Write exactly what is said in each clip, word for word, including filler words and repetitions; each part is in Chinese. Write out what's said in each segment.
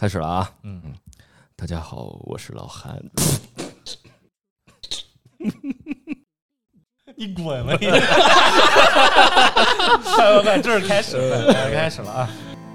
开始了啊！ 嗯， 大家好，我是老韩。 你滚吧你！快快快，这是开始了，开始了啊！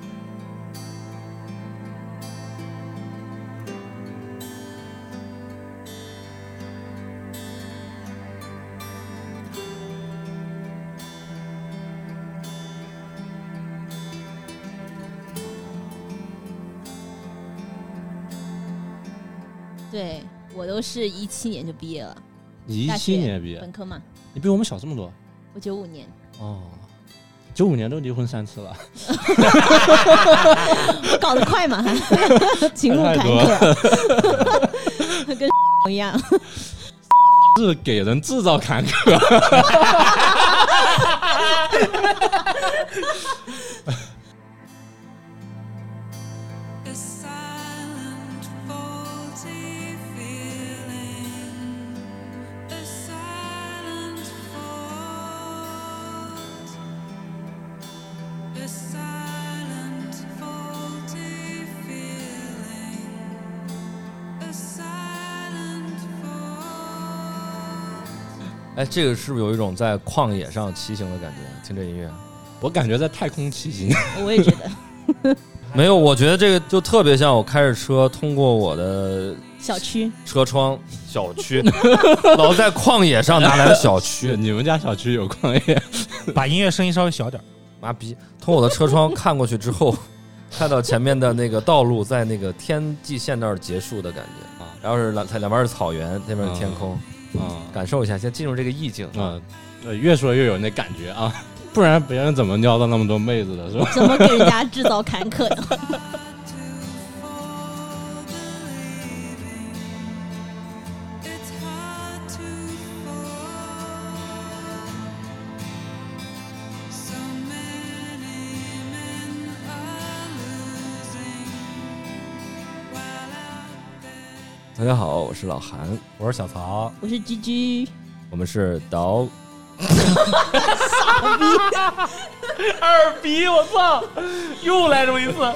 对，我都是一七年就毕业了， 一七年毕业， 本科嘛。 你比我们小这么多。 我九五年。 哦，九五年都离婚三次了。 我搞得快嘛，情路坎坷，跟一样。 是给人制造坎坷。 哎，这个是不是有一种在旷野上骑行的感觉？听这音乐， 我感觉在太空骑行。 我也觉得。 没有，我觉得这个就特别像我开着车通过我的小区车窗，小区老在旷野上拿来的小区。 你们家小区有旷野？ 把音乐声音稍微小点。 妈逼！从我的车窗看过去之后，看到前面的那个道路在那个天际线那儿结束的感觉啊，然后是两两边是草原，这边是天空。 啊、 感受一下，先进入这个意境啊、呃，越说越有那感觉啊，不然别人怎么撩到那么多妹子的，是吧？ 怎么给人家制造坎坷呢？ 大家好，我是老韩， 我是小曹， 我是居居， 我们是导。 傻逼， 二逼，我操，又来这么一次。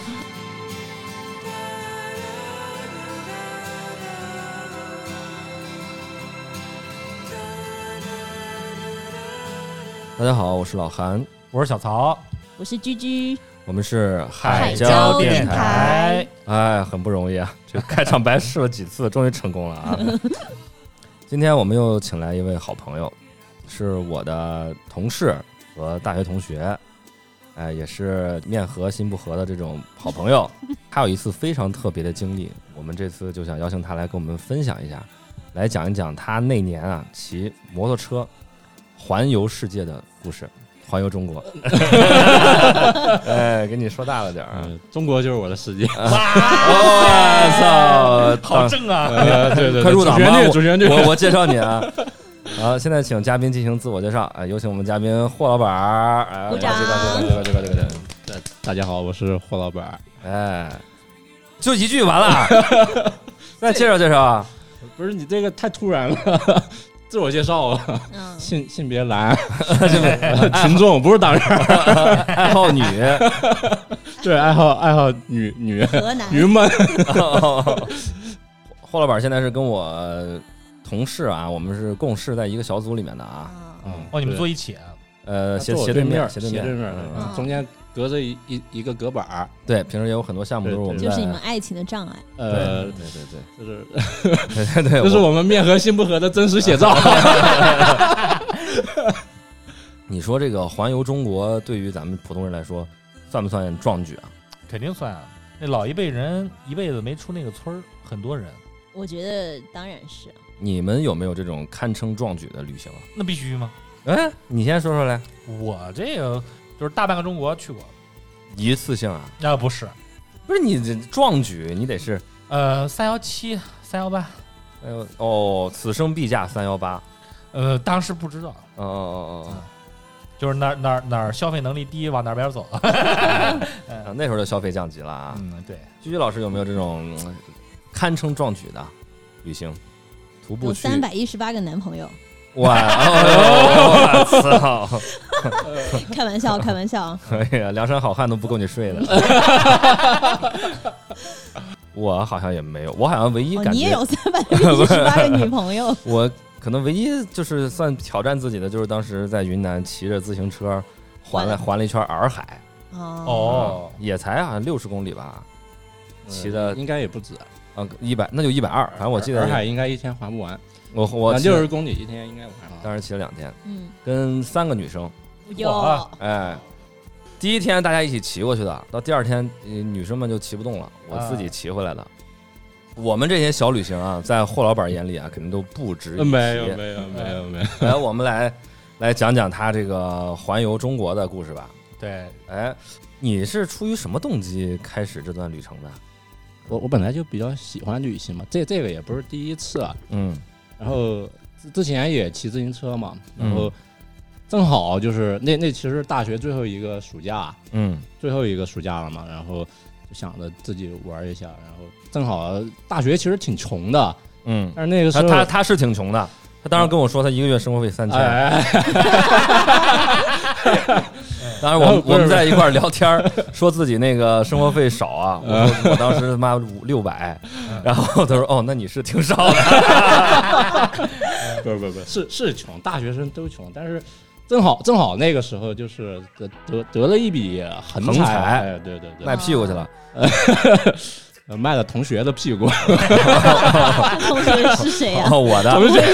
大家好，我是老韩， 我是小曹， 我是居居。 我们是海椒电台，哎，很不容易啊！这个开场白试了几次，终于成功了啊！今天我们又请来一位好朋友，是我的同事和大学同学，哎，也是面和心不和的这种好朋友。他有一次非常特别的经历，我们这次就想邀请他来跟我们分享一下，来讲一讲他那年啊骑摩托车环游世界的故事。环游中国，哎，给你说大了点儿、 嗯，中国就是我的世界。 哇，我操， 好正啊！ 呃、对, 对对， 快入党吧！ 主旋律， 我我介绍你啊。好，现在请嘉宾进行自我介绍。哎，有请我们嘉宾霍老板儿。哎， 鼓掌！ 这个这个这个这个这个。 大家好，我是霍老板。 哎，就一句完了。再介绍介绍啊！ 不是你这个太突然了。自我介绍了，嗯、性性别蓝，群众不是党人， 爱好女， 对，爱好爱好女女女们。 霍老板现在是跟我同事啊，我们是共事在一个小组里面的啊。 嗯，哦，你们坐一起？ 呃，斜斜对面， 斜对面，斜对面， 嗯、 中间隔着一一一个隔板。 对，平时也有很多项目都是我们就是你们爱情的障碍。 呃， 对对对， 就是对对对， 这是我们面和心不和的真实写照。 你说这个环游中国对于咱们普通人来说，算不算壮举啊？ 肯定算啊！那老一辈人一辈子没出那个村儿，很多人。 我觉得当然是。 你们有没有这种堪称壮举的旅行啊？ 那必须吗？ 哎，你先说说来。 我这个就是大半个中国去过， 一次性啊？ 啊，不是， 不是你这壮举，你得是呃三幺七、三幺八。 哎呦哦，此生必驾三幺八。 呃，当时不知道。 哦哦哦哦， 就是哪哪哪消费能力低，往哪边走。 啊，那时候的消费降级了啊。 嗯，对。 居居老师有没有这种堪称壮举的旅行？徒步去有三百一十八个男朋友。 哇！我操！ 开玩笑，开玩笑。 哎呀，梁山好汉都不够你睡了。 我好像也没有，我好像唯一感觉、 哦、你也有三百一十八个女朋友。 我可能唯一就是算挑战自己的，就是当时在云南骑着自行车环了环了一圈洱海。 哦， 也才好像六十公里吧，骑的、 嗯、应该也不止啊，一百那就一百二，反正我记得洱海应该一天环不完。 我我六十公里一天应该环不完， 当时骑了两天， 嗯， 跟三个女生， 有， 哎，第一天大家一起骑过去的，到第二天女生们就骑不动了，我自己骑回来的。啊、我们这些小旅行啊，在霍老板眼里啊，肯定都不值一提。 没有没有没有没有。 来，我们来来讲讲他这个环游中国的故事吧。 对， 哎，你是出于什么动机开始这段旅程的？ 我我本来就比较喜欢旅行嘛，这这个也不是第一次啊。 嗯， 然后之前也骑自行车嘛，然后正好就是那那其实大学最后一个暑假， 嗯， 最后一个暑假了嘛，然后就想着自己玩一下，然后正好大学其实挺穷的， 嗯， 但是那个时候他他他是挺穷的。他当时跟我说，他一个月生活费三千。哎、当然我们我们在一块聊天，说自己那个生活费少啊。我说我当时他妈五六百，然后他说哦，那你是挺少的。 不不不，是是穷，大学生都穷，但是正好正好那个时候就是得得得了一笔横横财， 哎，对对对， 卖屁股去了。 卖了同学的屁股。 同学是谁呀、啊？ 哦，我的。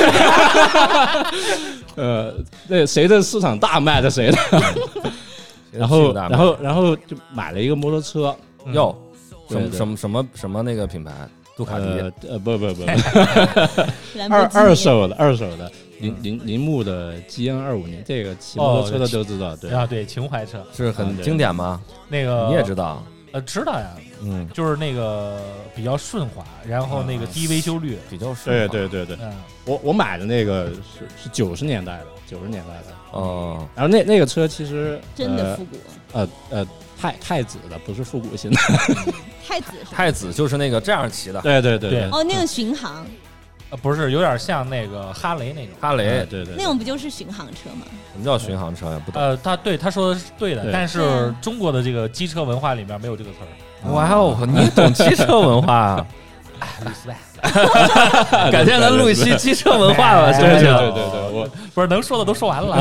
呃，那谁的市场大卖的谁的。然后，然后，然后就买了一个摩托车。 哟、嗯，什么什么什么什么那个品牌？杜卡迪？ 呃，呃不不不，二二手的，二手的，铃铃铃木的 G N 二五零，这个骑摩托车的都知道。对啊，对，情怀车是很经典吗？ 那个你也知道。 呃，知道呀， 嗯， 就是那个比较顺滑，然后那个低维修率， 比较顺滑。 对对对对， 嗯， 我我买的那个是是九十年代的，九十年代的哦。 然后那那个车其实真的复古， 呃呃太太子的，不是复古型的。 太子是太子就是那个这样骑的。 对对对对。 哦，那个巡航。 呃，不是，有点像那个哈雷那种。 哈雷， 对对， 那种不就是巡航车吗？ 什么叫巡航车呀？不懂。 呃，他对他说的是对的，但是中国的这个机车文化里面没有这个词儿。 哇哦，你懂汽车文化啊？改天咱录一期汽车文化吧，行不行？ 对对对，我不是能说的都说完了。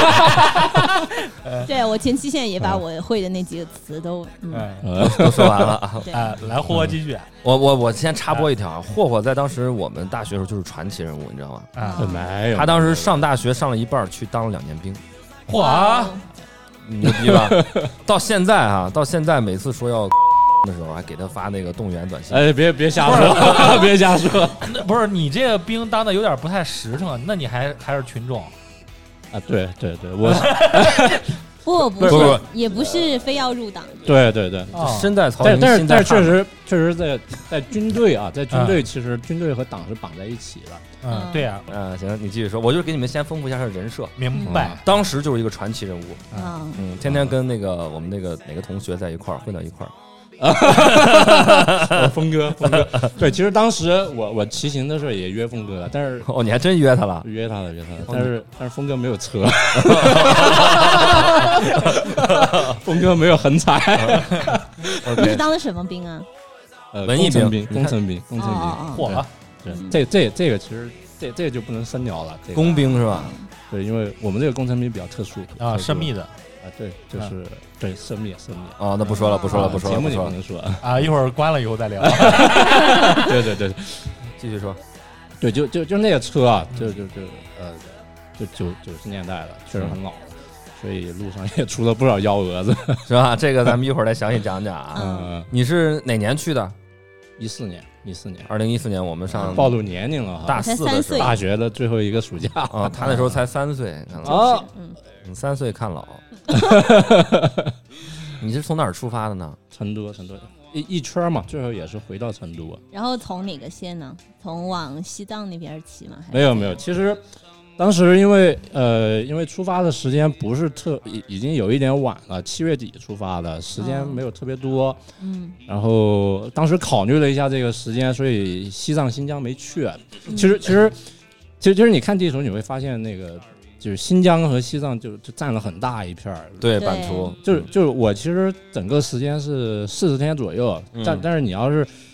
对，我前期现在也把我会的那几个词都嗯都说完了啊。 啊，来霍霍继续。 我我我先插播一条啊，霍霍在当时我们大学的时候就是传奇人物，你知道吗？ 啊， 没有。 他当时上大学上了一半，去当了两年兵。 嚯， 牛逼吧？到现在啊，到现在每次说要的时候，还给他发那个动员短信。 哎，别别瞎说，别瞎说。 那不是你这个兵当的有点不太实诚，那你还还是群众啊？对对对，我不不是，也不是非要入党。 对对对， 身在曹营， 但是但是确心在实确实在在军队啊，在军队其实军队和党是绑在一起的。 嗯，对呀。 嗯，行，你继续说，我就给你们先丰富一下他的人设。 明白， 当时就是一个传奇人物。 嗯嗯，天天跟那个我们那个哪个同学在一块儿混到一块儿。 峰哥，峰哥，对，其实当时我我骑行的时候也约峰哥了，但是哦，你还真约他了？ 约他了，约他了，但是但是峰哥没有车，峰哥没有横财。 你是当的什么兵啊？ 呃， 文艺兵，工程兵，工程兵， 嚯了， 对，这这这个其实这这就不能深聊了， 工兵是吧？ 对，因为我们这个工程兵比较特殊啊，神秘的。 啊，对，就是对生灭生灭哦，那不说了，不说了，不说了， 节目里不能说啊，一会儿关了以后再聊。 对对对， 继续说。 对，就就就那个车啊，就就就呃，就九九十年代了，确实很老了，所以路上也出了不少幺蛾子， 是吧？这个咱们一会儿再详细讲讲啊。 嗯， 你是哪年去的？ 一四年，一四年， 二零一四年我们上暴露年龄了， 大四的时候， 大学的最后一个暑假啊，他那时候才三岁啊， 嗯，三岁看老。你是从哪儿出发的呢？ 成都，成都一一圈嘛，最后也是回到成都。 然后从哪个县呢？从往西藏那边骑吗？ 没有没有，其实当时因为呃，因为出发的时间不是特，已已经有一点晚了，七月底出发的，时间没有特别多。 嗯。 然后当时考虑了一下这个时间，所以西藏、新疆没去。其实其实其实其实你看地图你会发现那个。就是新疆和西藏就就占了很大一片儿， 对版图， 就是就是我其实整个时间是四十天左右，嗯、但但是你要是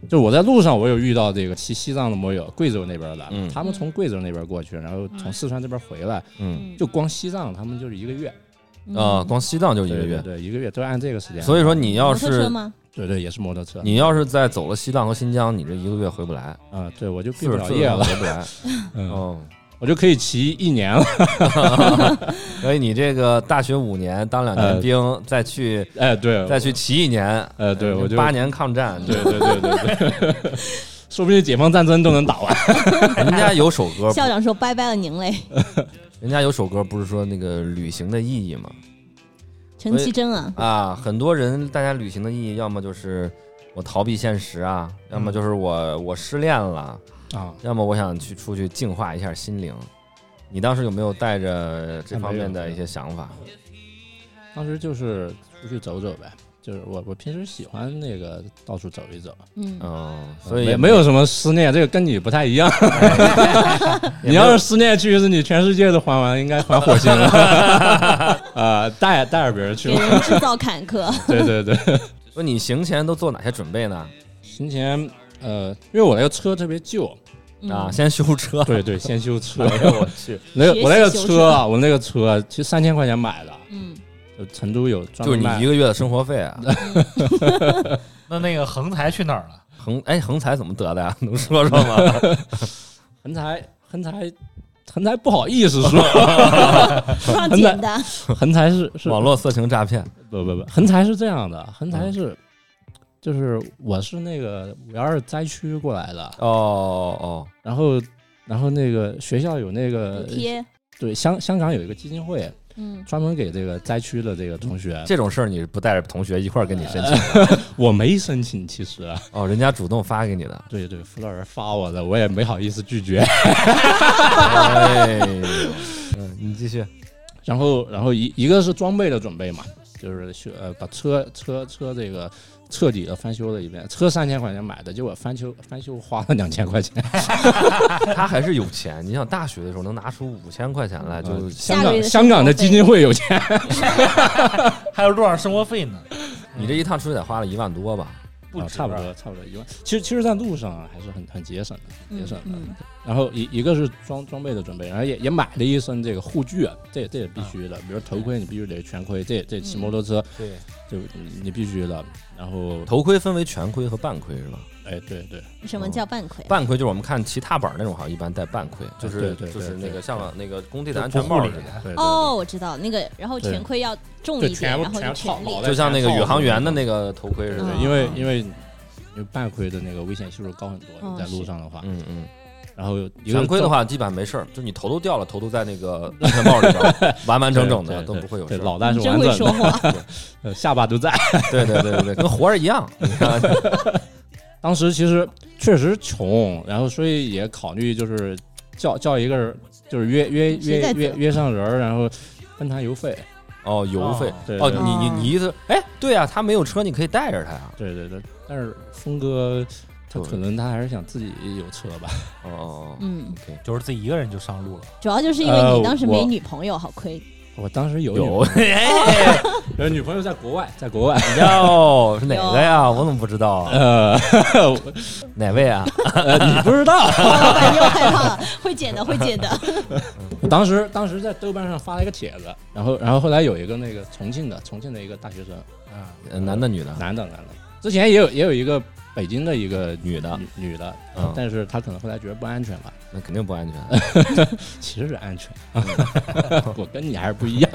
就我在路上，我有遇到这个骑西藏的摩友，贵州那边的， 嗯他们从贵州那边过去，然后从四川这边回来， 嗯就光西藏他们就是一个月啊，光西藏就一个月， 对对，对一个月都按这个时间。 所以说你要是对对，也是摩托车。 你要是再走了西藏和新疆，你这一个月回不来啊。对，我就毕不了业了， 回不来。嗯，哦， 我就可以骑一年了。 所以你这个大学五年当两年兵，呃、再去哎对， 再去骑一年， 呃对，我就八年抗战， 对对对对对，说不定解放战争都能打完。 人家有首歌， 校长说拜拜了您嘞。 人家有首歌不是说那个旅行的意义吗？ 陈绮贞啊啊，很多人大家旅行的意义，要么就是我逃避现实啊，要么就是我我失恋了啊，要么我想去出去净化一下心灵。你当时有没有带着这方面的一些想法？ 当时就是出去走走呗，就是我我平时喜欢那个到处走一走。 嗯哦，所以也没有什么思念，这个跟你不太一样。你要是思念去，是你全世界都还完，应该还火星了。啊，带带着别人去， 给人制造坎坷。 对对对。 说你行前都做哪些准备呢？ 行前，呃，因为我那个车特别旧。 啊，先修车， 对对，先修车。 哎呦我去， 那个我那个车啊，我那个车其实三千块钱买的， 嗯， 就成都有专门卖，就是你一个月的生活费啊。 那那个横财去哪儿了？ 横哎，横财怎么得的呀？能说说吗？ 横财，横财，横财不好意思说， 上简单。 横财是是网络色情诈骗， 不不不，横财是这样的，横财是。嗯就是我是那个五幺二灾区过来的哦哦， 然后然后那个学校有那个补贴， 对香香港有一个基金会， 嗯， 专门给这个灾区的这个同学， 这种事儿你不带着同学一块儿跟你申请的？ 我没申请，其实哦，人家主动发给你的， 对对，辅导员发我的，我也没好意思拒绝。 哎，嗯，你继续。 然后然后一一个是装备的准备嘛，就是修呃把车车车这个。彻底的翻修了一遍，车三千块钱买的，结果翻修翻修花了两千块钱。 他还是有钱，你想大学的时候能拿出五千块钱来，就、 嗯、香港香港的基金会有钱， 还有路上生活费呢。 你这一趟出去得花了一万多吧？ 不啊，差不多差不多一万。其实其实，在路上还是很很节省的，节省的。 嗯嗯、 然后一一个是装装备的准备，然后也也买了一身这个护具，这这也必须的。比如头盔，你必须得全盔，这这骑摩托车， 对、 嗯，就你必须的。然后头盔分为全盔和半盔是吧？ 哎，对对。 什么叫半盔、啊？ 半盔就是我们看骑踏板那种，好像一般戴半盔，就是对对就是那个像那个工地的安全帽似的。 哦，我知道那个，然后全盔要重一点，然后就全力， 就像那个宇航员的那个头盔似的。 因为因为因为半盔的那个危险系数高很多，你在路上的话， 嗯嗯。 然后全盔的话，基本上没事儿，就你头都掉了，头都在那个安全帽里边，完完整整的都不会有事。 脑袋是完整的， 真会说话， 下巴都在。 对对对对对，跟活儿一样。你看， 当时其实确实穷，然后所以也考虑就是叫叫一个人，就是约约约约约上人，然后分他油费。 哦，油费。 对哦，你你你意思？哎，对啊，他没有车，你可以带着他呀。 对对对，但是峰哥。他可能他还是想自己有车吧， 哦， 嗯， 就是自己一个人就上路了。 主要就是因为你当时没女朋友，好亏。 我当时有有， 有女朋友在国外，在国外。 哟，是哪个呀？我怎么不知道？ 呃， 哪位啊？ 你不知道？ 老板又害怕了，会剪的，会剪的。 我当时当时在豆瓣上发了一个帖子，然后然后后来有一个那个重庆的重庆的一个大学生啊，男的女的？ 男的男的。之前也有也有一个。北京的一个女的， 女, 女的、 嗯， 但是她可能后来觉得不安全吧？ 那肯定不安全， 其实是安全。我跟你还是不一样。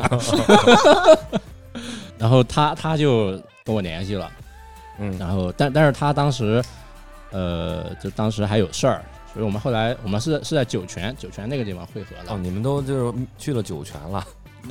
然后她她就跟我联系了， 嗯， 然后但但是她当时，呃，就当时还有事儿，所以我们后来我们是是在酒泉酒泉那个地方汇合了。 哦，你们都就是去了酒泉了。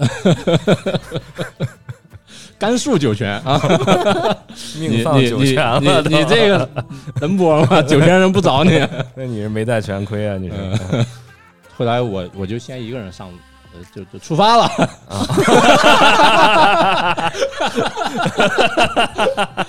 甘肃酒泉啊， 命丧酒泉了， 你 你, 你, 你这个能播吗？酒泉人不找你， 那你是没带全盔啊？你是。 嗯、后来我我就先一个人上，呃，就就出发了。啊、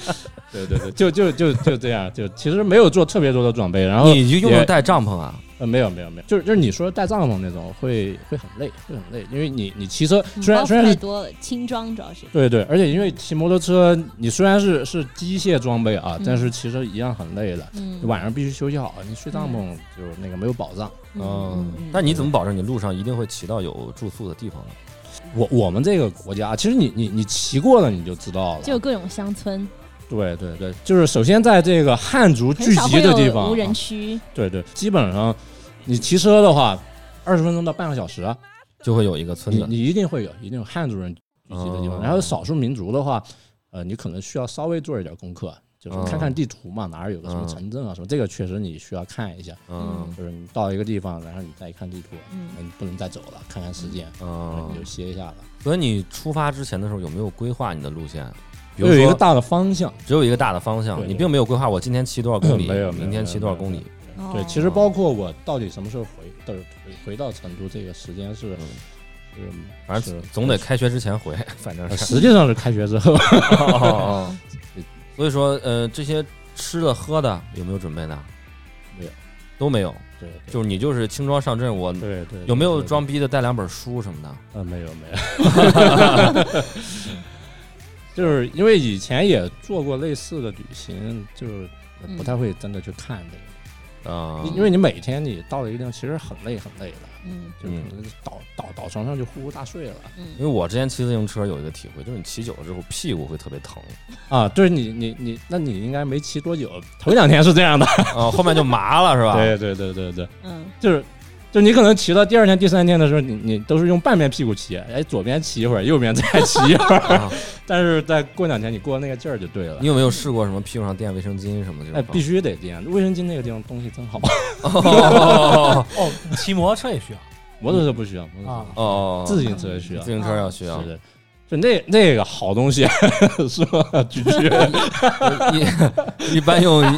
对对对，就就就就这样，就其实没有做特别多的装备，然后你就用了带帐篷啊？ 呃，没有没有没有，就是就是你说带帐篷那种会会很累，会很累，因为你你骑车虽然虽然是太多了，轻装主要是。 对对，而且因为骑摩托车，你虽然是是机械装备啊， 嗯、 但是其实一样很累的。 嗯， 你晚上必须休息好，你睡帐篷就那个没有保障。 嗯，嗯嗯但你怎么保证你路上一定会骑到有住宿的地方呢？ 我我们这个国家，其实你你你骑过了你就知道了， 就有各种乡村。 对对对，就是首先在这个汉族聚集的地方， 无人区、啊。 对对，基本上你骑车的话，二十分钟到半个小时啊， 就会有一个村子。 你, 你一定会有，一定有汉族人聚集的地方。哦、然后少数民族的话，呃，你可能需要稍微做一点功课，就是看看地图嘛，哪儿有个什么城镇啊什么，这个确实你需要看一下。嗯，就是你到一个地方，然后你再一看地图，嗯，你不能再走了，看看时间，嗯，你就歇一下了。 所以你出发之前的时候有没有规划你的路线？ 比如说有一个大的方向， 只有一个大的方向， 对对对， 你并没有规划我今天骑多少公里， 没有， 明天骑多少公里。 对，其实包括我到底什么时候回到回回到成都，这个时间是， 嗯，反正总得开学之前回，反正是。 实际上是开学之后。 哦，所以说，呃，这些吃的喝的有没有准备呢？ 没有， 都没有。 对， 就是你就是轻装上阵，我对对， 有没有装逼的带两本书什么的？ 啊，没有没有。就是因为以前也做过类似的旅行，就是不太会真的去看这个啊、 嗯，因为你每天你到了一个地方，其实很累很累的， 嗯， 就可能倒倒倒床上就呼呼大睡了。 嗯， 因为我之前骑自行车有一个体会，就是你骑久了之后屁股会特别疼啊。对你你你，那你应该没骑多久，头两天是这样的啊，后面就麻了是吧？ 对对对对对， 嗯， 就是。就你可能骑到第二天、第三天的时候，你你都是用半边屁股骑，哎，左边骑一会儿，右边再骑一会儿，啊、但是再过两天，你过那个劲儿就对了。 你有没有试过什么屁股上垫卫生巾什么的？ 哎，必须得垫，卫生巾那个地方东西真好。 哦，哦骑摩托车也需要， 摩托车不需要啊， 哦， 自行车需要， 自行车要需要， 是的。就那那个好东西是吧？居居一一般用。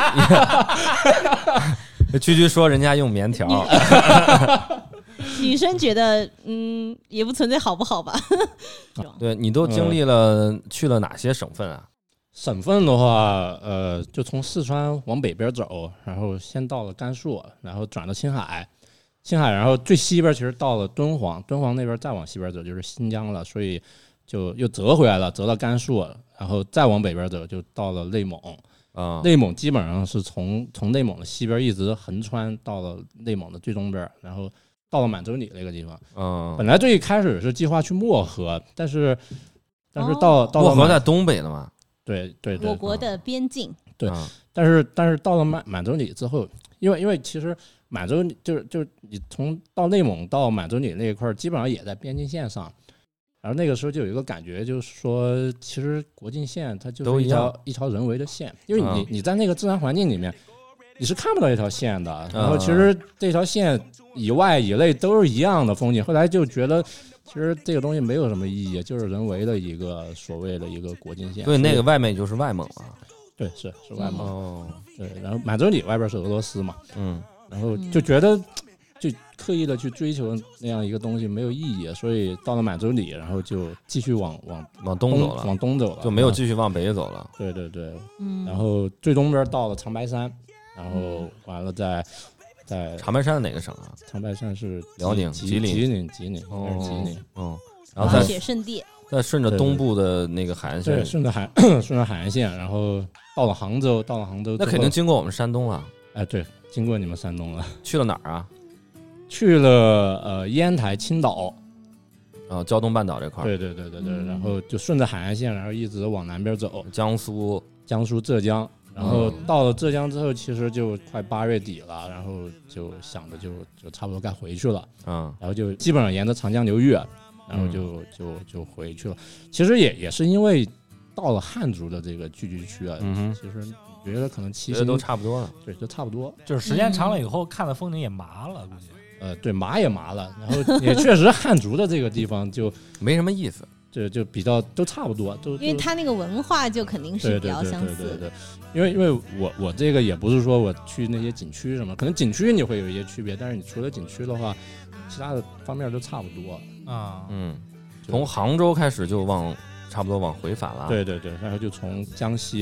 居居说人家用棉条， 女生觉得嗯也不存在好不好吧？ 对，你都经历了、嗯、去了哪些省份啊？ 省份的话，呃，就从四川往北边走，然后先到了甘肃，然后转到青海，青海，然后最西边其实到了敦煌，敦煌那边再往西边走就是新疆了，所以就又折回来了，折到甘肃，然后再往北边走就到了内蒙。 啊、 嗯，内蒙基本上是从从内蒙的西边一直横穿到了内蒙的最东边，然后到了满洲里那个地方。 嗯， 本来最一开始是计划去漠河，但是但是到、哦、到漠河在东北了嘛？ 对对对， 我国的边境。 对，嗯、但是但是到了满满洲里之后，因为因为其实满洲就是就是你从到内蒙到满洲里那一块，基本上也在边境线上。然后那个时候就有一个感觉，就是说，其实国境线它就是一条一条人为的线，因为你、嗯、你在那个自然环境里面，你是看不到一条线的。然后其实这条线以外以内都是一样的风景。后来就觉得，其实这个东西没有什么意义，就是人为的一个所谓的一个国境线。 对，那个外面就是外蒙了。 对，是是外蒙。 哦， 对，然后满洲里外边是俄罗斯嘛。 嗯， 然后就觉得。就刻意的去追求那样一个东西没有意义，所以到了满洲里，然后就继续往往往东走了， 往东走了， 就没有继续往北走了。 对对对， 嗯， 然后最东边到了长白山，然后完了在在长白山是哪个省啊？ 长白山是辽宁、 吉林、 吉林、吉林， 哦， 吉林， 嗯，然后再雪圣地， 再顺着东部的那个海岸线， 对，顺着海顺着海岸线，然后到了杭州，到了杭州， 那肯定经过我们山东了。 哎，对，经过你们山东了， 去了哪儿啊？ 去了呃烟台、青岛， 啊，胶东半岛这块儿。 对对对对对，嗯、然后就顺着海岸线，然后一直往南边走， 江苏、 江苏、浙江，然后到了浙江之后，其实就快八月底了，然后就想着就就差不多该回去了， 嗯， 然后就基本上沿着长江流域，然后就、嗯、就就回去了。其实也也是因为到了汉族的这个聚居区啊， 嗯哼， 其实觉得可能骑行都差不多了， 对，就差不多， 就是时间长了以后、嗯、看的风景也麻了，估计。 呃，对，麻也麻了，然后也确实汉族的这个地方就没什么意思， 就就比较都差不多，都因为他那个文化就肯定是比较相似。 对对对对对对，因为因为我我这个也不是说我去那些景区什么，可能景区你会有一些区别，但是你除了景区的话，其他的方面都差不多啊。 嗯，从杭州开始就往差不多往回返了。 对对对，然后就从江西啊、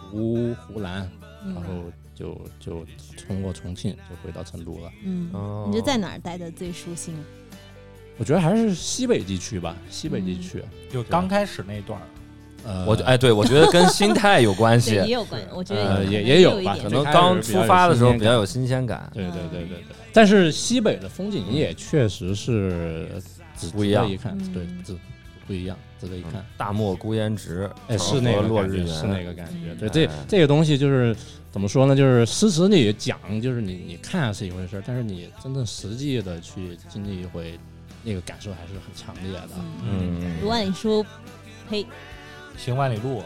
湖湖南， 嗯然后就就通过重庆就回到成都了。 嗯， 哦你是在哪儿待的最舒心？ 我觉得还是西北地区吧，西北地区。 就刚开始那段儿， 呃， 我哎，对，我觉得跟心态有关系对，，也有关，我觉得呃也可能也有吧一点可能刚出发的时候比较有新鲜感， 对对对对对。但是西北的风景也确实是值不一样值得一看， 嗯对，值不一样，值得一看。 大漠孤烟直， 哎， 长是那个河落感觉， 日圆， 是那个感觉。 嗯对，这哎这个东西就是怎么说呢？就是诗词里讲，就是你你看是一回事，但是你真正实际的去经历一回，那个感受还是很强烈的。 嗯， 嗯， 读万里书，呸， 行万里路，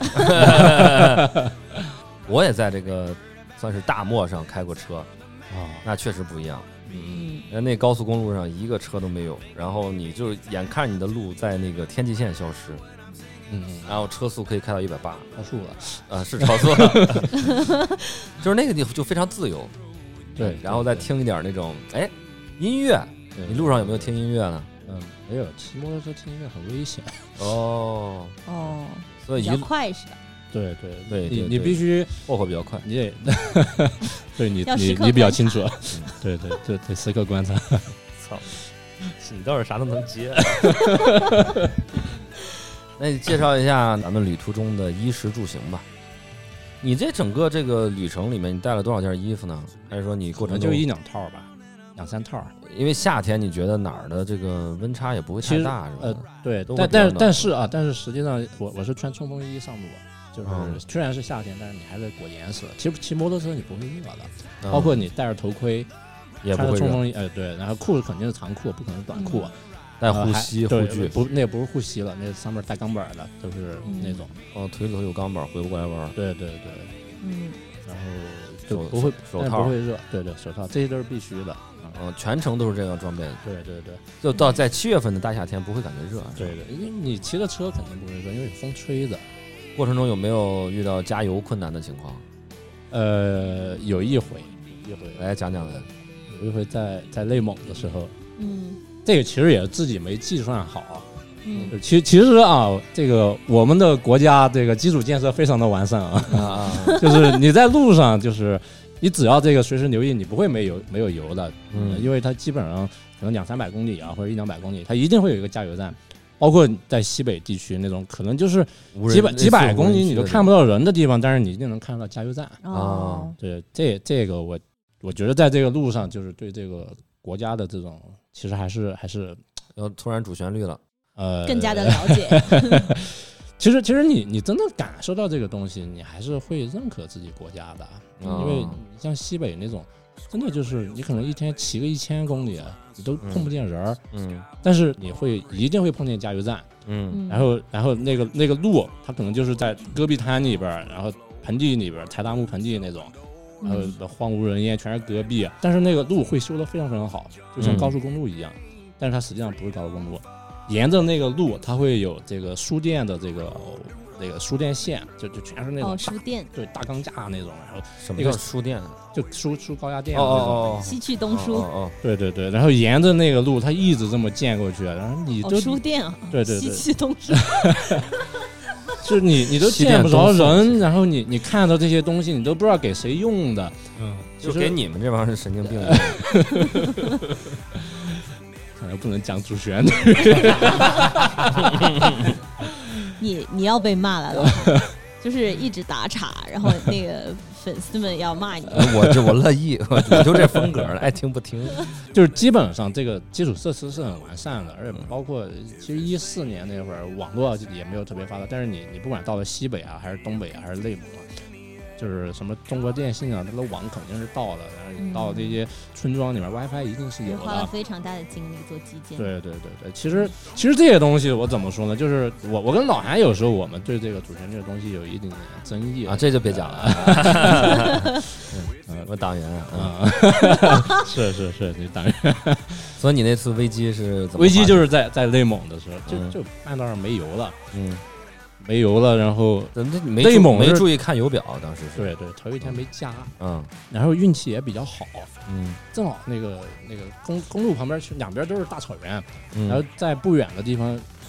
我也在这个算是大漠上开过车， 啊， 那确实不一样。 嗯人那高速公路上一个车都没有，然后你就眼看你的路在那个天际线消失， 嗯嗯， 然后车速可以开到一百八， 超速了。 啊，是超速了，就是那个地方就非常自由。 对， 然后再听一点那种哎音乐， 对， 你路上有没有听音乐呢？ 嗯，没有，骑摩托车听音乐很危险。 哦， 哦，比较所以一快是吧？ 对对你对对对你必须， 霍霍比较快。 你得，对你要时刻你你比较观察清楚。对对对对，时刻观察。 操，你倒是啥都能接。那你介绍一下咱们旅途中的衣食住行吧。你这整个这个旅程里面，你带了多少件衣服呢？还是说你过程中就一两套吧，两三套。 因为夏天你觉得哪儿的这个温差也不会其实太大，是吧？ 呃，对， 都会但但比较暖但是啊，但是实际上我我是穿冲锋衣上路，就是嗯虽然是夏天，但是你还得裹严实。其实骑摩托车你不会热的， 嗯包括你戴着头盔， 也不会热， 穿着冲锋衣，哎对，然后裤子肯定是长裤，不可能是短裤。 带呃还护膝护对具， 不，那也不是护膝了，那上面带钢板的，都是嗯那种。 哦，腿里头有钢板，回不过来弯儿。 对对对， 嗯， 然后就手不会手套但不会热，对对，手套这些都是必须的。啊嗯，全程都是这样装备， 对对对就到在七月份的大夏天不会感觉热。 对对，因为你骑着车肯定不会热，因为有风吹着。 过程中有没有遇到加油困难的情况？ 呃，有一回，有一回， 来讲讲来。 有一回在在内蒙的时候， 嗯这个其实也是自己没计算好。 嗯就其其实啊，这个我们的国家这个基础建设非常的完善啊， 啊啊， 就是你在路上，就是你只要这个随时留意，你不会没油没有油的， 嗯因为它基本上可能两三百公里啊，或者一两百公里，它一定会有一个加油站。包括在西北地区那种，可能就是无人几百几百公里你都看不到到人的地方，但是你一定能看到加油站。 哦， 对，这这个我我觉得在这个路上，就是对这个国家的这种，其实还是还是要突然主旋律了。 呃更加的了解。 其实其实你你真的感受到这个东西，你还是会认可自己国家的， 哦因为你像西北那种，真的就是你可能一天骑个一千公里，你都碰不见人儿， 嗯但是你会一定会碰见加油站， 嗯嗯然后然后那个那个路，它可能就是在戈壁滩里边儿，然后盆地里边儿，柴达木盆地那种。然后嗯荒无人烟，全是戈壁，但是那个路会修得非常非常好，就像嗯高速公路一样，但是它实际上不是高速公路，沿着那个路，它会有这个输电的这个这个输电线，就就全是那种哦， 大书店对大钢架那种，然后什么那个叫输电？ 就输输高压电哦的那种。 哦哦， 西去东哦输， 哦对对对，然后沿着那个路，它一直这么建过去，然后你哦， 就、 书店啊， 对对对西去东输， 就是你你都西电见不着东送人，然后你你看到这些东西，你都不知道给谁用的。 嗯， 就给你们这帮人神经病用。 可能不能讲主旋律。 你你要被骂了，老韩就是一直打岔，然后那个粉丝们要骂你。 我这我乐意，我我就这风格了，爱听不听。 就是基本上这个基础设施是很完善的，而且包括其实一四年那会儿网络也没有特别发达，但是你你不管到了西北啊，还是东北啊，还是内蒙啊，就是什么中国电信啊，它的网肯定是到了，然后你到这些村庄里面 WiFi 一定是有花了的。 非常大的精力做基建。 对对对对，其实其实这些东西我怎么说呢？就是我我跟老韩有时候我们对这个主旋律的东西有一点点争议啊，这就别讲了。嗯，我党员啊， 啊，是是是，你当然。 所以你那次危机是怎么？ 危机就是在在内蒙的时候， 嗯就就半道上没油了， 嗯， 没油了，然后怎么没注内蒙是没注意看油表，当时是。 对对，头一天没加， 嗯然后运气也比较好， 嗯正好那个那个公公路旁边去两边都是大草原， 嗯， 然后在不远的地方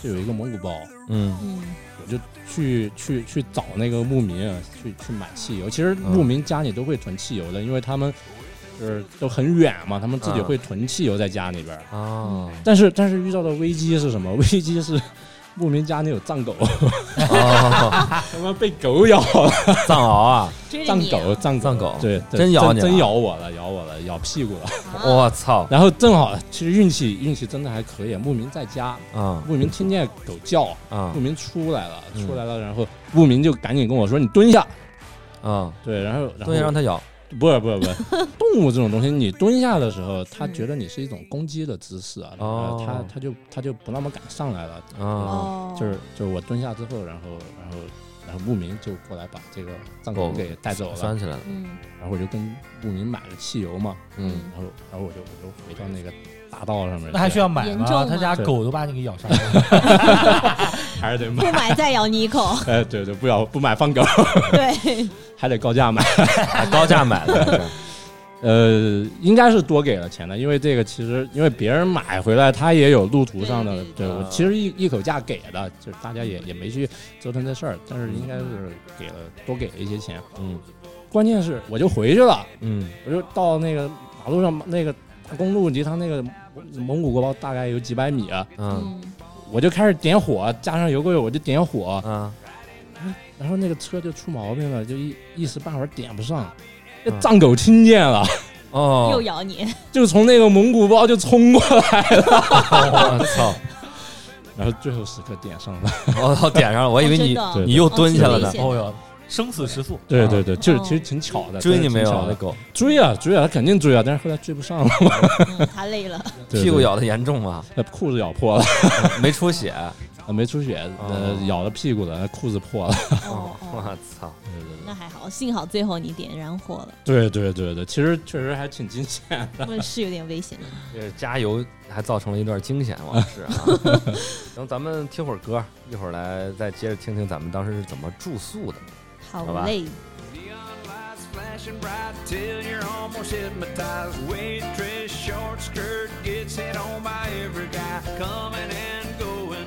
就有一个蒙古包， 嗯嗯我就去去去找那个牧民啊，去去买汽油。其实牧民家里都会囤汽油的，因为他们就是都很远嘛，他们自己会囤汽油在家里边。 啊， 但是但是遇到的危机是什么？危机是牧民家里有藏狗， 哦， 他妈被狗咬了。 藏獒啊， 藏追着你啊狗，藏藏狗对，对真咬你了真咬我了，咬我了，咬屁股了。 啊我操然后正好，其实运气运气真的还可以，牧民在家， 啊牧民听见狗叫， 啊牧民出来了， 嗯出来了，然后牧民就赶紧跟我说：“你蹲下。 啊，” 对，然后然后东西让它咬， 不是不是不是，动物这种东西，你蹲下的时候，它觉得你是一种攻击的姿势啊， 哦它它就它就不那么敢上来了。 啊哦， 就是就是我蹲下之后，然后然后然后牧民就过来把这个藏狗给带走了， 拴起来了， 嗯然后我就跟牧民买了汽油嘛， 嗯然后然后我就我就回到那个大道上面去， 那还需要买吗？ 严重吗他家狗都把你给咬伤了。 还是得不买。 买再咬你一口， 哎，对对，不要不买放狗， 对， 还得高价买。 还高价买的， 呃，应该是多给了钱的，因为这个其实因为别人买回来他也有路途上的， 对对我其实一一口价给的，就是大家也也没去折腾这事儿，但是应该是给了多给了一些钱。 嗯关键是我就回去了， 嗯我就到那个马路上那个大公路离他那个蒙古国包大概有几百米啊， 嗯嗯我就开始点火，加上油柜我就点火， 啊然后那个车就出毛病了，就一一时半会儿点不上。那嗯藏狗听见了， 又哦， 咬你， 就从那个蒙古包就冲过来了， 我操， 然后最后时刻点上了。 我操，点上了，我以为你哦真的对你又蹲下了呢哦挺危，险哦哟，生死时速。 对对对，就是哦其实挺巧的， 追你没有真的挺巧的那狗， 追啊追啊，他肯定追啊，但是后来追不上了， 嗯，他累了， 对屁股，咬的严重吗？ 对裤子咬破了， 没出血， 没出血，呃哦， 咬了屁股了，裤子破了。 哦我哦， 操， 那还好，幸好最后你点燃火了， 对对对对，其实确实还挺惊险的。 不是有点危险的。 这加油还造成了一段惊险往事啊！行，咱们听会儿歌，一会儿来再接着听听咱们当时是怎么住宿的。 好好吧累， Neon lights flashing bright till you're almost hypnotized. Waitress, short skirt gets hit on by every guy. Coming and going,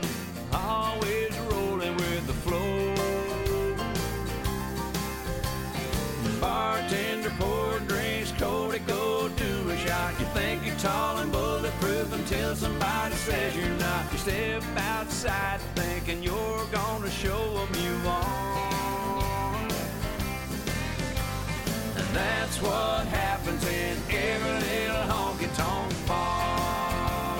always rolling with the flow. Bartender pour drinks, Cody go do a shot. You think you're tall and bulletproof until somebody says you're not. You step outside thinking you're gonna show them you are. And that's what happens in every little honky-tonk bar.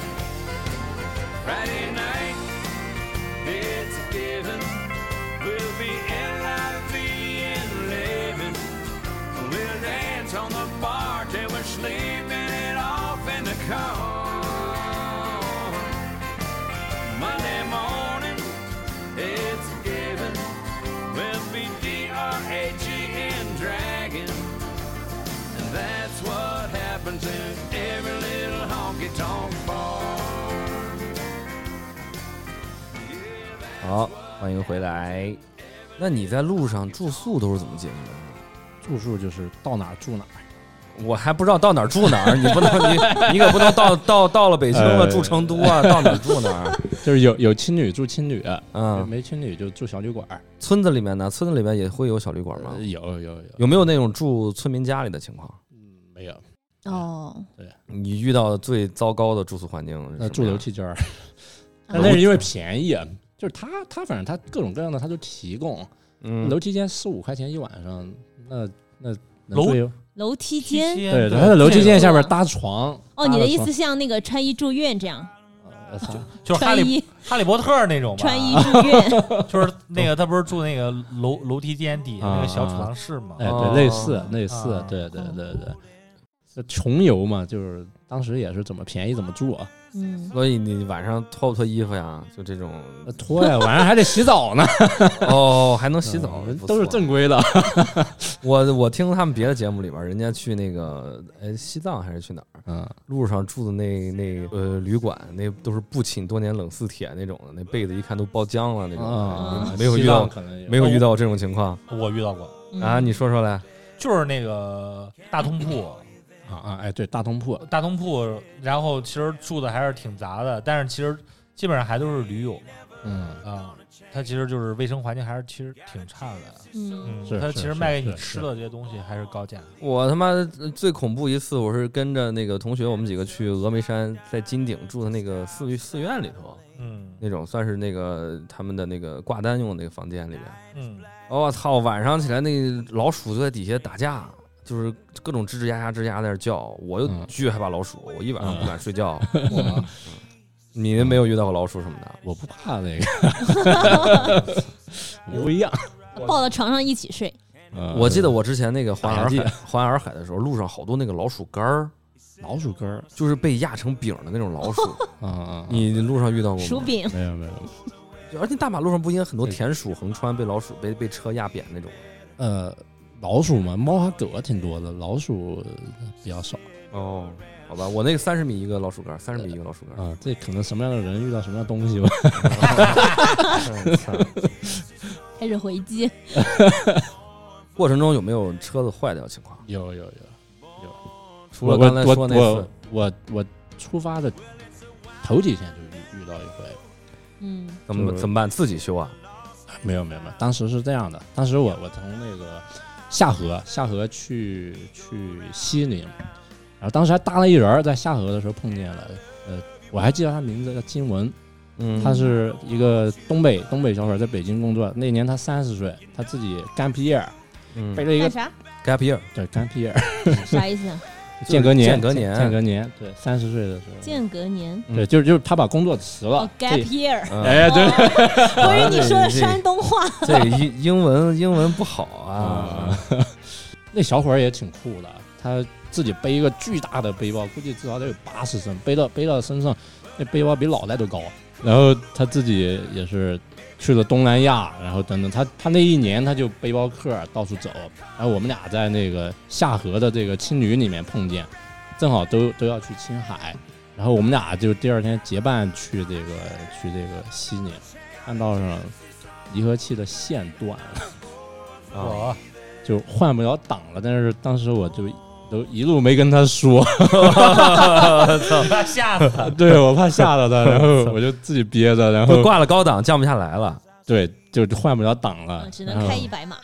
Friday night, it's a given. We'll be L I V and living. We'll dance on the bar till we're sleeping it off in the car. Monday morning, it's a given. We'll be D R A G and dragging. And that's what happens in every little honky-tonk bar. 好，欢迎回来。那你在路上住宿都是怎么解决的？ 住宿就是到哪儿住哪儿， 我还不知道到哪儿住哪儿，你不能你你可不能到到到了北京了呃住成都啊，到哪儿住哪儿？ 就是有有青旅住青旅， 嗯， 没青旅就住小旅馆。 村子里面呢，村子里面也会有小旅馆吗呃？有有有， 有没有那种住村民家里的情况？ 没有？ 哦， 你遇到的最糟糕的住宿环境是什么样？ 那住楼梯间儿，但啊那是因为便宜，就是他他反正他各种各样的他都提供， 嗯， 楼梯间十五块钱一晚上，那那能楼住楼梯间。 对， 对他的楼梯间下面这个搭床。 哦，你的意搭了思像那个穿衣住院这样， 床？我操！ 就是哈利穿衣哈利波特那种吧， 穿衣住院， 就是那个他不是住那个楼楼梯间底下那个小储藏室吗？ 哎， 哦对，类似类似啊， 对对对对。这穷游嘛，就是当时也是怎么便宜怎么住啊， 嗯， 所以你晚上脱不脱衣服呀？就这种那脱呀，晚上还得洗澡呢， 哦，还能洗澡， 嗯不错都是正规的。 我我听他们别的节目里边，人家去那个哎西藏还是去哪儿， 嗯， 路上住的那那呃旅馆，那都是不寝多年冷似铁那种的，那被子一看都包浆了那种。 啊， 没有遇西藏到可能有没有遇到这种情况我遇到过， 嗯啊？你说说来。 就是那个大通铺， 啊啊，哎，对，大通铺， 大通铺，然后其实住的还是挺杂的，但是其实基本上还都是驴友嘛。 嗯啊，它其实就是卫生环境还是其实挺差的。 嗯， 嗯， 是是它其实卖给你是吃的这些东西还是高价。 我他妈最恐怖一次，我是跟着那个同学，我们几个去峨眉山，在金顶住的那个寺寺院里头， 嗯那种算是那个他们的那个挂单用的那个房间里面。 嗯， 我操，晚上起来那个老鼠就在底下打架，就是各种吱吱呀呀吱呀在那叫，我又嗯巨害怕老鼠，我一晚上不敢睡觉。 我你们没有遇到过老鼠什么的？ 我不怕那个，不一样。 抱到床上一起睡。 呃我记得我之前那个环洱打牙海，环洱海的时候，路上好多那个老鼠干儿， 老鼠根儿， 就是被压成饼的那种老鼠。 啊啊， 你路上遇到过吗？ 薯饼， 没有没有， 而且大马路上不应该很多田鼠横穿，被老鼠被被车压扁那种？ 呃，老鼠嘛，猫和狗挺多的，老鼠比较少哦，好吧，我那个三十米一个老鼠干，三十米一个老鼠干。 啊。这可能什么样的人遇到什么样的东西吧。 开始回击。 过程中有没有车子坏掉的情况？ 有有有， 除了刚才说那我次， 我我我出发的头几天就遇遇到一回， 嗯怎么就是怎么办？自己修啊？ 没有没有没有，当时是这样的，当时我我从那个下河下河去去西宁，然后当时还搭了一人，在下河的时候碰见了，呃，我还记得他名字叫金文， 嗯， 他是一个东北东北小伙，在北京工作，那年他三十岁，他自己干毕业， 嗯背了一个干啥？ gap year， 对干毕业， 啥意思啊？ 间隔年间隔年间隔年，对，三十岁的时候， 间隔年。 对，就是就是他把工作辞了哦，，gap 这 year。 嗯哎对。 我以为你说的山东话。 这个英英文英文不好啊。 啊，那小伙儿也挺酷的，他自己背一个巨大的背包，估计至少得有八十升，背到背到身上，那背包比脑袋都高。然后他自己也是去了东南亚，然后等等，他他那一年他就背包客到处走，然后我们俩在那个下河的这个青旅里面碰见，正好都都要去青海，然后我们俩就第二天结伴去这个去这个西宁，半道上离合器的线断了。 啊， 我就换不了档了，但是当时我就都一路没跟他说， 怕吓死他。 对我怕吓到他，然后我就自己憋着，然后会挂了高档降不下来了。 对，就换不了档了嗯，只能开一百码。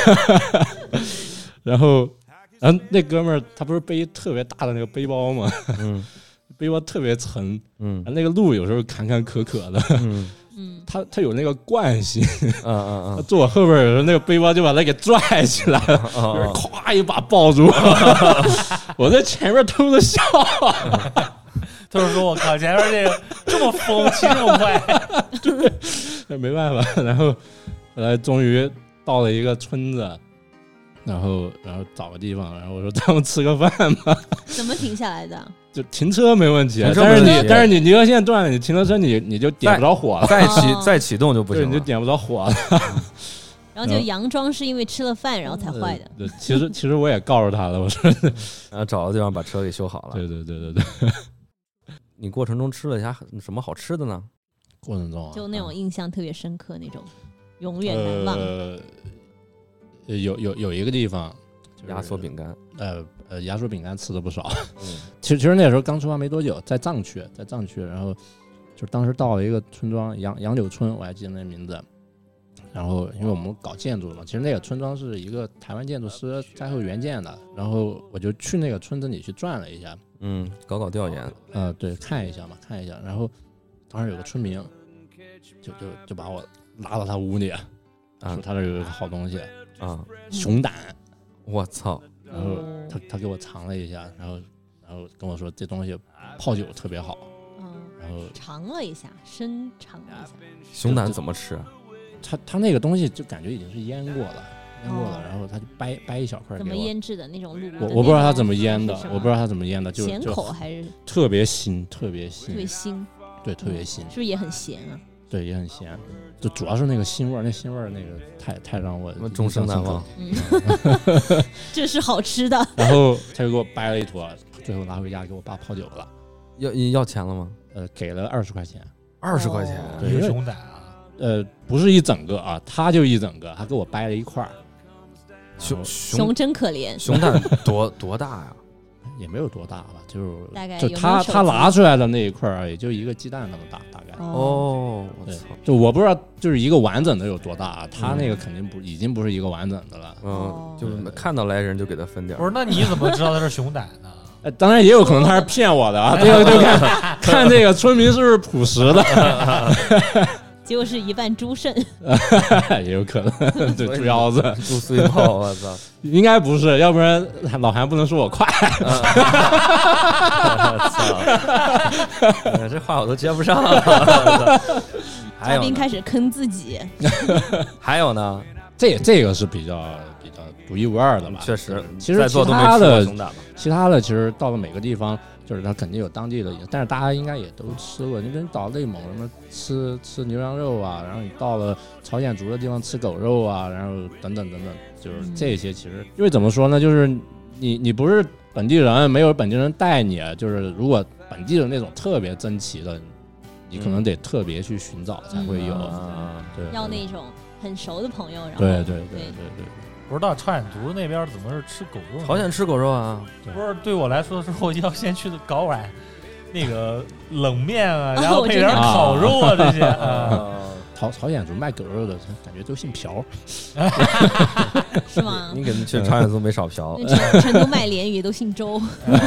然后，然后那哥们儿他不是背特别大的那个背包吗？ 嗯背包特别沉， 嗯那个路有时候坎坎坷坷的， 嗯嗯， 他他有那个惯性， 嗯嗯他坐我后边有时候那个背包就把他给拽起来了， 嗯， 咵一把抱住我，我在前面偷着笑。 他就说：“我靠，前面这个这么疯，骑这么快。 那没办法，然后后来终于到了一个村子，然后然后找个地方，然后我说咱们吃个饭吧， 怎么停下来的？ 就停车没问题， 停车但是没问题你但是你离合线断了，你停车车你你就点不着火了， 再启哦再启动就不对， 行了。 你就点不着火了。 然后就佯装是因为吃了饭然后才坏的。 对，其实其实我也告诉他了，我说， 然后找个地方把车给修好了。 对对对对对， 你过程中吃了一下什么好吃的呢？ 过程中啊就那种印象特别深刻那种，永远难忘。 呃，有有有一个地方，就是压缩饼干。 呃呃，压缩饼干吃的不少。 嗯其实其实那时候刚出发没多久，在藏区，在藏区，然后就当时到了一个村庄，杨杨柳村，我还记得那名字。然后因为我们搞建筑的嘛，其实那个村庄是一个台湾建筑师灾后援建的，然后我就去那个村子里去转了一下， 嗯，搞搞调研。 呃，对，看一下嘛，看一下。然后当时有个村民，就就就把我拉到他屋里， 啊说他这有一个好东西， 啊！ 熊胆， 我操！ 然后他他给我尝了一下，然后然后跟我说这东西泡酒特别好， 嗯， 然后尝了一下，深尝了一下。 熊胆怎么吃？ 他他那个东西就感觉已经是腌过了，腌过了， 哦然后他就掰掰一小块怎给我。 么腌制的那种卤的那我种？ 我不知道他怎么腌的， 是什么我不知道他怎么腌的，就咸就口还是特别腥，特别特别腥， 腥？ 对，特别腥是，不是也很咸啊？ 对，也很咸，就主要是那个腥味儿，那腥味儿那个太太让我我终生难忘。 嗯，这是好吃的。 然后他就给我掰了一坨，最后拿回家给我爸泡酒了， 要要钱了吗？ 呃，给了二十块钱， 二十块钱。 对一个熊胆啊， 呃，不是一整个啊，他就一整个，他给我掰了一块儿， 熊熊熊真可怜。 熊胆多多大呀？ 也没有多大吧，就是大概就他有没有手机他拿出来的那一块儿，也就一个鸡蛋那么大，大概。 哦，我对操， 就我不知道，就是一个完整的有多大，他那个肯定不已经不是一个完整的了。 嗯哦， 就看到来人就给他分点儿。 不是，那你怎么知道他是熊胆呢？ 呃，当然也有可能他是骗我的啊，这个就看看这个村民是不是朴实的， 结果是一半猪肾。 也有可能，对，猪腰子猪碎炮，我操！ 应该不是，要不然老韩不能说我快。 操，这话我都接不上了。还嘉有呢？ 宾开始坑自己。 还有呢？ 这这个是比较比较独一无二的吧？ 确实， 其实在座其都没吃过他的熊胆吧？ 其他的其实到了每个地方，就是它肯定有当地的，但是大家应该也都吃过。你比如到内蒙什么吃吃牛羊肉啊，然后你到了朝鲜族的地方吃狗肉啊，然后等等等等，就是这些其实因为怎么说呢，就是你你不是本地人，没有本地人带你，就是如果本地的那种特别珍奇的，你可能得特别去寻找才会有。 啊， 对， 要那种很熟的朋友，然后对对对对对对。 不知道朝鲜族那边怎么是吃狗肉呢？ 朝鲜吃狗肉啊？ 不是对我来说是我要先去搞碗那个冷面啊，然后配点烤肉啊这些。啊朝朝鲜族卖狗肉的，感觉都姓朴。 是吗？ 你肯定去朝鲜族没少嫖。 那成成都卖鲢鱼都姓周。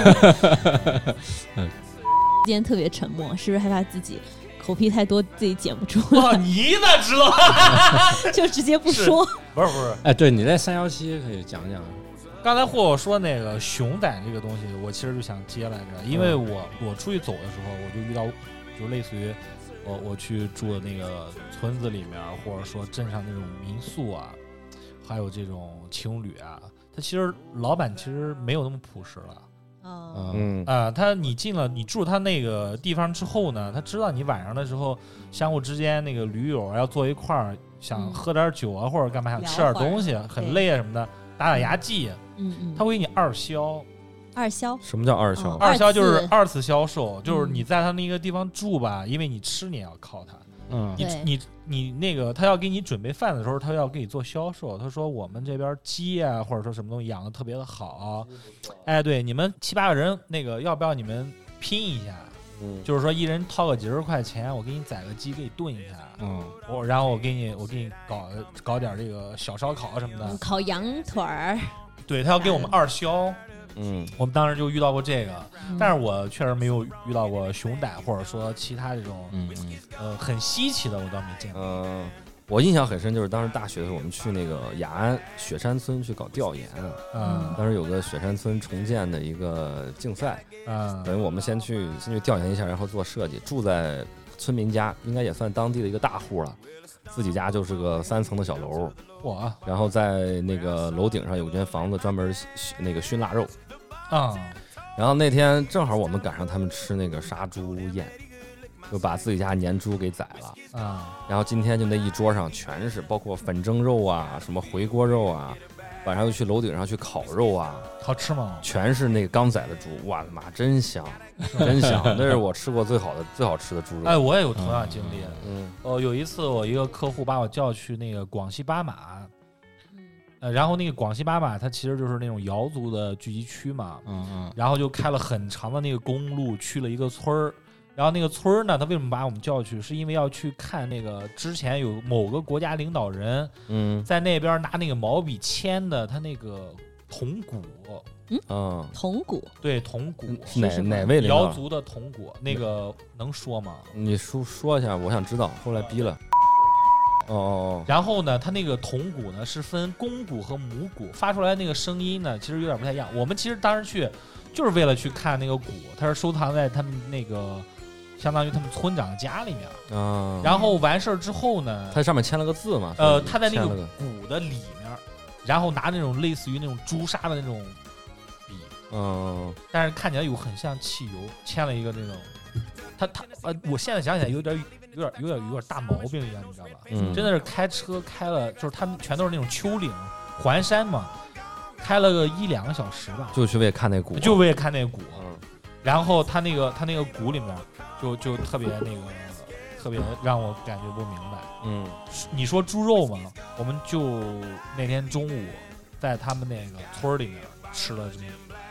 今天特别沉默，是不是害怕自己口癖太多，自己剪不出哇， 来， 你哪知道？ 就直接不说？ 不是不是， 哎，对，你在三幺七可以讲讲。 刚才霍霍说那个熊胆这个东西，我其实就想接来着，因为我我出去走的时候，我就遇到，就类似于我我去住的那个村子里面，或者说镇上那种民宿啊，还有这种情侣啊，他其实老板其实没有那么朴实了。 哦， 嗯啊、呃，他你进了你住他那个地方之后呢，他知道你晚上的时候相互之间那个驴友要坐一块儿，想嗯喝点酒啊，或者干嘛想吃点东西，很累啊什么的，打打牙祭， 嗯嗯， 他会给你二销。 二销， 什么叫二销？ 哦二销就是二次二次销售，就是嗯你在他那个地方住吧，因为你吃你也要靠他， 嗯你对你你那个他要给你准备饭的时候，他要给你做销售。他说我们这边鸡啊，或者说什么东西养的特别的好，哎，对，你们七八个人那个要不要你们拼一下？ 嗯， 就是说一人掏个几十块钱，我给你宰个鸡，给你炖一下， 嗯我然后我给你我给你搞搞点这个小烧烤什么的。 嗯烤羊腿儿， 对他要给我们二销， 嗯我们当时就遇到过这个， 嗯但是我确实没有遇到过熊胆，或者说其他这种嗯嗯呃很稀奇的，我倒没见过。 嗯，我印象很深，就是当时大学的时候，我们去那个雅安雪山村去搞调研， 嗯当时有个雪山村重建的一个竞赛， 嗯等于我们先去先去调研一下，然后做设计，住在村民家，应该也算当地的一个大户了，自己家就是个三层的小楼， 我然后在那个楼顶上有间房子专门那个熏腊肉， 啊然后那天正好我们赶上他们吃那个杀猪宴，就把自己家年猪给宰了。 啊然后今天就那一桌上全是，包括粉蒸肉啊，什么回锅肉啊，晚上又去楼顶上去烤肉啊， 好吃吗？ 全是那个刚宰的猪，哇他妈真香，真香，那是我吃过最好的、最好吃的猪肉。 哎，我也有同样经历。 嗯哦，有一次我一个客户把我叫去那个广西巴马，呃，然后那个广西巴马它其实就是那种瑶族的聚集区嘛， 嗯嗯然后就开了很长的那个公路去了一个村儿，然后那个村儿呢，他为什么把我们叫去？是因为要去看那个之前有某个国家领导人嗯在那边拿那个毛笔签的他那个铜鼓， 嗯， 铜鼓， 对，铜鼓是哪是什么哪位领导？ 瑶族的铜鼓，那个能说吗？ 你说说一下，我想知道。后来逼了。哦哦然后呢，它那个铜鼓呢是分公鼓和母鼓，发出来那个声音呢，其实有点不太一样。我们其实当时去就是为了去看那个鼓，它是收藏在他们那个相当于他们村长家里面。 哦，啊， 然后完事儿之后呢， 它上面签了个字嘛？ 呃， 说他在那个签了个鼓的里面，然后拿那种类似于那种朱砂的那种笔， 嗯但是看起来有很像汽油，签了一个那种，他他呃，我现在想起来有点有点有点有点大毛病一样，你知道吧？ 嗯， 真的是开车开了，就是他们全都是那种丘陵环山嘛，开了个一两个小时吧， 就去为看那鼓， 就为了看那个鼓。 嗯然后他那个他那个鼓里面就就特别那个特别让我感觉不明白。 嗯你说猪肉嘛，我们就那天中午在他们那个村儿里面吃了这么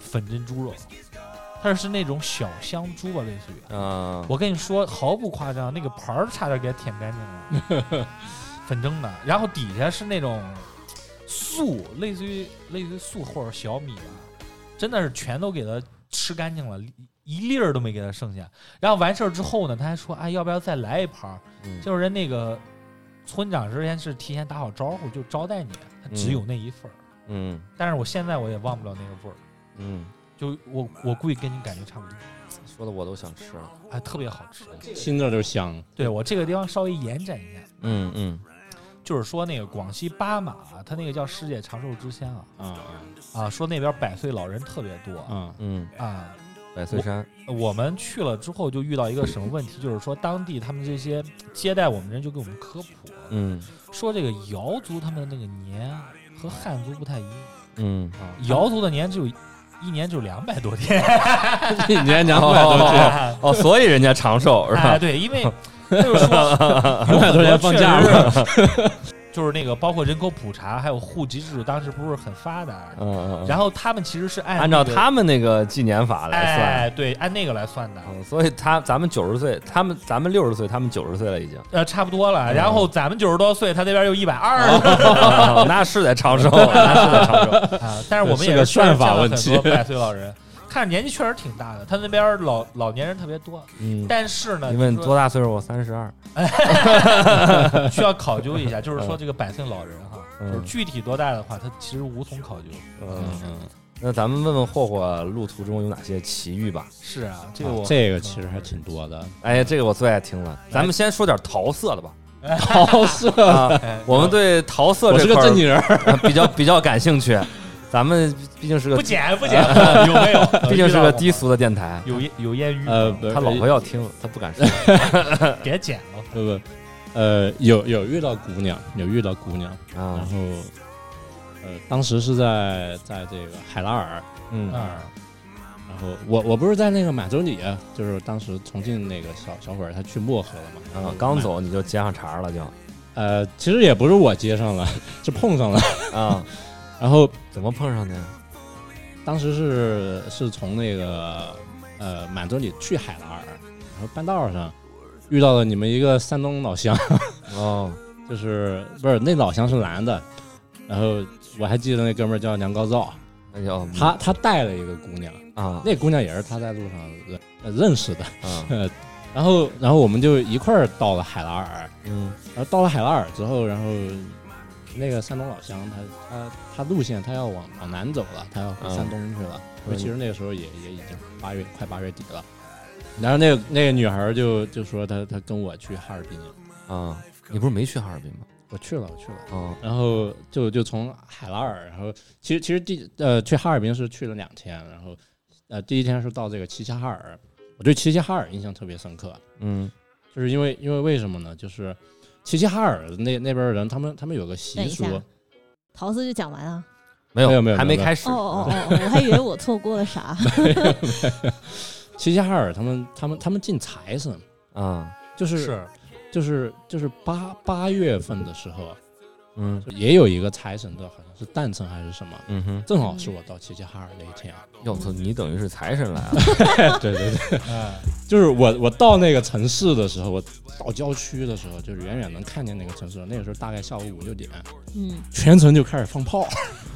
粉蒸猪肉，它是那种小香猪吧，类似于。 啊， 我跟你说，毫不夸张，那个盘儿差点给它舔干净了，粉蒸的。然后底下是那种素，类似于类似于素或者小米吧，真的是全都给它吃干净了，一粒儿都没给它剩下。然后完事儿之后呢，他还说，哎，要不要再来一盘儿？ 嗯就是人那个村长之前是提前打好招呼，就招待你，他只有那一份儿。 嗯但是我现在我也忘不了那个味儿， 嗯， 就我我估计跟你感觉差不多， 说的我都想吃了。 哎，特别好吃。 听着就香。 对，我这个地方稍微延展一下， 嗯嗯就是说那个广西巴马，它那个叫世界长寿之乡啊啊啊，说那边百岁老人特别多啊嗯， 啊。 百岁山。 我们去了之后就遇到一个什么问题，就是说当地他们这些接待我们的人就给我们科普， 嗯说这个瑶族他们的那个年和汉族不太一样嗯， 啊，瑶族的年只有一年就两百多天， 一年两百多天， 哦，所以人家长寿是吧？ 哎，对，因为就是说两百多天放假了。 就是那个包括人口普查还有户籍制度，当时不是很发达， 嗯嗯， 然后他们其实是按、 按照那个他们那个纪年法来算。 哎，对，按那个来算的， 嗯，所以他咱们九十岁，他们咱们六十岁，他们九十岁了已经。 呃，差不多了。然后咱们九十多岁，他那边又一百二哦那是得长寿，那是得长寿。 啊。但是我们也是个是见了算法问题很多百岁老人，看着年纪确实挺大的，他那边老老年人特别多。 嗯， 但是呢， 你问就是多大岁数？我三十二。 说需要考究一下，就是说这个百岁老人哈， 嗯就是具体多大的话，他其实无从考究。 嗯， 嗯， 那咱们问问霍霍路途中有哪些奇遇吧。 是啊，这个我这个其实还挺多的。 哎，这个我最爱听了。咱们先说点桃色的吧。 桃色， 啊， 哎我们对桃色我是个这块儿正经人儿。 呃比较比较感兴趣。咱们毕竟是个不剪不剪，有没有？ 毕竟是个低俗的电台。 有艳有艳遇吗， 呃，不是他老婆要听，他不敢说。 给他剪了。 不不，呃，有有遇到姑娘，有遇到姑娘，然啊， 后，呃，当时是在在这个海拉尔， 嗯嗯然后我我不是在那个满洲里，就是当时重庆那个小小伙儿他去漠河了嘛，然后啊，刚走你就接上茬了就呃，其实也不是我接上了，是碰上了， 啊， 然后怎么碰上的呀？ 当时是是从那个呃满洲里去海拉尔，然后半道上遇到了你们一个山东老乡， 哦， 就是不是那老乡是男的，然后我还记得那哥们儿叫梁高照， 那就他他带了一个姑娘， 啊那姑娘也是他在路上认呃认识的， 啊呃，然后然后我们就一块儿到了海拉尔， 嗯然后到了海拉尔之后，然后那个山东老乡他他他路线他要往往南走了，他要回山东去了，因为其实那个时候也也已经八月快八月底了，然后那个那个女孩就就说她她跟我去哈尔滨， 啊，你不是没去哈尔滨吗？ 我去了我去了。 啊然后就就从海拉尔，然后其实其实第呃去哈尔滨是去了两天，然后呃第一天是到这个齐齐哈尔，我对齐齐哈尔印象特别深刻， 嗯就是因为因为为什么呢？就是齐齐哈尔那那边的人，他们他们有个等习俗， 一下，桃子就讲完了。 没有没有没有没有还没开始哦哦哦哦，我还以为我错过了啥。 齐齐哈尔他们他们他们敬财神， 啊就是是就是就是八八月份的时候， 嗯也有一个财神的，好像是诞辰还是什么， 嗯哼， 正好是我到齐齐哈尔那一天。 哟操，你等于是财神来了。 对对对。 嗯， 就是我我到那个城市的时候，我到郊区的时候，就是远远能看见那个城市。那个时候大概下午五六点， 嗯， 全城就开始放炮，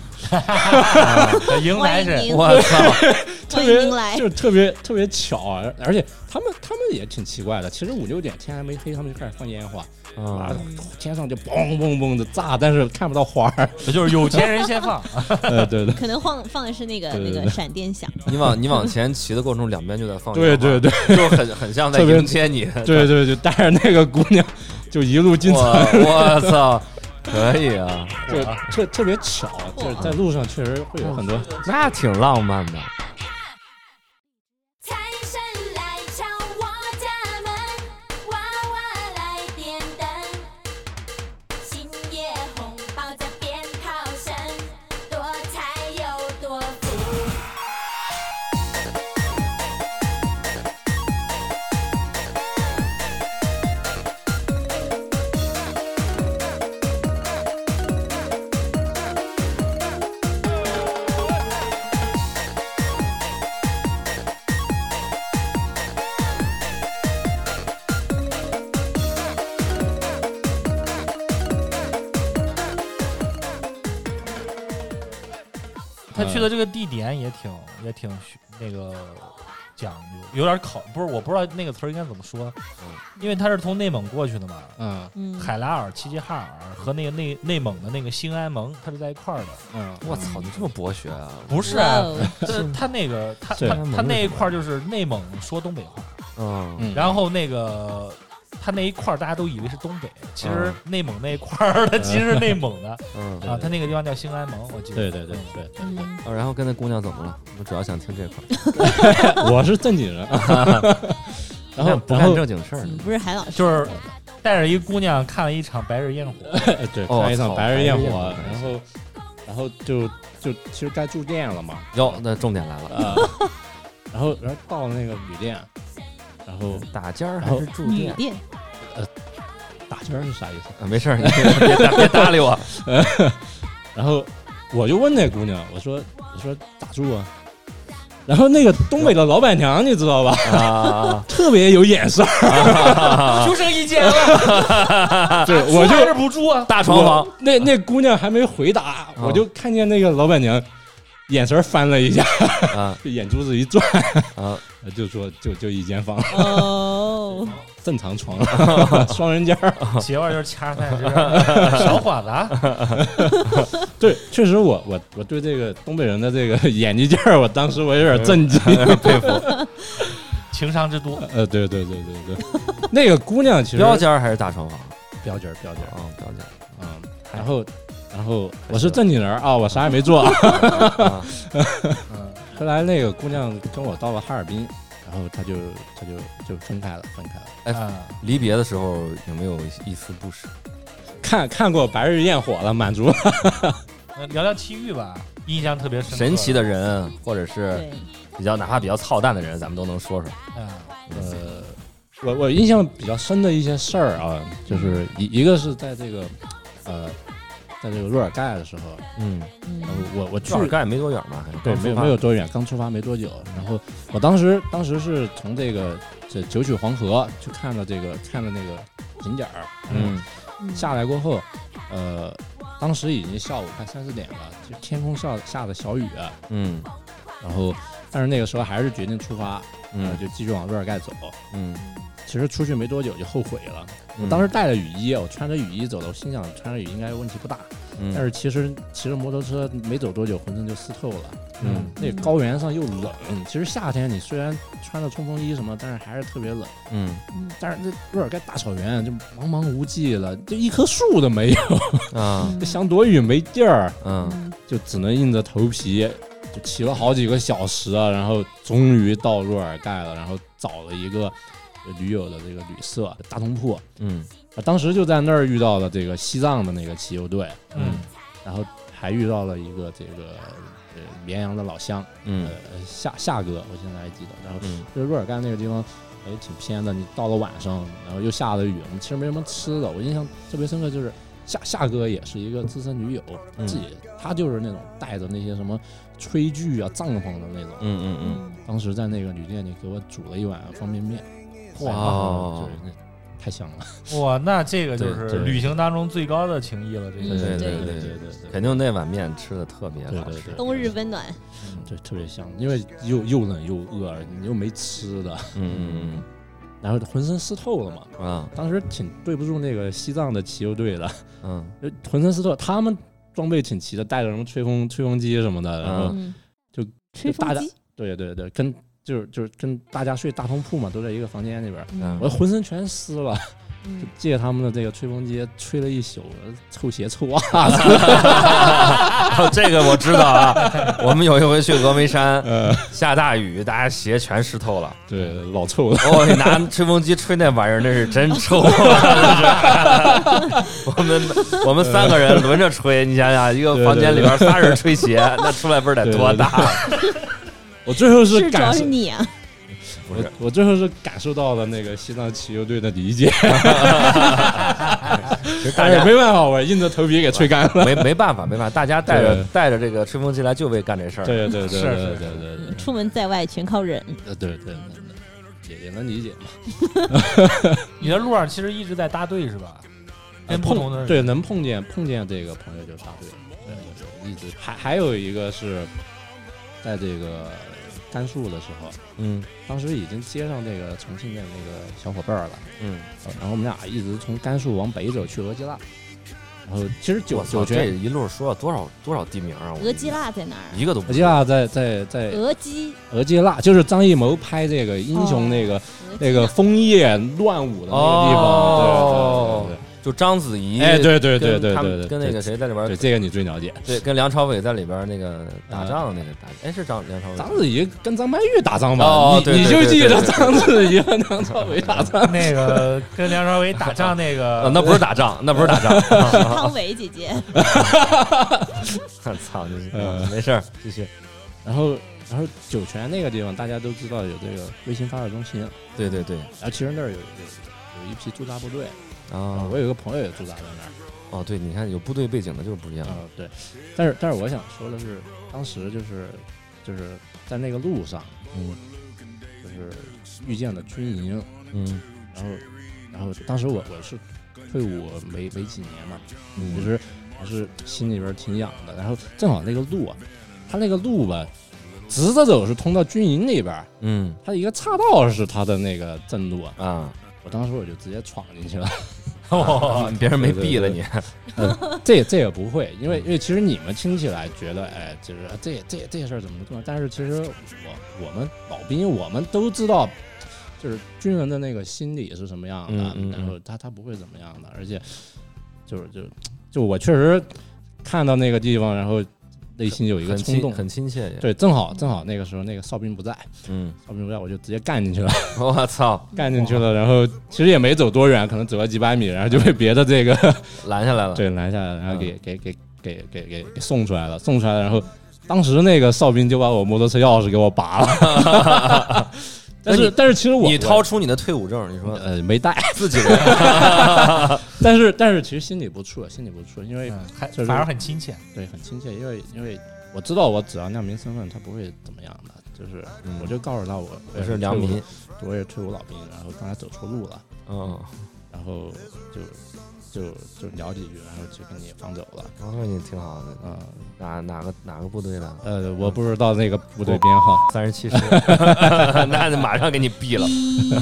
迎来是欢迎您， 我操， 特别欢迎您来。 就是特别特别巧啊！而且他们他们也挺奇怪的，其实五六点天还没黑，他们就开始放烟花啊啊， 天上就嘣嘣嘣的炸，但是看不到花儿。 这就是有钱人先放。 呃，对对可能放放的是那个对对对那个闪电响。 你往你往前骑的过程中，两边就在放对烟花对对就很很像在特别迎接你。 对对，就带着那个姑娘就一路进城， 我我操，可以啊， 就特特别巧，就是在路上确实会有很多。 那挺浪漫的。 财神来敲我家门，娃娃来点灯，新year红包在鞭炮声，多财又多福。 他去的这个地点也挺也挺那个讲究，有点考不是我不知道那个词儿应该怎么说，因为他是从内蒙过去的嘛， 嗯嗯， 海拉尔、齐齐哈尔和那个内内蒙的那个兴安盟，它是在一块儿的。 嗯， 我操，你这么博学啊？ 不是哇啊， 哦他他那个他这他内蒙他那一是什么块儿就是内蒙说东北话， 嗯嗯然后那个他那一块儿大家都以为是东北，其实嗯内蒙那一块儿它其实是内蒙的嗯啊，他那个地方叫兴安盟，我记得。 对对对对嗯， 啊然后跟那姑娘怎么了？我主要想听这块儿。 对，我是正经人，然后不干然后正经事儿你，不是海老师， 就是带着一姑娘看了一场白日焰火， 对哦看一场操白日焰火白日焰火， 然后然后就就其实该住店了嘛， 哟，那重点来了， 呃，然后然后到了那个旅店，然后打尖儿还是住店？ 女店， 打尖儿是啥意思？ 啊，没事儿，你别搭别搭理我。 然后我就问那姑娘，我说我说咋住啊？然后那个东北的老板娘你知道吧， 啊特别有眼色儿， 啊！ 就剩一间了， 对，我就住还是不住啊？ 大床房我那那姑娘还没回答，我就看见那个老板娘眼神翻了一下， 啊就眼珠子一转， 啊！ 就说就就一间房， 哦， 正常床，双人间儿。 媳妇儿就是掐饭吃，小伙子啊， 对，确实我我我对这个东北人的这个眼力劲儿，我当时我有点震惊。 佩服。 情商之都。 呃，对对对对对，那个姑娘其实标间儿还是大床房？ 标间儿标间儿， 啊，标间儿。 嗯，然后然后我是正经人啊，我啥也没做。 啊嗯， 后来那个姑娘跟我到了哈尔滨，然后她就她就就分开了，分开了。 哎啊离别的时候有没有一丝不舍？ 看看过《白日焰火》了，满足了。 那聊聊奇遇吧，印象特别深刻。 神奇的人，或者是对， 比较哪怕比较操蛋的人，咱们都能说说。 啊， 呃，我我印象比较深的一些事儿啊，就是一一个是在这个呃，在这个若尔盖的时候， 嗯， 嗯然后我我去去尔盖没多远嘛，还对，没有没有多远，刚出发没多久。然后我当时当时是从这个这九曲黄河去看了这个看了那个景点儿， 嗯嗯下来过后，呃，当时已经下午快三四点了，就天空下下的小雨， 嗯然后但是那个时候还是决定出发， 嗯呃，就继续往若尔盖走。 嗯， 其实出去没多久就后悔了， 嗯我当时带着雨衣，我穿着雨衣走的，我心想穿着雨衣应该问题不大， 嗯， 但是其实骑着摩托车没走多久，浑身就湿透了。 嗯那个高原上又冷，其实夏天你虽然穿着冲锋衣什么，但是还是特别冷。 嗯嗯但是这若尔盖大草原就茫茫无际了，就一棵树都没有， 啊嗯就想躲雨没地儿， 嗯嗯就只能硬着头皮，就骑了好几个小时啊，然后终于到若尔盖了，然后找了一个驴友的这个旅社大通铺， 嗯啊，当时就在那儿遇到了这个西藏的那个骑游队， 嗯然后还遇到了一个这个呃绵阳的老乡， 嗯呃夏夏哥，我现在还记得。然后嗯就是若尔盖那个地方也挺偏的，你到了晚上，然后又下了雨，我们其实没什么吃的。我印象特别深刻就是夏夏哥也是一个资深驴友， 嗯自己他就是那种带着那些什么炊具啊、帐篷的那种。 嗯嗯嗯， 嗯当时在那个旅店里给我煮了一碗方便面， 哇哦就是那太香了。 哇，那这个就是对对旅行当中最高的情谊了，这嗯个。 对对对对对对对肯定那碗面吃的特别好吃对对对， 冬日温暖， 对，特别香，因为又又冷又饿，你又没吃的， 嗯然后浑身湿透了嘛。 嗯啊当时挺对不住那个西藏的骑游队的， 嗯就浑身湿透，他们装备挺齐的，带着什么吹风吹风机什么的，然后嗯， 就吹大家风机， 对对对，跟就是就是跟大家睡大通铺嘛，都在一个房间里边， 嗯我浑身全湿了， 嗯就借他们的这个吹风机吹了一宿，臭鞋臭袜子， 哦，这个我知道啊。我们有一回去峨眉山， 呃， 下大雨，大家鞋全湿透了。 对，老臭了。 哦，你拿吹风机吹那玩意儿，那是真臭啊！真是我们我们三个人轮着吹，你想想，一个房间里边仨人吹鞋，那出来味儿得多大？ 我最后是是主要感受， 是你啊， 不是， 我我最后是感受到了那个西藏骑游队的理解， 其实大但是家没办法，我硬着头皮给吹干了。 没没办法，没办法，大家带着对带着这个吹风机来就为干这事儿。 对对对对是是对对对对出门在外全靠忍， 对对对对，也也能理解嘛。 你的路上其实一直在搭队是吧？ 跟不同的人对能碰见碰见这个朋友就插队，对对对，一直还还有一个是在这个甘肃的时候， 嗯当时已经接上这个重庆的那个小伙伴了， 嗯， 然后我们俩一直从甘肃往北走去额济纳，然后其实九我操， 九泉这一路说了多少多少地名啊？我额济纳在哪儿啊？ 一个都不额济纳在在在额济额济纳，就是张艺谋拍这个英雄那个、 额济那个枫叶乱舞的那个地方， 哦对对对对。 就章子怡， 哎，对对对跟他对对对， 们跟那个谁在里边对，这个你最了解。 对，跟梁朝伟在里边那个打仗的那个打，哎，是张梁朝伟。 章子怡跟张曼玉打仗吧？ 哦你你就对对对记得对对章子怡和梁朝伟打仗。 那个跟梁朝伟打仗那呃个， 那不是打仗，那不是打仗。 汤唯姐姐， 操，就是呃没事儿，继续。 然后然后酒泉那个地方大家都知道有这个卫星发射中心， 对对对， 然后其实那儿有有有一批驻扎部队， 啊， 我有一个朋友也驻扎在那儿。 哦，对，你看有部队背景的就是不一样。 啊、对，但是但是我想说的是，当时就是就是在那个路上， 嗯就是遇见了军营， 嗯然后然后当时我我是退伍没没几年嘛， 嗯， 其实还是心里边挺痒的。然后正好那个路啊，它那个路吧，直着走是通到军营那边， 嗯它一个岔道是它的那个正路啊。 啊， 我当时我就直接闯进去了。 哦，别人没毙了你。 呃，这这也不会，因为因为其实你们听起来觉得，哎，就是这这这事儿怎么做？但是其实我我们老兵我们都知道，就是军人的那个心理是什么样的， 嗯嗯嗯然后他他不会怎么样的，而且就是就就我确实看到那个地方，然后内心有一个很亲冲动， 很亲切也。 对，正好正好那个时候那个哨兵不在， 嗯， 哨兵不在，我就直接干进去了， 我操， 干进去了，然后其实也没走多远，可能走了几百米，然后就被别的这个。 拦下来了。 对，拦下来，然后给、给给给给给给送出来了，送出来了，然后当时那个哨兵就把我摩托车钥匙给我拔了，但是但是其实我你掏出你的退伍证，你说呃没带， 自己人。 但是但是其实心里不错，心里不错，因为、 嗯还就是反而很亲切。 对很亲切，因为因为我知道我只要亮民身份，他不会怎么样的，就是、 嗯我就告诉他我我是良民， 我也是退伍老兵，然后刚才走错路了， 嗯， 然后就就就聊几句，然后就给你放走了， 我说你挺好的。 嗯。 哪哪个哪个部队的？ 呃，我不知道那个部队编号， 三十七师。那就马上给你毙了。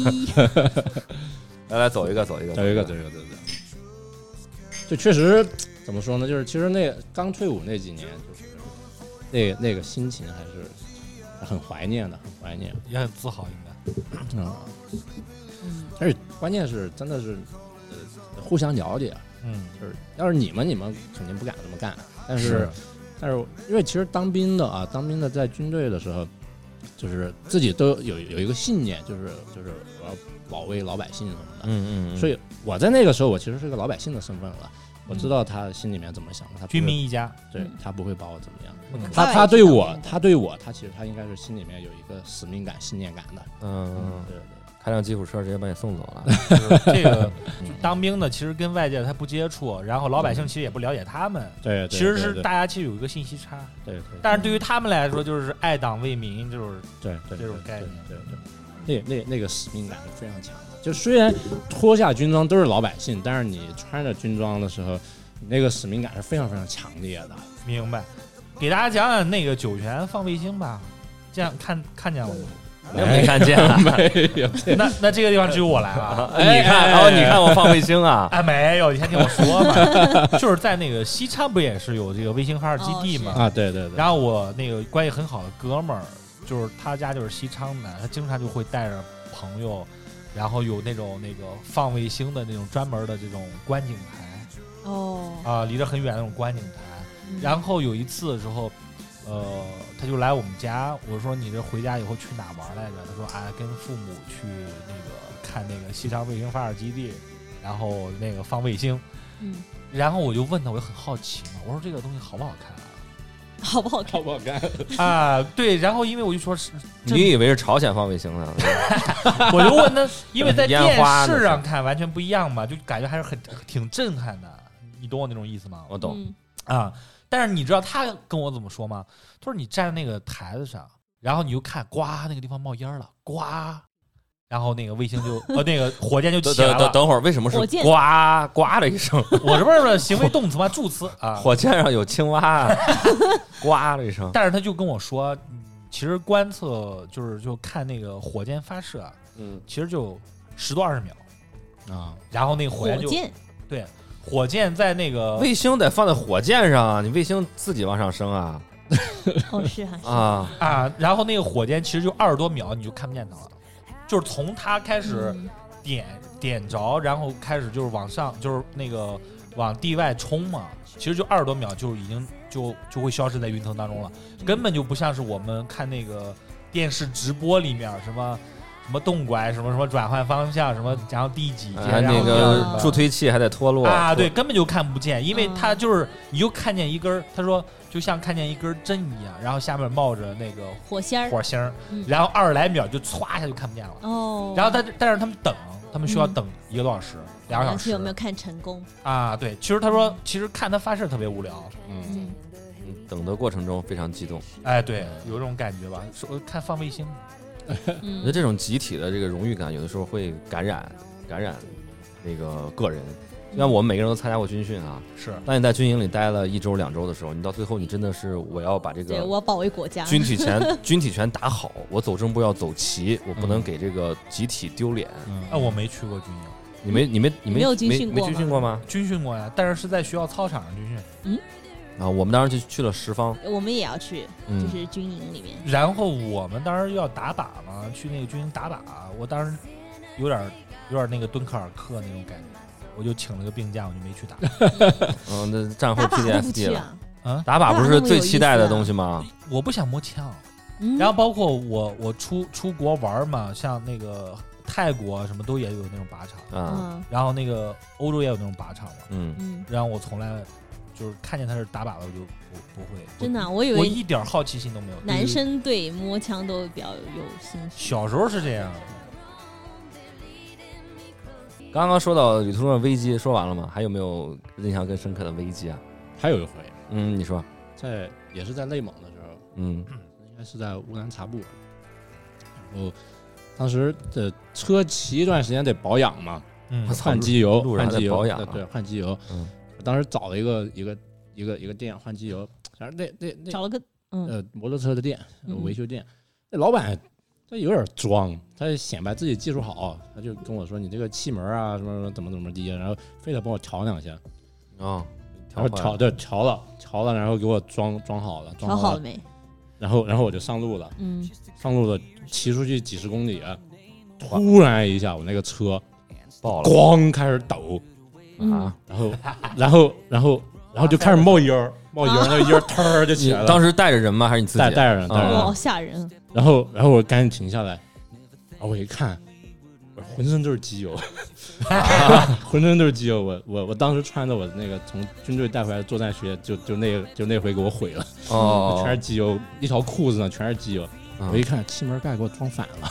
来来，走一个，走一个， 走一个，走一个，走一个。就确实怎么说呢？就是其实那刚退伍那几年，就是那那个心情还是很怀念的，很怀念。 也很自豪，应该。 嗯， 嗯， 而且关键是真的是呃互相了解， 嗯， 就是要是你们，你们肯定不敢这么干。但是， 是但是因为其实当兵的啊，当兵的在军队的时候，就是自己都有有一个信念，就是就是我要保卫老百姓什么的。 嗯嗯， 所以我在那个时候，我其实是个老百姓的身份了，我知道他心里面怎么想的，他不会军民一家。 对他不会把我怎么样。 嗯他他对我，他对我，他其实他应该是心里面有一个使命感、信念感的。 嗯， 对对开辆吉普车直接把你送走了。 这个当兵的其实跟外界他不接触，然后老百姓其实也不了解他们， 对， 其实是大家其实有一个信息差。 对对， 但是对于他们来说，就是爱党为民，就是对对这种概念。 对对，那那那个使命感是非常强的。就虽然脱下军装都是老百姓，但是你穿着军装的时候，那个使命感是非常非常强烈的。 明白？给大家讲讲那个酒泉放卫星吧，这样看看见了吗？ 没没看见啊？ 没有， 那那这个地方只有我来了。 你看，哦，你看我放卫星啊？ 哎，没有，你先听我说嘛，就是在那个西昌不也是有这个卫星发射基地嘛？ 啊，对对对。 然后我那个关系很好的哥们儿，就是他家就是西昌的，他经常就会带着朋友，然后有那种那个放卫星的那种专门的这种观景台哦， 啊、离得很远那种观景台。 嗯然后有一次的时候，呃，他就来我们家，我说你这回家以后去哪玩来着？他说啊，跟父母去那个看那个西昌卫星发射基地，然后那个放卫星。 嗯， 然后我就问他，我就很好奇嘛，我说这个东西好不好看啊？ 好不好看？ 好不好看？ 啊，对，然后因为我就说是， 你以为是朝鲜放卫星呢？ 我就问他，因为在电烟花视上看完全不一样嘛，就感觉还是很挺震撼的，你懂我那种意思吗？ 我懂。 嗯啊，但是你知道他跟我怎么说吗？他说你站在那个台子上，然后你就看，呱，那个地方冒烟了，呱， 然后那个卫星就呃那个火箭就等起来了。 等等等会儿，为什么是火箭呱呱的一声？ 我这不是行为动词吗？助词啊。 火箭上有青蛙啊，呱的一声。 但是他就跟我说，嗯其实观测就是就看那个火箭发射啊， 嗯， 其实就十多二十秒， 啊， 然后那个火火箭就箭对，火箭在那个卫星得放在火箭上啊，你卫星自己往上升啊哦是哈是啊！ 啊，然后那个火箭其实就二十多秒你就看不见它了，就是从它开始嗯点、点着，然后开始就是往上，就是那个往地外冲嘛，其实就二十多秒就已经就就会消失在云层当中了，根本就不像是我们看那个电视直播里面什么。什么动拐，什么什么转换方向，什么然后第几节， 哎， 然后那第二什么个助推器还得脱落啊，对， 脱根本就看不见，因为嗯它就是你就看见一根儿，他说就像看见一根针一样，然后下面冒着那个火星儿火星儿嗯， 然后二十来秒就歘一下就看不见了。 哦， 然后他但是他们等，他们需要嗯等一个多小时，两个小时然后有没有看成功？ 啊？对，其实他说其实看他发射特别无聊， 嗯， 嗯， 嗯等的过程中非常激动。 哎，对，有这种感觉吧？说看放卫星， 我觉得嗯， 这种集体的这个荣誉感，有的时候会感染感染那个个人。就像我们每个人都参加过军训啊， 是当你在军营里待了一周两周的时候，你到最后你真的是我要把这个对我要保卫国家。 军体拳军体拳打好，我走正步要走齐，我不能嗯给这个集体丢脸。 嗯啊，我没去过军营， 你没你没你你没有军没没训过吗军训过吗？ 军训过呀，但是是在学校操场上军训。 啊，我们当时就去了十方， 我们也要去，就嗯， 是军营里面。 然后我们当时要打靶嘛，去那个军营打靶，我当时有点有点那个敦刻尔克那种感觉，我就请了个病假，我就没去打。 嗯，那战后打靶都不 P T S D 了。 去啊？ 啊， 打靶不是最期待的东西吗？ 我不想摸枪。 嗯然后包括我我出出国玩嘛，像那个泰国什么都也有那种靶场， 啊， 嗯然后那个欧洲也有那种靶场嘛， 嗯， 嗯， 然后我从来就是看见他是打靶的，我就不不会， 真的啊，我以为我一点好奇心都没有。 男生对摸枪都比较有兴趣。 小时候是这样， 刚刚说到旅途中的危机，说完了吗？还有没有印象更深刻的危机啊？ 还有一回， 嗯，你说， 在也是在内蒙的时候， 嗯应该是在乌兰察布，然后当时的车骑一段时间得保养嘛， 嗯我操换机油， 路上还换机油， 得保养啊对，换机油。 嗯我当时找了一个一个一个一个店换机油，然后那那那找了个嗯呃摩托车的店，呃嗯维修店，那老板他有点装，他显摆自己技术好，他就跟我说你这个气门啊什么什么怎么怎么地，然后非得帮我调两下， 哦， 然后调调对调了调了，然后给我装装好了，装好了， 调好了没？ 然后然后我就上路了， 嗯， 上路了骑出去几十公里，突然一下我那个车爆了咣开始抖， 嗯啊！ 然后然后然后然后就开始冒烟儿，冒烟儿，那个烟儿腾儿就起来了。 你当时带着人吗？还是你自己？ 带带着人，带着啊人哇，好吓人！ 然后然后我赶紧停下来，然后我一看，我浑身都是机油，浑身都是机油。我我我当时穿的我那个从军队带回来的作战靴，就就那就那回给我毁了， 哦， 全是机油，一条裤子上全是机油。 嗯我一看气门盖给我装反了，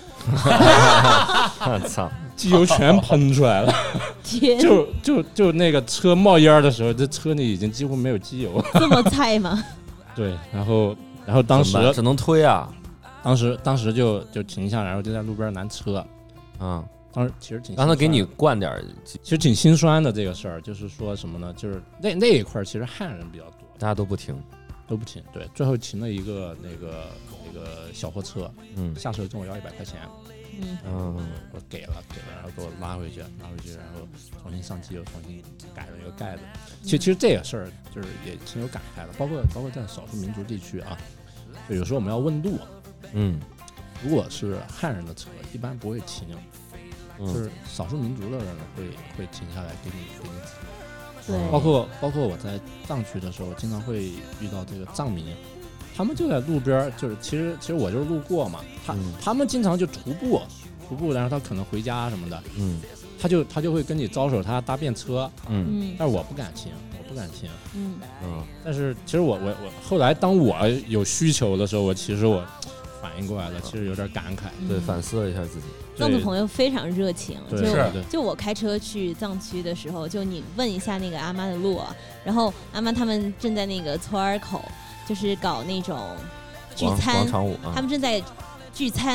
我操！ 机油全喷出来了。 天， 就就就那个车冒烟儿的时候，这车里已经几乎没有机油了。 这么菜吗？ 对，然后然后当时怎么办只能推啊， 当时当时就就停下，然后就在路边拦车。 嗯， 当时其实挺让他给你心酸的灌点儿， 其实挺心酸的这个事儿，就是说什么呢？就是那那一块儿其实汉人比较多， 大家都不停。 都不停。对，最后停了一个那个那个小货车， 嗯下车跟我要一百块钱， 嗯， 嗯， 我给了给了，然后给我拉回去，拉回去，然后重新上机油，重新改了一个盖子。其实其实这个事儿就是也挺有感慨的，包括包括在少数民族地区啊，就有时候我们要问路， 嗯如果是汉人的车，一般不会停，就嗯， 是少数民族的人会会停下来给你给你指路。 对， 包括包括我在藏区的时候，经常会遇到这个藏民，他们就在路边儿，就是其实其实我就是路过嘛，他、 嗯他们经常就徒步徒步，然后他可能回家什么的， 嗯他就他就会跟你招手，他搭便车， 嗯嗯但是我不敢停，我不敢停。 嗯， 嗯但是其实我我我后来当我有需求的时候，我其实我反应过来了，其实有点感慨。 对， 嗯反思了一下自己。 藏族朋友非常热情，就对是对就我开车去藏区的时候，就你问一下那个阿妈的路啊，然后阿妈他们正在那个村儿口，就是搞那种聚广餐广，场舞啊他，们正在聚餐，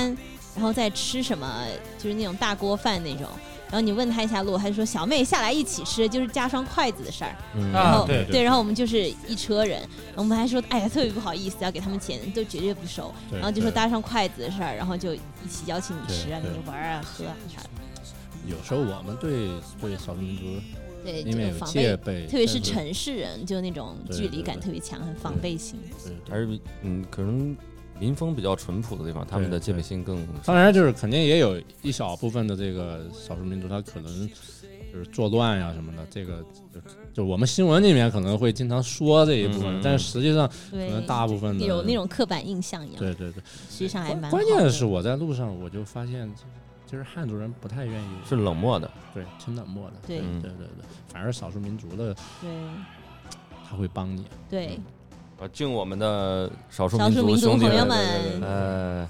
然后再吃什么，就是那种大锅饭那种。然后你问他一下路，他就说小妹下来一起吃，就是加双筷子的事儿。 嗯然后、 啊对对，然后我们就是一车人，我们还说哎呀特别不好意思要给他们钱，都绝对不收。 对然后就说对搭上筷子的事儿，然后就一起邀请你吃啊， 对对你玩啊喝啊啥的。 有时候我们对对少数民族， 对， 因为有这个防备， 戒备， 特别是但是城市人，就那种对距离感对对特别强，很防备心。 对对还是嗯，可能民风比较淳朴的地方，他们的戒备心更。 当然，就是肯定也有一小部分的这个少数民族，他可能就是作乱呀什么的。这个就就我们新闻里面可能会经常说这一部分， 嗯嗯嗯但是实际上可对， 能大部分的有那种刻板印象一样。 对对对。 实际上还蛮好关的。 键是我在路上我就发现，其实汉族人不太愿意， 是冷漠的， 对，挺冷漠的。 对嗯对对对，反而少数民族的对他会帮你。 对， 呃，敬我们的少数少民数民族朋友兄弟们。 们， 呃，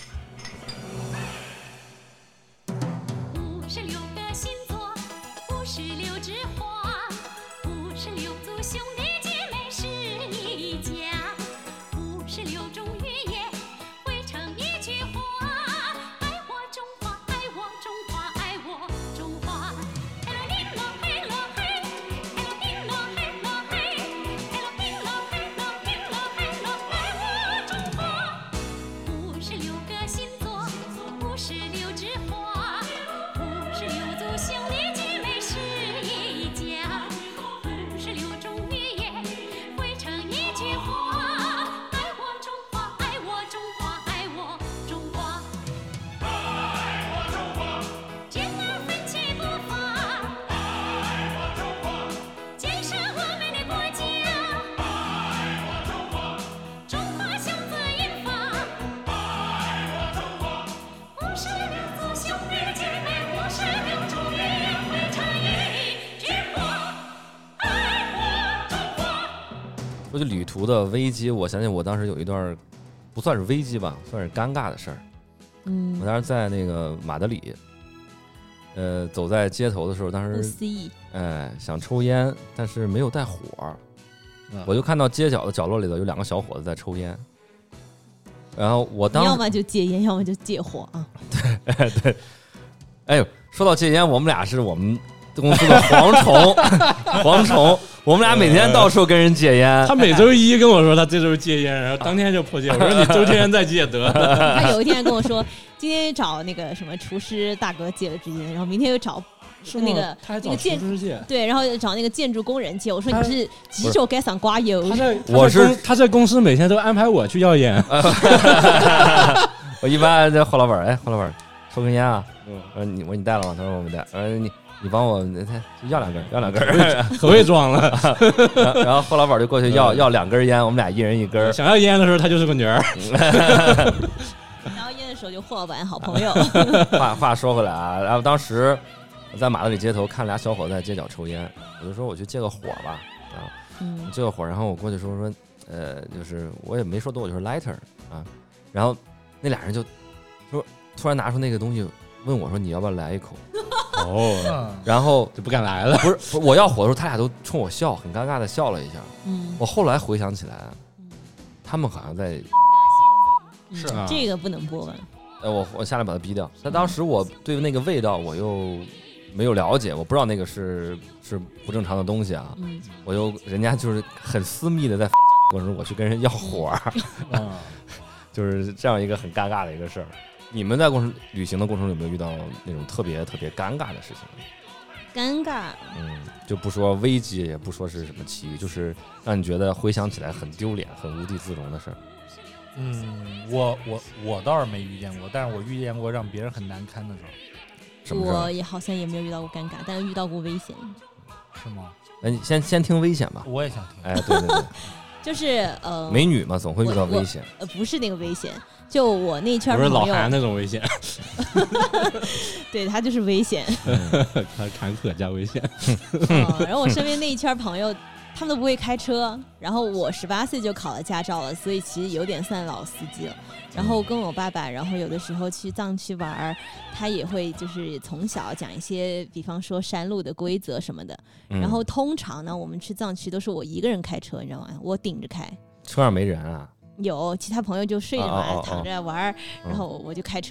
五十六个星座，五十六枝花，五十六族兄弟姐妹是一家，五十六种语言汇成一句话，爱我中华，爱我中华，爱我中华。嘿喽嘿喽嘿喽嘿，嘿喽嘿喽嘿喽嘿，嘿喽嘿喽嘿喽嘿喽嘿喽，爱我中华。五十六个星座，五十六枝花，五十六族兄弟姐妹是一家，五十六种语言汇成一句话，爱我中华，爱我中华，爱我中华。爱我中华，健儿奋起步伐，爱我中华，建设我们的国家，爱我中华，中华祥子英发，爱我中华，五十六族兄弟姐妹，五十六种语言汇成一句话，爱我中华。 说起旅途的危机，我想起我当时有一段不算是危机吧，算是尴尬的事儿。 嗯我，当时在那个马德里，呃，走在街头的时候，当不时思议。 哎想抽烟，但是没有带火儿， 嗯我就看到街角的角落里头有两个小伙子在抽烟，然后我当你要么就戒烟，要么就戒火啊。 哎呦，说到戒烟，我们俩是我们公司的蝗虫，蝗虫，我们俩每天到处跟人戒烟。 他每周一跟我说他这周戒烟，然后当天就破戒。我说你周天再戒得了。 他有一天跟我说，今天找那个什么厨师大哥戒了支烟，然后明天又找是那个他还找那个建厨师戒。 对，然后又找那个建筑工人戒。我说他你是几手该上刮油他？在我是他在公他在公司每天都安排我去要烟。 我一般在霍老板，哎，霍老板抽根烟啊？ 嗯， 我说你我说你带了吗？他说我没带。我说你你帮我他要两根，要两根。 可会装了。 然后然后霍老板就过去要要两根烟，我们俩一人一根。 想要烟的时候，他就是个女儿。 然后烟的时候就霍老板好朋友。 话话说回来啊，然后当时我在马德里街头看俩小伙子在街角抽烟，我就说我去借个火吧，啊， 嗯， 借个火，然后我过去说说，呃，就是我也没说多，我就说 lighter 啊，然后那俩人就说突然拿出那个东西问我说你要不要来一口， 哦， 嗯， 然后就不敢来了。 不是不是我要火的时候，他俩都冲我笑，很尴尬的笑了一下。 嗯， 我后来回想起来嗯， 他们好像在是啊这个不能播吧？ 呃，我我下来把它逼掉。但当时我对那个味道我又没有了解，我不知道那个是是不正常的东西啊。 嗯， 我又人家就是很私密的在过程中，我去跟人要火儿， 啊， 就是这样一个很尴尬的一个事儿。你们在过程旅行的过程中有没有遇到那种特别特别尴尬的事情？ 尴尬。 嗯，就不说危机，也不说是什么奇遇，就是让你觉得回想起来很丢脸、很无地自容的事儿。 嗯，我我我倒是没遇见过，但是我遇见过让别人很难堪的事儿， 什么事儿？ 我也好像也没有遇到过尴尬，但是遇到过危险。 是吗？ 哎，你先先听危险吧。 我也想听。 哎，对对对， 就是呃， 美女嘛，总会遇到危险。 呃，不是那个危险，就我那圈不是老朋友， 韩那种危险， 对他就是危险。 他坎坷加危险。 嗯，然后我身边那一圈朋友，他们都不会开车，然后我十八岁就考了驾照了，所以其实有点算老司机了。然后跟我爸爸，然后有的时候去藏区玩儿，他也会就是从小讲一些，比方说山路的规则什么的。 嗯然后通常呢，我们去藏区都是我一个人开车，你知道吗？我顶着开。 车上没人啊？ 有其他朋友就睡着嘛， 哦哦哦躺着玩儿， 嗯然后我就开车，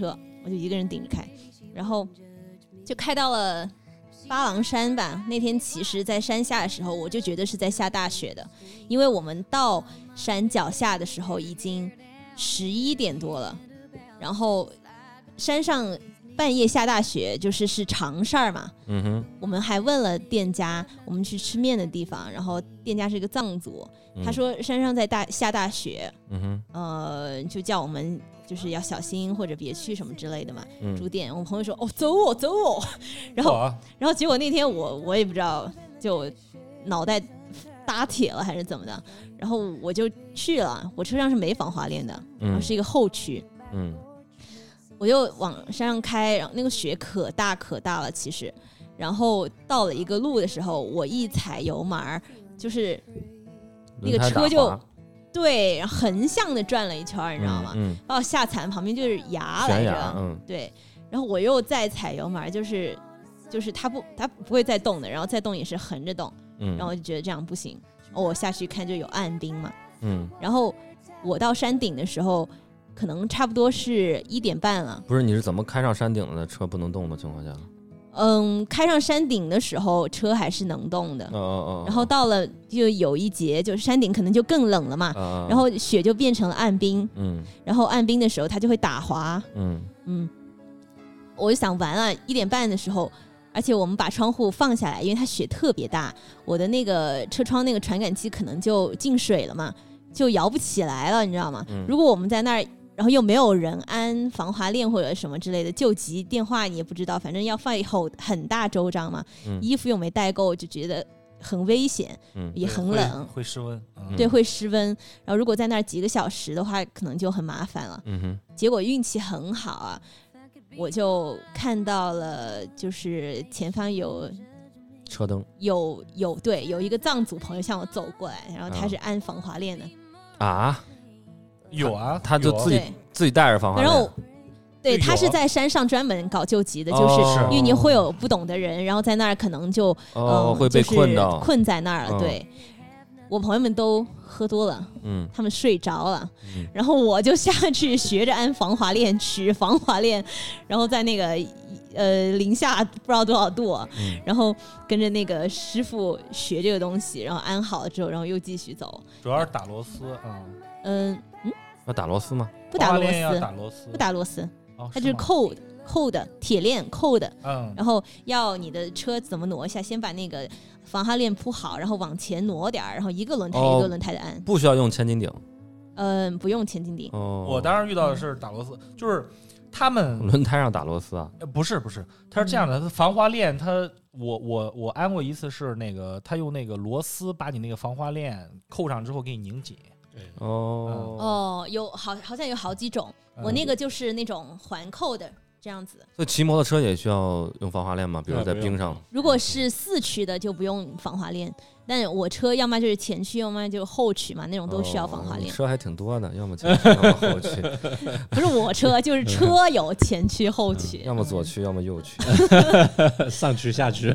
我就一个人顶着开，然后就开到了巴郎山吧。那天其实在山下的时候我就觉得是在下大雪的，因为我们到山脚下的时候已经十一点多了，然后山上半夜下大雪就是是常事儿嘛。 嗯哼， 我们还问了店家我们去吃面的地方，然后店家是一个藏族， 嗯他说山上在大下大雪， 嗯哼， 呃，就叫我们就是要小心或者别去什么之类的嘛。 嗯住店，我朋友说哦走我走我，然后哇然后结果那天我我也不知道就脑袋打铁了还是怎么的，然后我就去了，我车上是没防滑链的，然后嗯是一个后驱， 嗯我就往山上开，然后那个雪可大可大了其实，然后到了一个路的时候，我一踩油门儿，就是那个轮胎打车就滑对，然后横向的转了一圈儿，你知道吗？ 嗯， 把我吓惨，旁边就是崖嗯悬崖， 来着， 嗯对，然后我又再踩油门儿，就是就是它不它不会再动的，然后再动也是横着动， 嗯， 然后我就觉得这样不行，哦我下去看就有暗冰嘛， 嗯， 然后我到山顶的时候，可能差不多是一点半了。 不是，你是怎么开上山顶的呢？车不能动的情况下？ 嗯，开上山顶的时候，车还是能动的。 哦哦哦， 然后到了就有一节，就是山顶可能就更冷了嘛， 啊， 然后雪就变成了暗冰， 嗯然后暗冰的时候它就会打滑。 嗯嗯，我就想完了，一点半的时候，而且我们把窗户放下来，因为它雪特别大，我的那个车窗那个传感器可能就进水了嘛，就摇不起来了，你知道吗？ 嗯如果我们在那儿，然后又没有人安防滑链或者什么之类的，救急电话你也不知道，反正要放一后很大周章嘛， 嗯衣服又没带够，就觉得很危险， 嗯也很会冷， 会失温，嗯对，会失温。然后如果在那儿几个小时的话，可能就很麻烦了。 嗯哼， 结果运气很好啊，我就看到了，就是前方有车灯有有对有一个藏族朋友向我走过来，然后他是安防滑链的， 啊， 有啊，有啊他就自己对， 自己带着防滑然后链， 对有他是在山上专门搞救急的，就哦是因为你会有不懂的人，然后在那儿可能就哦， 嗯会被困到， 就是困在那儿了。 嗯对，我朋友们都喝多了， 嗯他们睡着了， 嗯然后我就下去学着安防滑链，取防滑链，然后在那个呃零下不知道多少度， 嗯然后跟着那个师傅学这个东西，然后安好了之后，然后又继续走。 主要是打螺丝，嗯， 嗯嗯， 要打螺丝吗？ 不打螺滑链要丝， 打螺丝， 不打螺丝， 哦， 它就是吗， 扣的扣的铁链扣的， 嗯， 然后要你的车怎么挪一下，先把那个防滑链铺好，然后往前挪点儿，然后一个轮胎哦一个轮胎的按。 不需要用千斤顶嗯，不用前进顶。 哦。 我当时遇到的是打螺丝，就是他们轮胎上打螺丝啊？ 呃不是不是，它是这样的，它防滑链它我我我安过一次是那个他用那个螺丝把你那个防滑链扣上之后给你拧紧， 哦哦，有好好像有好几种，我嗯那个就是那种环扣的这样子。 所以骑摩托车也需要用防滑链吗？比如在冰上？ 如果是四驱的就不用防滑链，但我车要么就是前驱，要么就是后驱嘛，那种都需要防滑链。 哦车还挺多的，要么前驱，要么后驱， 不是我车，就是车有前驱、后驱。 要么左驱，要么右驱。 上去下去，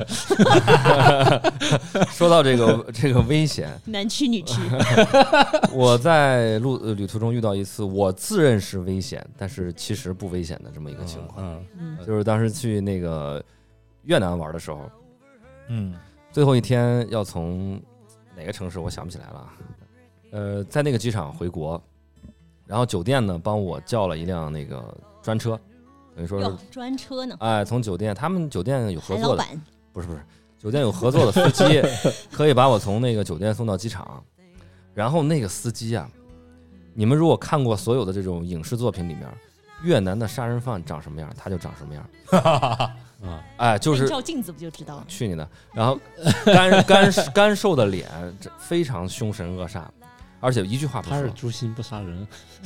说到这个这个危险， 男驱女驱。 我在路呃旅途中遇到一次我自认是危险，但是其实不危险的这么一个情况， 嗯， 嗯， 就是当时去那个越南玩的时候， 嗯最后一天要从哪个城市我想不起来了，呃，在那个机场回国，然后酒店呢帮我叫了一辆那个专车，等于说是哟，专车呢， 哎从酒店他们酒店有合作的， 海老板。 不是不是，酒店有合作的司机可以把我从那个酒店送到机场，然后那个司机啊，你们如果看过所有的这种影视作品里面，越南的杀人犯长什么样，他就长什么样， 啊， 哎，就是那你照镜子不就知道了？ 去你的，然后干干干瘦的脸，这非常凶神恶煞，而且一句话不他是说， 诛心不杀人，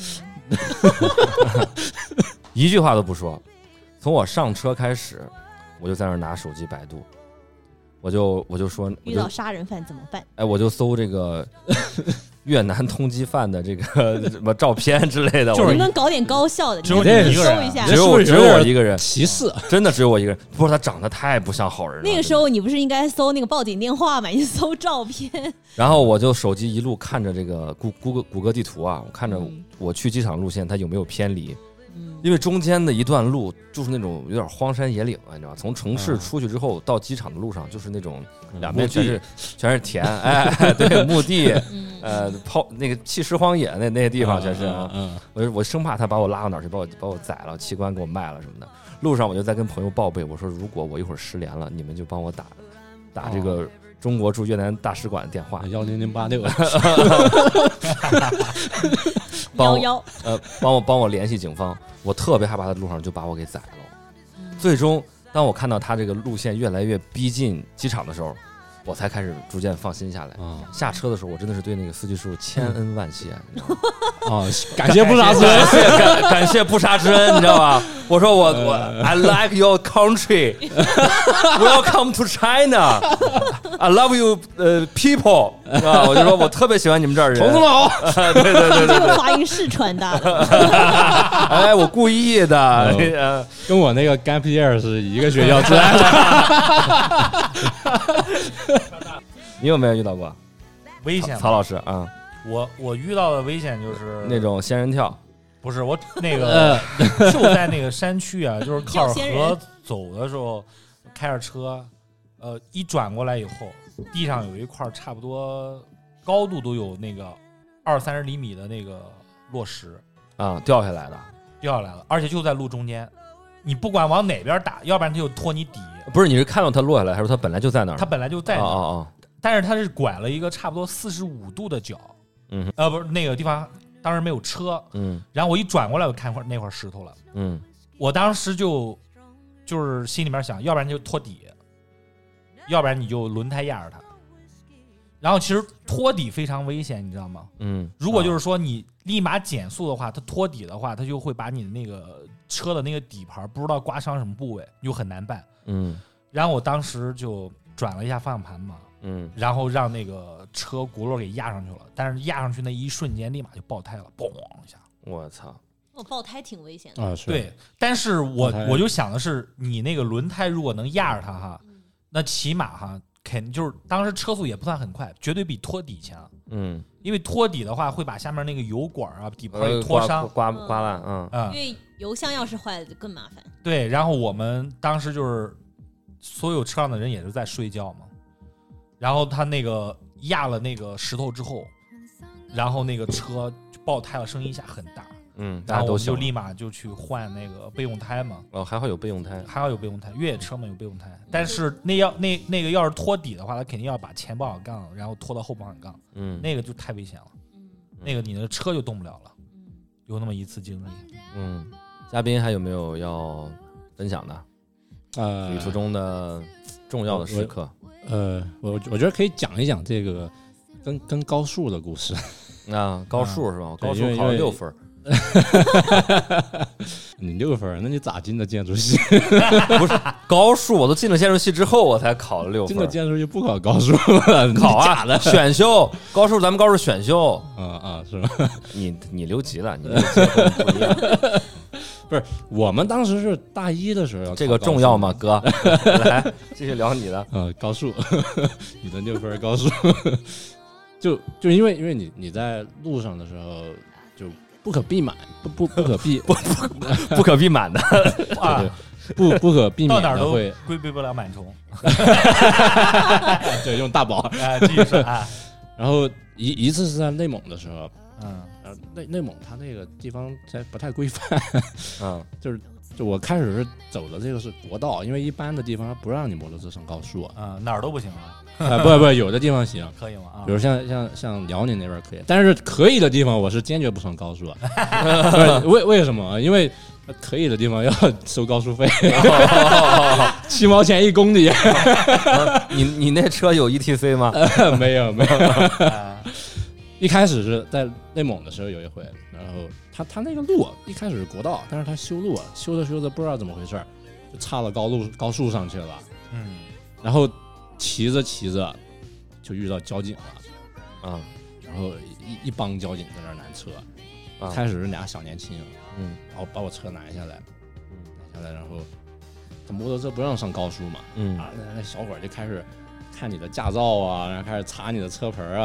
一句话都不说。从我上车开始，我就在那儿拿手机百度，我就我就说，我就遇到杀人犯怎么办？ 哎，我就搜这个越南通缉犯的这个什么照片之类的， 就是我能不能搞点高效的？ 只有你你一个人搜一下只。有我只有我一个人， 歧视， 真的只有我一个人。不是他长得太不像好人了。 那个时候你不是应该搜那个报警电话吗？你搜照片。 然后我就手机一路看着这个谷谷歌谷歌地图啊，我看着嗯我去机场路线它有没有偏离。 嗯因为中间的一段路就是那种有点荒山野岭，你知道吧？从城市出去之后到机场的路上就是那种两边全是全是田，哎，对，墓地，呃，泡那个弃尸荒野那那些地方全是。嗯，我我生怕他把我拉到哪儿去，把我把我宰了，器官给我卖了什么的。路上我就在跟朋友报备，我说如果我一会儿失联了，你们就帮我打打这个中国驻越南大使馆的电话， 幺零零八六， 幺幺， 呃，帮我帮我联系警方。我特别害怕他路上就把我给宰了。最终，当我看到他这个路线越来越逼近机场的时候，我才开始逐渐放心下来。嗯、下车的时候，我真的是对那个司机师傅千恩万谢，你知道吗？ 哦，感谢不杀之恩， 感谢感感谢不杀之恩，你知道吧？我说我我 I like your country, welcome to China, I love you, 呃 people， 啊，我就说我特别喜欢你们这儿人， 同志们好， 对对对对， 这个发音是传达的， 哎，我故意的， 呃，跟我那个 gap year 是一个学校出来的。 你有没有遇到过危险？ 曹老师啊， 我我遇到的危险就是那种仙人跳， 不是我那个就在那个山区啊，就是靠着河走的时候，开着车，呃，一转过来以后，地上有一块差不多高度都有那个二三十厘米的那个落石啊，掉下来的， 掉下来了，而且就在路中间，你不管往哪边打，要不然它就拖你底。 不是，你是看到它落下来，还是它本来就在那儿？ 它本来就在那儿， 哦哦， 但是它是拐了一个差不多四十五度的角， 嗯， 呃，不是那个地方，当时没有车， 嗯， 然后我一转过来，我看块那块石头了， 嗯， 我当时就就是心里面想，要不然就拖底，要不然你就轮胎压着它。然后其实拖底非常危险，你知道吗？ 嗯， 如果就是说你立马减速的话，它拖底的话，它就会把你的那个车的那个底盘不知道刮伤什么部位，就很难办。 嗯， 然后我当时就转了一下方向盘嘛， 嗯， 然后让那个车轱辘给压上去了，但是压上去那一瞬间立马就爆胎了，嘣一下。 我操！ 哦，爆胎挺危险的啊，是。 对，但是我我就想的是，你那个轮胎如果能压着它哈，那起码哈。肯定就是当时车速也不算很快，绝对比拖底强。 嗯， 因为拖底的话会把下面那个油管啊、底盘给拖伤、 刮刮刮烂。嗯嗯，因为油箱要是坏了就更麻烦。 对，然后我们当时就是所有车上的人也是在睡觉嘛，然后他那个压了那个石头之后，然后那个车就爆胎了，声音一下很大。 嗯， 然后我们就立马就去换那个备用胎嘛。 哦，还好有备用胎， 还好有备用胎，越野车嘛有备用胎。但是那要那那个要是拖底的话，它肯定要把前保险杠然后拖到后保险杠，嗯，那个就太危险了，嗯，那个你的车就动不了了，嗯，有那么一次经历， 嗯。嘉宾还有没有要分享的？呃，旅途中的重要的时刻。 呃，我我觉得可以讲一讲这个跟跟高数的故事。 啊，高数是吧？我高数考了六分。 你六分，那你咋进的建筑系？ 不是高数，我都进了建筑系之后，我才考了六分。 进了建筑系不考高数了， 考啊的选修高数，咱们高数选修。 啊啊，是吧？ 你你留级了，你留级不一样。 不是，我们当时是大一的时候要这个重要吗，哥？来继续聊你的。 呃，高数，你的六分高数，就就因为因为你你在路上的时候就。不可避免，不不不可避， 不不不可避免的啊， 不不可避免到哪儿都会规避不了螨虫。 对，用大宝啊，继续说啊。 然后一一次是在内蒙的时候， 嗯， 然后内内蒙它那个地方才不太规范， 嗯， 就是就我开始是走的这个是国道，因为一般的地方它不让你摩托车上高速啊， 嗯，哪儿都不行啊。 啊，不不，有的地方行， 可以吗？啊， 比如像像像辽宁那边可以，但是可以的地方我是坚决不上高速啊。为为什么？因为可以的地方要收高速费，七毛钱一公里。 你你那车有 E T C 吗？ 没有没有。一开始是在内蒙的时候有一回，然后他他那个路一开始是国道，但是他修路啊，修着修着不知道怎么回事，就插了高路高速上去了。 嗯， 然后。骑着骑着就遇到交警了， 啊、嗯， 然后一一帮交警在那儿拦车，啊、开始是俩小年轻，嗯，然后把我车拦下来，嗯，拦下来，然后这摩托车不让上高速嘛，嗯，啊，那那小伙就开始看你的驾照啊，然后开始查你的车牌啊，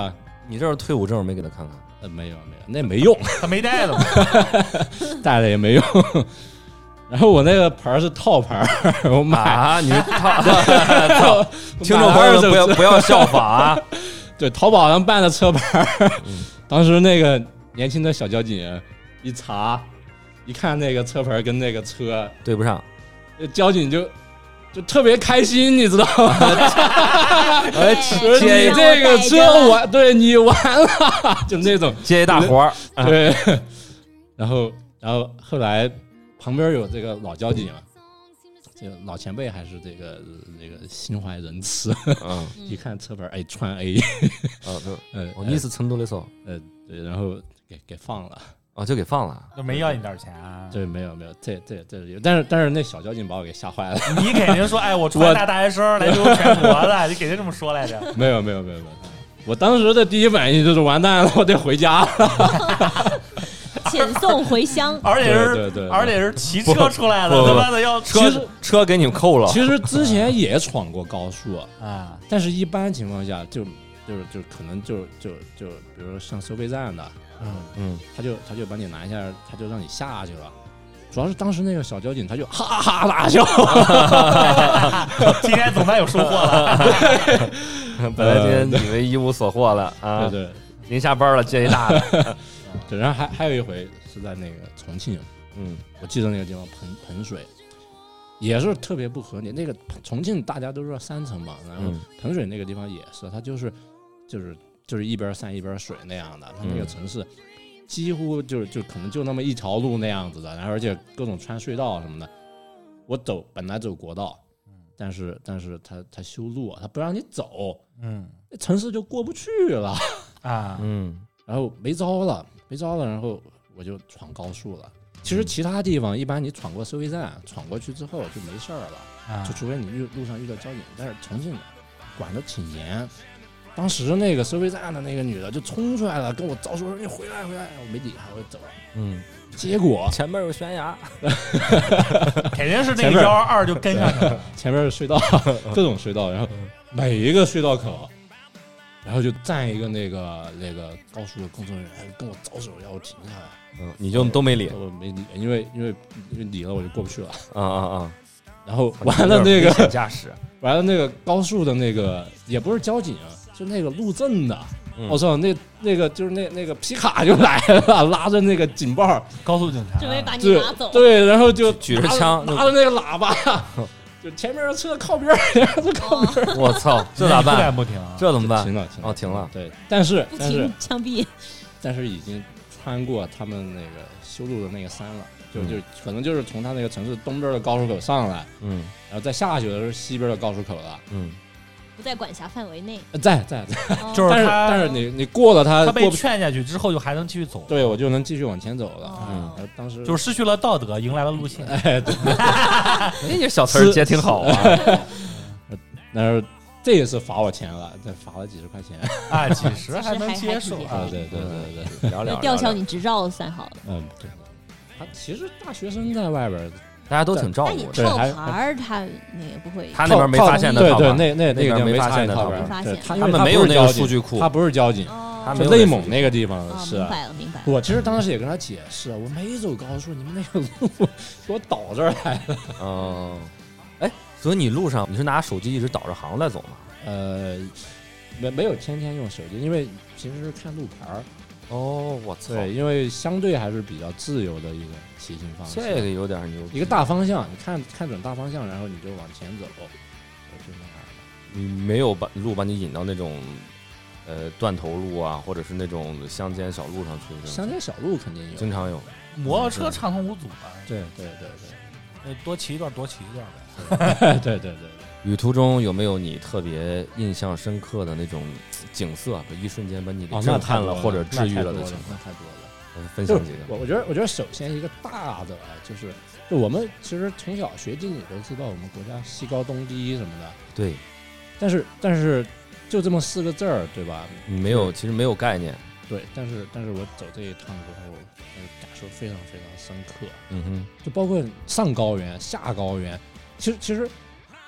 你这是退伍证没给他看看？ 呃，没有没有，那没用， 他没带的嘛。 带了也没用。然后我那个牌是套牌，我买啊，你是套，听众朋友们不要不要效仿啊！ 对，淘宝上办的车牌， 嗯、 当时那个年轻的小交警一查，一看那个车牌跟那个车对不上， 交警就就特别开心，你知道吗？ 哎， 你这个车完，对你完了，就那种接一大活儿。 对，然后然后后来旁边有这个老交警啊。这个老前辈还是这个这个心怀仁慈， 嗯， 一看车牌，哎，川 A， 啊，对， 呃， 你是成都的嗦， 呃，对，然后给给放了， 哦，就给放了， 就没要你点钱啊？ 对，没有没有，这这这有，但是但是那小交警把我给吓坏了， 你肯定说，哎，我川大大学生来自全国的，你肯定这么说来着。 没有没有没有没有，我当时的第一反应就是完蛋了，我得回家了。 遣送回乡， 而且是， 对对对而且是骑车出来的，他妈的要车车给你们扣了。 其实之前也闯过高速啊， 但是一般情况下就就是就可能就就就比如说上收费站的， 嗯嗯，他就他就把你拿一下，他就让你下去了。主要是当时那个小交警他就哈哈大笑， 今天总算有收获了。 本来今天以为一无所获了啊， 对对， 临下班了接一大的。 对，然后还还有一回是在那个重庆， 嗯， 我记得那个地方喷喷水，也是特别不合理。那个重庆大家都知道三层嘛，然后喷水那个地方也是，它就是就是就是一边山一边水那样的，它那个城市几乎就就可能就那么一条路那样子的，然后而且各种穿隧道什么的。我走本来走国道，但是但是他他修路，他不让你走， 嗯， 城市就过不去了啊， 嗯， 然后没招了。没招了，然后我就闯高速了。其实其他地方一般你闯过收费站，闯过去之后就没事儿了， 啊、 就除非你遇路上遇到交警。但是重庆管得挺严，当时那个收费站的那个女的就冲出来了，跟我招手说：“你回来回来！”我没理她，我就走了。 嗯， 结果前面有悬崖， 肯定是那个幺二二就跟上去了。 前面是隧道，各种隧道，然后每一个隧道口。然后就站一个那个那个高速的工作人员跟我招手要我停下来， 嗯，你就都没理， 我没理，因为因为因为理了我就过不去了， 啊啊啊！ 然后完了那个驾驶， 完了那个高速的那个也不是交警，就那个路政的， 嗯、 我操，那那个就是那那个皮卡就来了，拉着那个警报， 高速警察准备把你拿走， 对，然后就举着枪拿着那个喇叭。就前面的车靠边，前面车靠边， 我操，这咋办？ 不停， 这怎么办？ 停了，停了， 哦，停了。 对，但是不停枪毙， 但是已经穿过他们那个修路的那个山了，就就可能就是从他那个城市东边的高速口上来， 嗯， 然后再下去的是西边的高速口了， 嗯， 不在管辖范围内， 在在在， 就是但是但是你你过了他， 他被劝下去之后就还能继续走， 对我就能继续往前走了，嗯，当时就是失去了道德，迎来了路线， 哎，对， 那你小词接挺好啊， 但是这一次罚我钱了，再罚了几十块钱啊，几十还能接受啊，对对对对， 聊聊吊销你执照算好了， 嗯，对，他其实大学生在外边。 大家都挺照顾的， 但你套牌他那个不会， 他那边没发现的套牌， 对对，那那那个没发现的套牌， 对， 他们没有那个数据库， 他不是交警， 他没有内蒙那个地方是。 明白了，明白了。 我其实当时也跟他解释，我没走高速，你们那个路给我导这儿来了。 哦，哎，所以你路上你是拿手机一直导着航在走吗？ 呃，没没有天天用手机，因为平时是看路牌儿。 哦，我操！ 对，因为相对还是比较自由的一个骑行方式。 这个有点牛。 一个大方向，你看看准大方向，然后你就往前走，就那样。 你没有把路把你引到那种呃断头路啊，或者是那种乡间小路上去？ 乡间小路肯定有， 经常有。 摩托车畅通无阻啊。 对对对对，多骑一段多骑一段呗。 对对对对。 旅途中有没有你特别印象深刻的那种景色，一瞬间把你给震撼了或者治愈了的情况？ 那太多了， 分享几个。 我我觉得，我觉得首先一个大的就是，就我们其实从小学地理都知道，我们国家西高东低什么的。 对。 但是但是就这么四个字儿，对吧？ 没有，其实没有概念。 对，但是但是我走这一趟之后，感受非常非常深刻。 嗯哼。 就包括上高原、下高原，其实其实。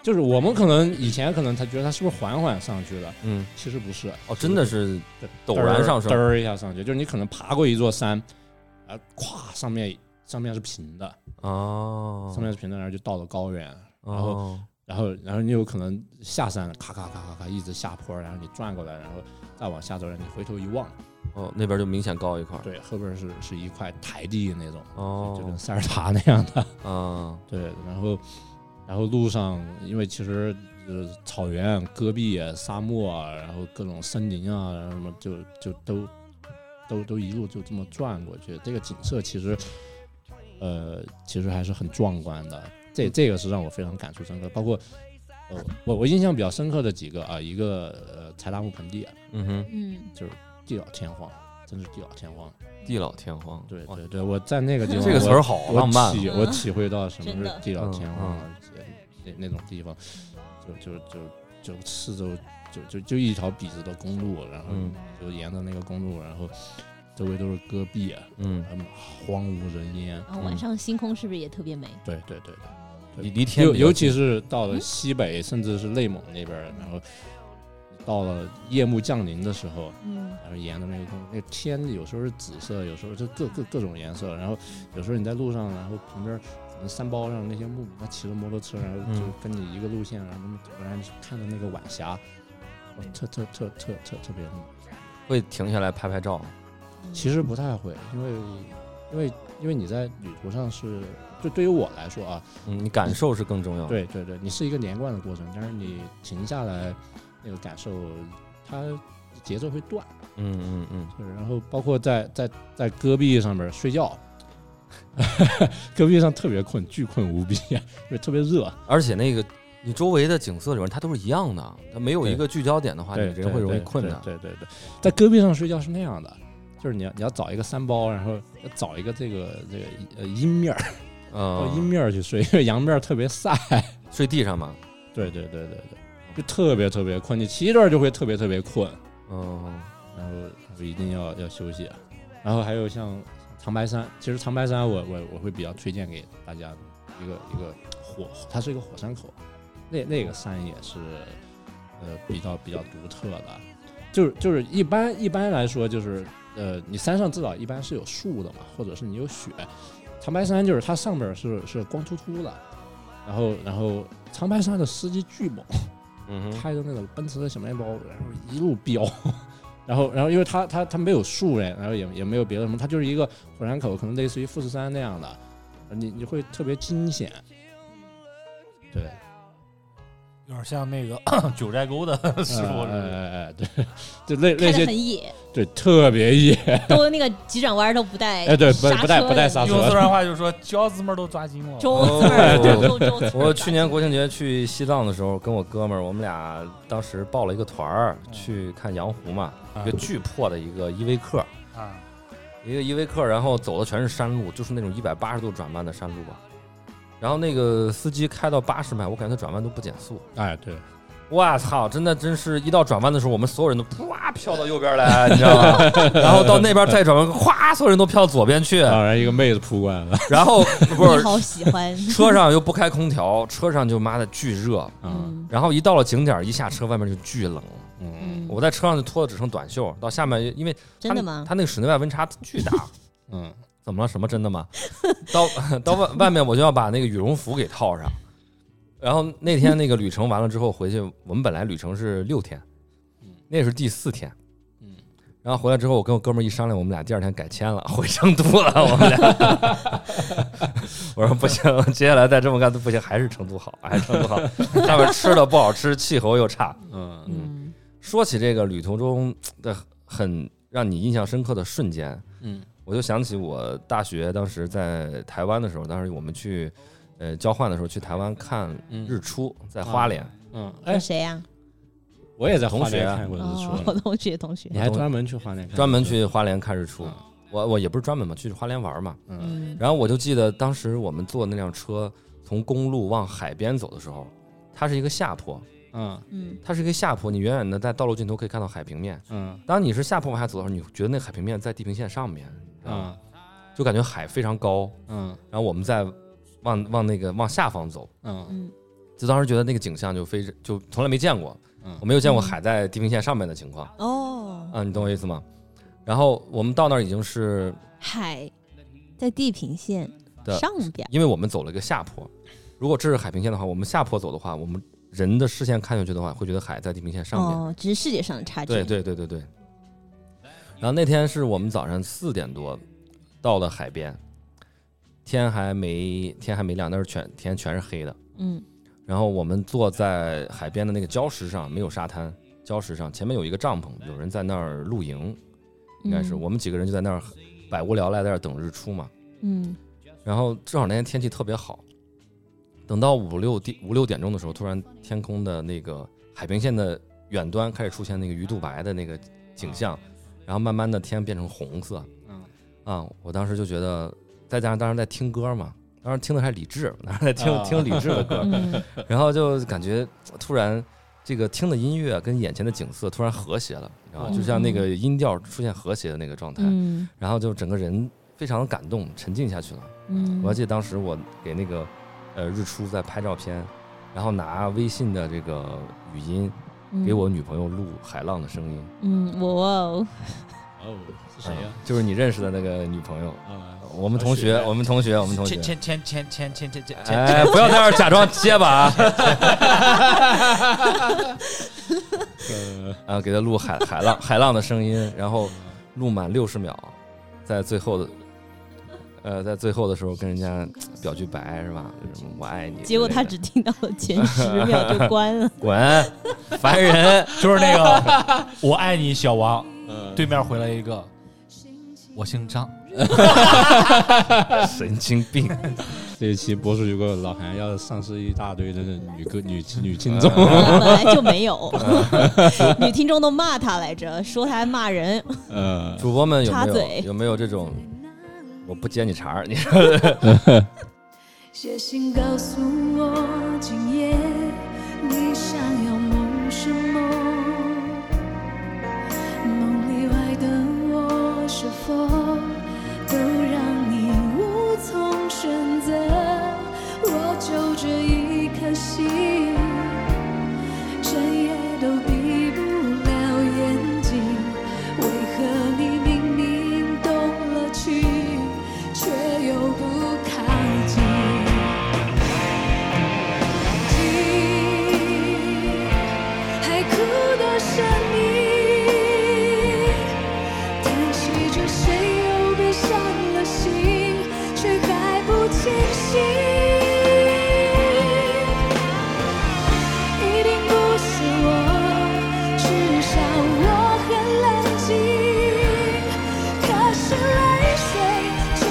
就是我们可能以前可能他觉得他是不是缓缓上去的， 嗯， 其实不是， 哦，真的是陡嘚儿然上升嘚儿一下上去，就是你可能爬过一座山，啊，咵，上面上面是平的， 哦， 上面是平的，然后就到了高原，然后哦然后然后你有可能下山，咔咔咔咔咔一直下坡，然后你转过来，然后再往下走，然后你回头一望， 哦，那边就明显高一块儿， 对，后边是是一块台地那种， 哦， 就跟塞尔塔那样的， 啊， 对，然后然后路上因为其实呃草原、戈壁、沙漠啊，然后各种森林啊，然后什么就就都都都一路就这么转过去，这个景色其实呃其实还是很壮观的，这这个是让我非常感触深刻，包括呃我我印象比较深刻的几个啊，一个呃柴达木盆地， 嗯哼， 嗯， 就是地老天荒，真是地老天荒。 地老天荒，哇对对对，我在那个地方， 这个词儿好我浪漫体嗯我体会到什么是真的地老天荒嗯啊，那那种地方，就就就就四周就就就一条笔直的公路，然后嗯就沿着那个公路，然后周围都是戈壁， 嗯， 嗯，荒无人烟。 然后晚上星空是不是也特别美？ 对对对对， 离离天尤尤比较近其是到了嗯西北，甚至是内蒙那边，然后到了夜幕降临的时候， 嗯然后沿着那个公，那个天有时候是紫色，有时候就各各各种颜色。然后有时候你在路上，然后旁边可能山包上那些牧民，他骑着摩托车，然后就嗯跟你一个路线，然后他们突然看着那个晚霞，哇特特特特特特别美。 会停下来拍拍照， 其实不太会，因为因为因为你在旅途上是，就对于我来说啊， 嗯，你感受是更重要的， 对对对，你是一个连贯的过程，但是你停下来那个感受，它节奏会断。 嗯嗯嗯， 对，然后包括在在在戈壁上面睡觉，戈壁上特别困，巨困无比，因为特别热。 而且那个你周围的景色里面它都是一样的，它没有一个聚焦点的话，你对， 人会容易对困的。 对对对对，在戈壁上睡觉是那样的，就是你要你要找一个山包，然后要找一个这个这个呃阴面儿，到阴嗯， 面儿去睡，因为阳面儿特别晒。 睡地上嘛， 对对对对对，就特别特别困，你骑一段就会特别特别困， 嗯然后然后一定要要休息。然后还有像长白山，其实长白山我我我会比较推荐给大家一个一个火，它是一个火山口，那那个山也是呃比较比较独特的，就是就是一般一般来说就是呃你山上至少一般是有树的嘛，或者是你有雪。长白山就是它上面是是光秃秃的，然后然后长白山的司机巨猛， 嗯哼， 开着那种奔驰的小面包，然后一路飙。然后，然后因为它它它没有树嘞，然后也也没有别的什么，它就是一个火山口，可能类似于富士山那样的，你你会特别惊险。对， 有点像那个九寨沟的师傅哎似的。 哎哎，对，就类开得那些很野， 对特别野， 都那个急转弯都不带， 哎对不不带不带刹车用四川话就说饺子们儿都抓紧了。 周字儿， 哦周周字儿我去年国庆节去西藏的时候，跟我哥们儿，我们俩当时报了一个团儿去看羊湖嘛， 啊一个巨破的一个依维柯， 啊， 一个依维柯，然后走的全是山路，就是那种一百八十度转弯的山路吧。然后那个司机开到八十迈，我感觉他转弯都不减速。 哎对， 我操，真的真是一到转弯的时候，我们所有人都啪飘到右边来，你知道吗？然后到那边再转弯，咵，所有人都飘左边去。 当然一个妹子扑过来了， 然后不是你好喜欢， 车上又不开空调，车上就妈的巨热。 嗯嗯然后一到了景点，一下车外面就巨冷。 嗯嗯， 我在车上就脱的只剩短袖，到下面因为真的吗？ 它那个室内外温差巨大。 嗯怎么了？什么真的吗？到到外外面我就要把那个羽绒服给套上。然后那天那个旅程完了之后回去，我们本来旅程是六天，那是第四天。 嗯然后回来之后，我跟我哥们儿一商量，我们俩第二天改签了，回成都了。我们俩，我说不行，接下来再这么干都不行，还是成都好，还是成都好。上面吃的不好吃，气候又差。 嗯嗯说起这个旅途中的很让你印象深刻的瞬间， 嗯我就想起我大学当时在台湾的时候，当时我们去呃交换的时候去台湾看日出，在花莲。 嗯， 和哎， 谁呀？ 我也在同学啊花莲看过日哦， 出， 我同学同学你，还专门去花莲看， 专门去花莲看日出。 嗯我我也不是专门嘛，去花莲玩嘛。 嗯嗯然后我就记得当时我们坐那辆车从公路往海边走的时候，它是一个下坡， 嗯嗯它是一个下坡，你远远的在道路尽头可以看到海平面。 嗯当你是下坡往下走的时候，你觉得那海平面在地平线上面， 嗯就感觉海非常高。 嗯然后我们再往往那个往下方走， 嗯嗯就当时觉得那个景象就非就从来没见过， 嗯我没有见过海在地平线上面的情况。 哦， 啊，你懂我意思吗？然后我们到那儿已经是海在地平线的上边， 因为我们走了一个下坡，如果这是海平线的话，我们下坡走的话，我们人的视线看下去的话，会觉得海在地平线上面。 哦，只是视觉上的差距。 对对对对对。然后那天是我们早上四点多到了海边，天还没天还没亮，那是全天全是黑的。 嗯。 然后我们坐在海边的那个礁石上，没有沙滩，礁石上前面有一个帐篷，有人在那儿露营，应该是、 嗯、 我们几个人就在那儿百无聊赖在那儿等日出嘛。 嗯。 然后正好那天天气特别好，等到五六点五六点钟的时候，突然天空的那个海平线的远端开始出现那个鱼肚白的那个景象，然后慢慢的天变成红色。 嗯啊，我当时就觉得，再加上当时在听歌嘛，当时听的还是李志，当时在听、啊、听李志的歌， 嗯、 然后就感觉突然这个听的音乐跟眼前的景色突然和谐了，然后就像那个音调出现和谐的那个状态， 嗯、 然后就整个人非常的感动，沉浸下去了。 嗯， 我还记得当时我给那个呃日出在拍照片，然后拿微信的这个语音给我女朋友录海浪的声音。 嗯，哇哦， 哦，是谁呀、啊？ 就是你认识的那个女朋友。 啊， 我们同学，我们同学，我们同学。 前前前前前前前， 哎，不要在那儿假装结巴啊！啊，给他录海海浪海浪的声音，然后录满六十秒，在最后的。呃，在最后的时候跟人家表句白是吧？什么我爱你。 结果他只听到了前十秒就关了。 滚，烦人！ 就是那个我爱你小王，对面回来一个我姓张， 神经病。 这一期播出去过，老韩要丧失一大堆的女歌女女听众， 本来就没有，女听众都骂他来着，说他还骂人。 呃，主播们有没有有没有这种？我不接你茬儿，你说。 写信告诉我，今夜你想要梦什么？梦里外的我，是否都让你无从选择？我就这一颗心，整夜都闭不了眼睛，为何你明明动了情？却又不靠近，听海哭的声音，叹息着谁又被伤了心，却还不清醒。一定不是我，至少我很冷静，可是泪水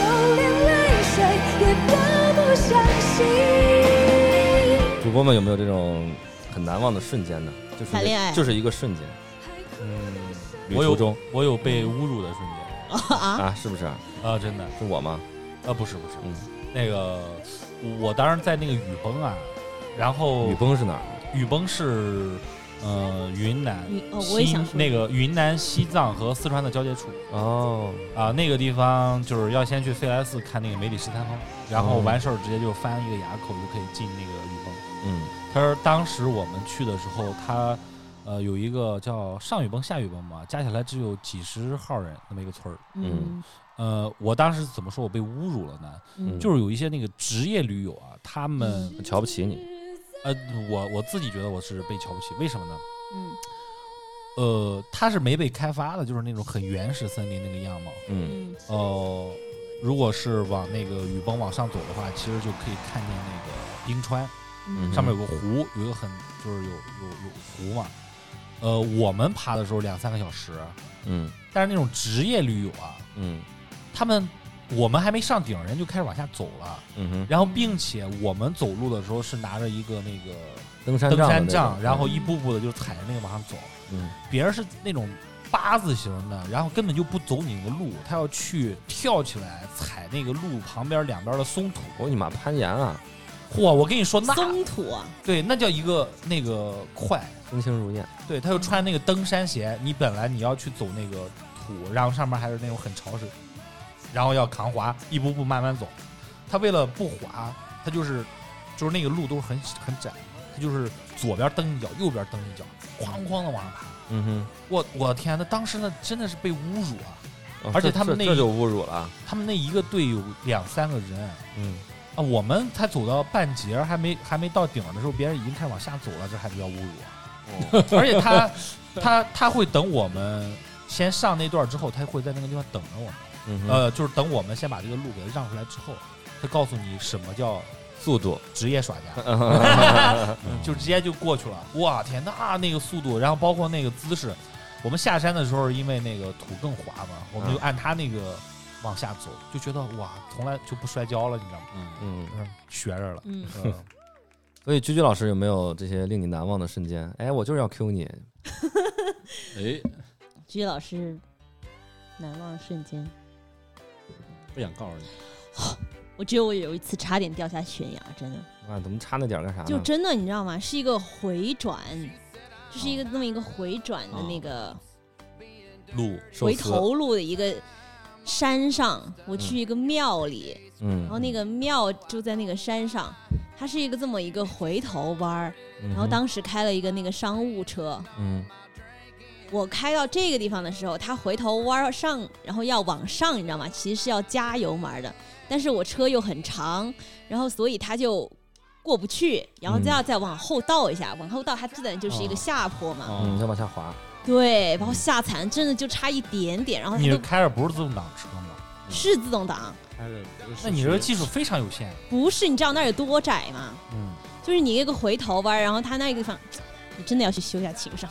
主播们有没有这种很难忘的瞬间呢？就是谈恋爱， 就是一个瞬间。 嗯， 我有我有被侮辱的瞬间啊啊，是不是啊？ 啊，真的是我吗？ 啊，不是不是， 嗯， 那个我当时在那个雨崩啊，然后雨崩是哪儿？ 雨崩是呃云南， 哦，我也想说那个云南、西藏和四川的交界处。 哦， 啊，那个地方就是要先去飞来寺看那个梅里斯滩峰，然后完事儿直接就翻一个垭口就可以进那个雨崩。 嗯， 他说当时我们去的时候，他呃有一个叫上雨崩、下雨崩嘛，加起来只有几十号人那么一个村儿。 嗯， 呃，我当时怎么说我被侮辱了呢？ 嗯、 就是有一些那个职业驴友啊，他们、 嗯、瞧不起你。 呃，我我自己觉得我是被瞧不起，为什么呢？ 嗯， 呃，它是没被开发的，就是那种很原始森林那个样貌。 嗯， 呃，如果是往那个雨崩往上走的话，其实就可以看见那个冰川。 嗯， 上面有个湖，有一个很就是有有有湖嘛，呃，我们爬的时候两三个小时， 嗯， 但是那种职业驴友啊， 嗯， 他们我们还没上顶，人就开始往下走了， 嗯哼， 然后并且我们走路的时候是拿着一个那个登山登山杖， 杖，然后一步步的就踩着那个往上走， 嗯， 别人是那种八字形的，然后根本就不走你那个路，他要去跳起来踩那个路旁边两边的松土， 我你妈攀岩啊！ 嚯，我跟你说那松土啊， 对，那叫一个那个快， 身轻如燕。 对，他又穿那个登山鞋，你本来你要去走那个土，然后上面还是那种很潮湿，然后要扛滑，一步步慢慢走。他为了不滑，他就是就是那个路都是很很窄， 它就是左边蹬一脚，右边蹬一脚，哐哐的往上爬。 嗯哼， 我我天，那当时那真的是被侮辱啊！ 哦而且他们那这这就侮辱了。 他们那一个队有两三个人嗯啊，我们才走到半截还没还没到顶的时候，别人已经开始往下走了，这还比较侮辱啊！ 哦而且他他他会等我们先上那段之后，他会在那个地方等着我们。 嗯哼， 呃，就是等我们先把这个路给让出来之后，他告诉你什么叫速度。 职业耍家，嗯就直接就过去了。哇天，那那个速度，然后包括那个姿势，我们下山的时候，因为那个土更滑嘛，我们就按他那个往下走，就觉得哇，从来就不摔跤了，你知道吗？ 嗯， 嗯，学着了。 嗯， 嗯， 所以居居老师有没有这些令你难忘的瞬间？哎，我就是要 Q 你。 哎， 居老师难忘的瞬间， 不想告诉你， 我觉得我有一次差点掉下悬崖，真的， 啊，怎么差那点儿干啥呢？ 就真的你知道吗？是一个回转，就是一个那么一个回转的那个路回寿司。 头路的一个山上，我去一个庙里， 嗯， 然后那个庙就在那个山上，它是一个这么一个回头弯儿， 嗯哼， 然后当时开了一个那个商务车， 嗯我开到这个地方的时候，它回头弯上，然后要往上，你知道吗？其实是要加油门的，但是我车又很长，然后所以它就过不去，然后再要再往后倒一下，往后倒它自然就是一个下坡嘛， 嗯，再往下滑。 对，然后下残真的就差一点点，然后它你都开着不是自动挡车吗？ 是自动挡， 开着不是那你这个技术非常有限。 不是？你知道那儿有多窄吗？ 嗯， 就是你一个回头弯，然后它那个地方，你真的要去修一下情商。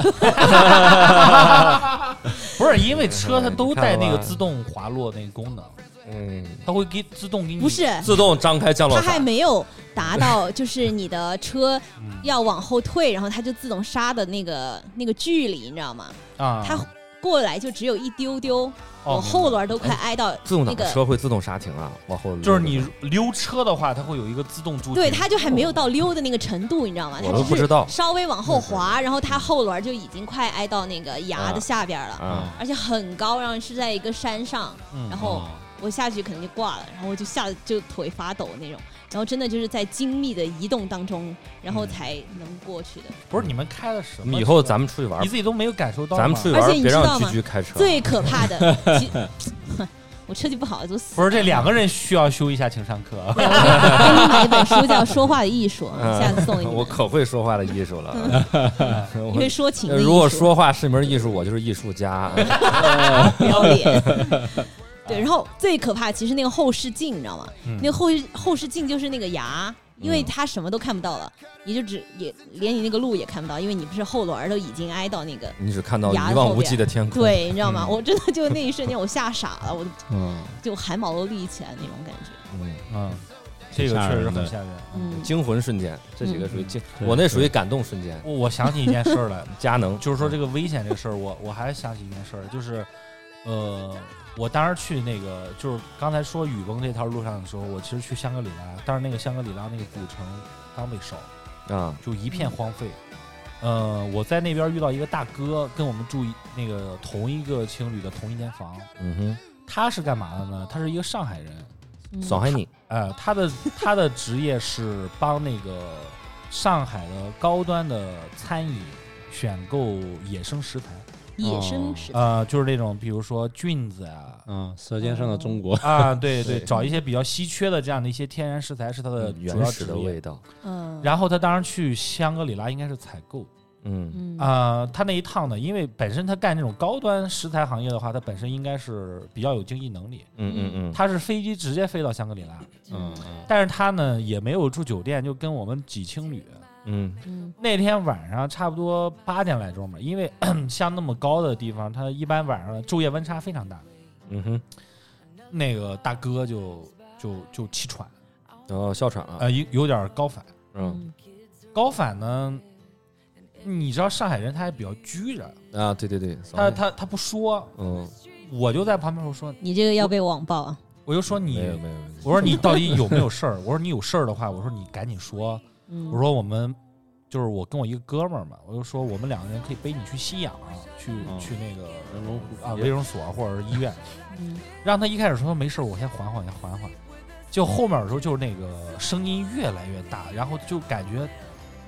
不是因为车它都带那个你看吧自动滑落那个功能， 嗯， 它会给自动给你不是， 自动张开降落它还伞。 没有达到，就是你的车嗯要往后退，然后它就自动刹的那个那个距离，你知道吗？ 啊， 它过来就只有一丢丢， 哦我后轮都快挨到自动那个， 挡车会自动刹停啊，往后溜就是你溜车的话，它会有一个自动驻停。 对，它就还没有到溜的那个程度，你知道吗？ 我它只是都不知道稍微往后滑，然后它后轮就已经快挨到那个崖的下边了， 啊， 而且很高，然后是在一个山上， 嗯然后哦我下去可能就挂了，然后我就吓得就腿发抖那种，然后真的就是在精密的移动当中，然后才能过去的。 不是你们开的什么车？ 以后咱们出去玩你，自己都没有感受到吗， 咱们出去而且玩别让居你知道吗居开车。 最可怕的，其我车技不好就死了。 不是这两个人需要修一下情商课。 对，我给你买一本书叫《说话的艺术》， 嗯下次送给你们。 我可会说话的艺术了。 你会说情的艺术。 如果说话是门艺术，我就是艺术家。 不要脸。对，然后最可怕其实那个后视镜，你知道吗？ 嗯那个后后视镜就是那个牙，因为它什么都看不到了，你就只也连你那个路也看不到，因为你不是后轮都已经挨到那个。 你只看到牙一望无际的天空。 对，你知道吗？ 嗯我真的就那一瞬间我吓傻了，我就嗯， 就汗毛都立起来那种感觉。 嗯， 嗯，这个确实很吓人。 嗯， 惊魂瞬间，这几个属于惊， 嗯我那属于感动瞬间。 我我想起一件事儿来， 佳能就是说这个危险这个事儿，我我还想起一件事儿，就是，呃，我当时去那个，就是刚才说雨崩这条路上的时候，我其实去香格里拉，但是那个香格里拉那个古城刚被烧， 啊， 就一片荒废。呃，我在那边遇到一个大哥，跟我们住一那个同一个青旅的同一间房， 嗯他是干嘛的呢？他是一个上海人， 嗯哼，上海你， 呃，他的他的职业是帮那个上海的高端的餐饮选购野生食材， 野生食材。 呃，就是那种比如说菌子呀、 嗯，舌尖上的中国， 啊，对对， 对找一些比较稀缺的这样的一些天然食材是他的主原始要职业的味道。 嗯， 然后他当时去香格里拉应该是采购嗯嗯啊、他那一趟呢，因为本身他干这种高端食材行业的话，他本身应该是比较有经济能力， 嗯嗯嗯， 他是飞机直接飞到香格里拉， 嗯嗯， 但是他呢也没有住酒店，就跟我们挤青旅。 嗯嗯那天晚上差不多八点来钟吧，因为像那么高的地方，它一般晚上昼夜温差非常大。 嗯哼， 那个大哥就就就气喘， 然后哮喘了。 呃，有有点高反。 嗯高反呢，你知道上海人他还比较拘着， 啊，对对对， 他他他不说， 嗯， 我就在旁边我说， 你这个要被网暴啊！ 我就说你没有，没有，没有我说你到底有没有事儿？我说你有事儿的话，我说你赶紧说。 嗯， 我说我们就是我跟我一个哥们儿嘛，我就说我们两个人可以背你去吸氧，去、 嗯去那个人工呼啊卫生所或者是医院。 嗯让他一开始说没事儿，我先缓缓，先缓缓。就后面的时候，就是那个声音越来越大，然后就感觉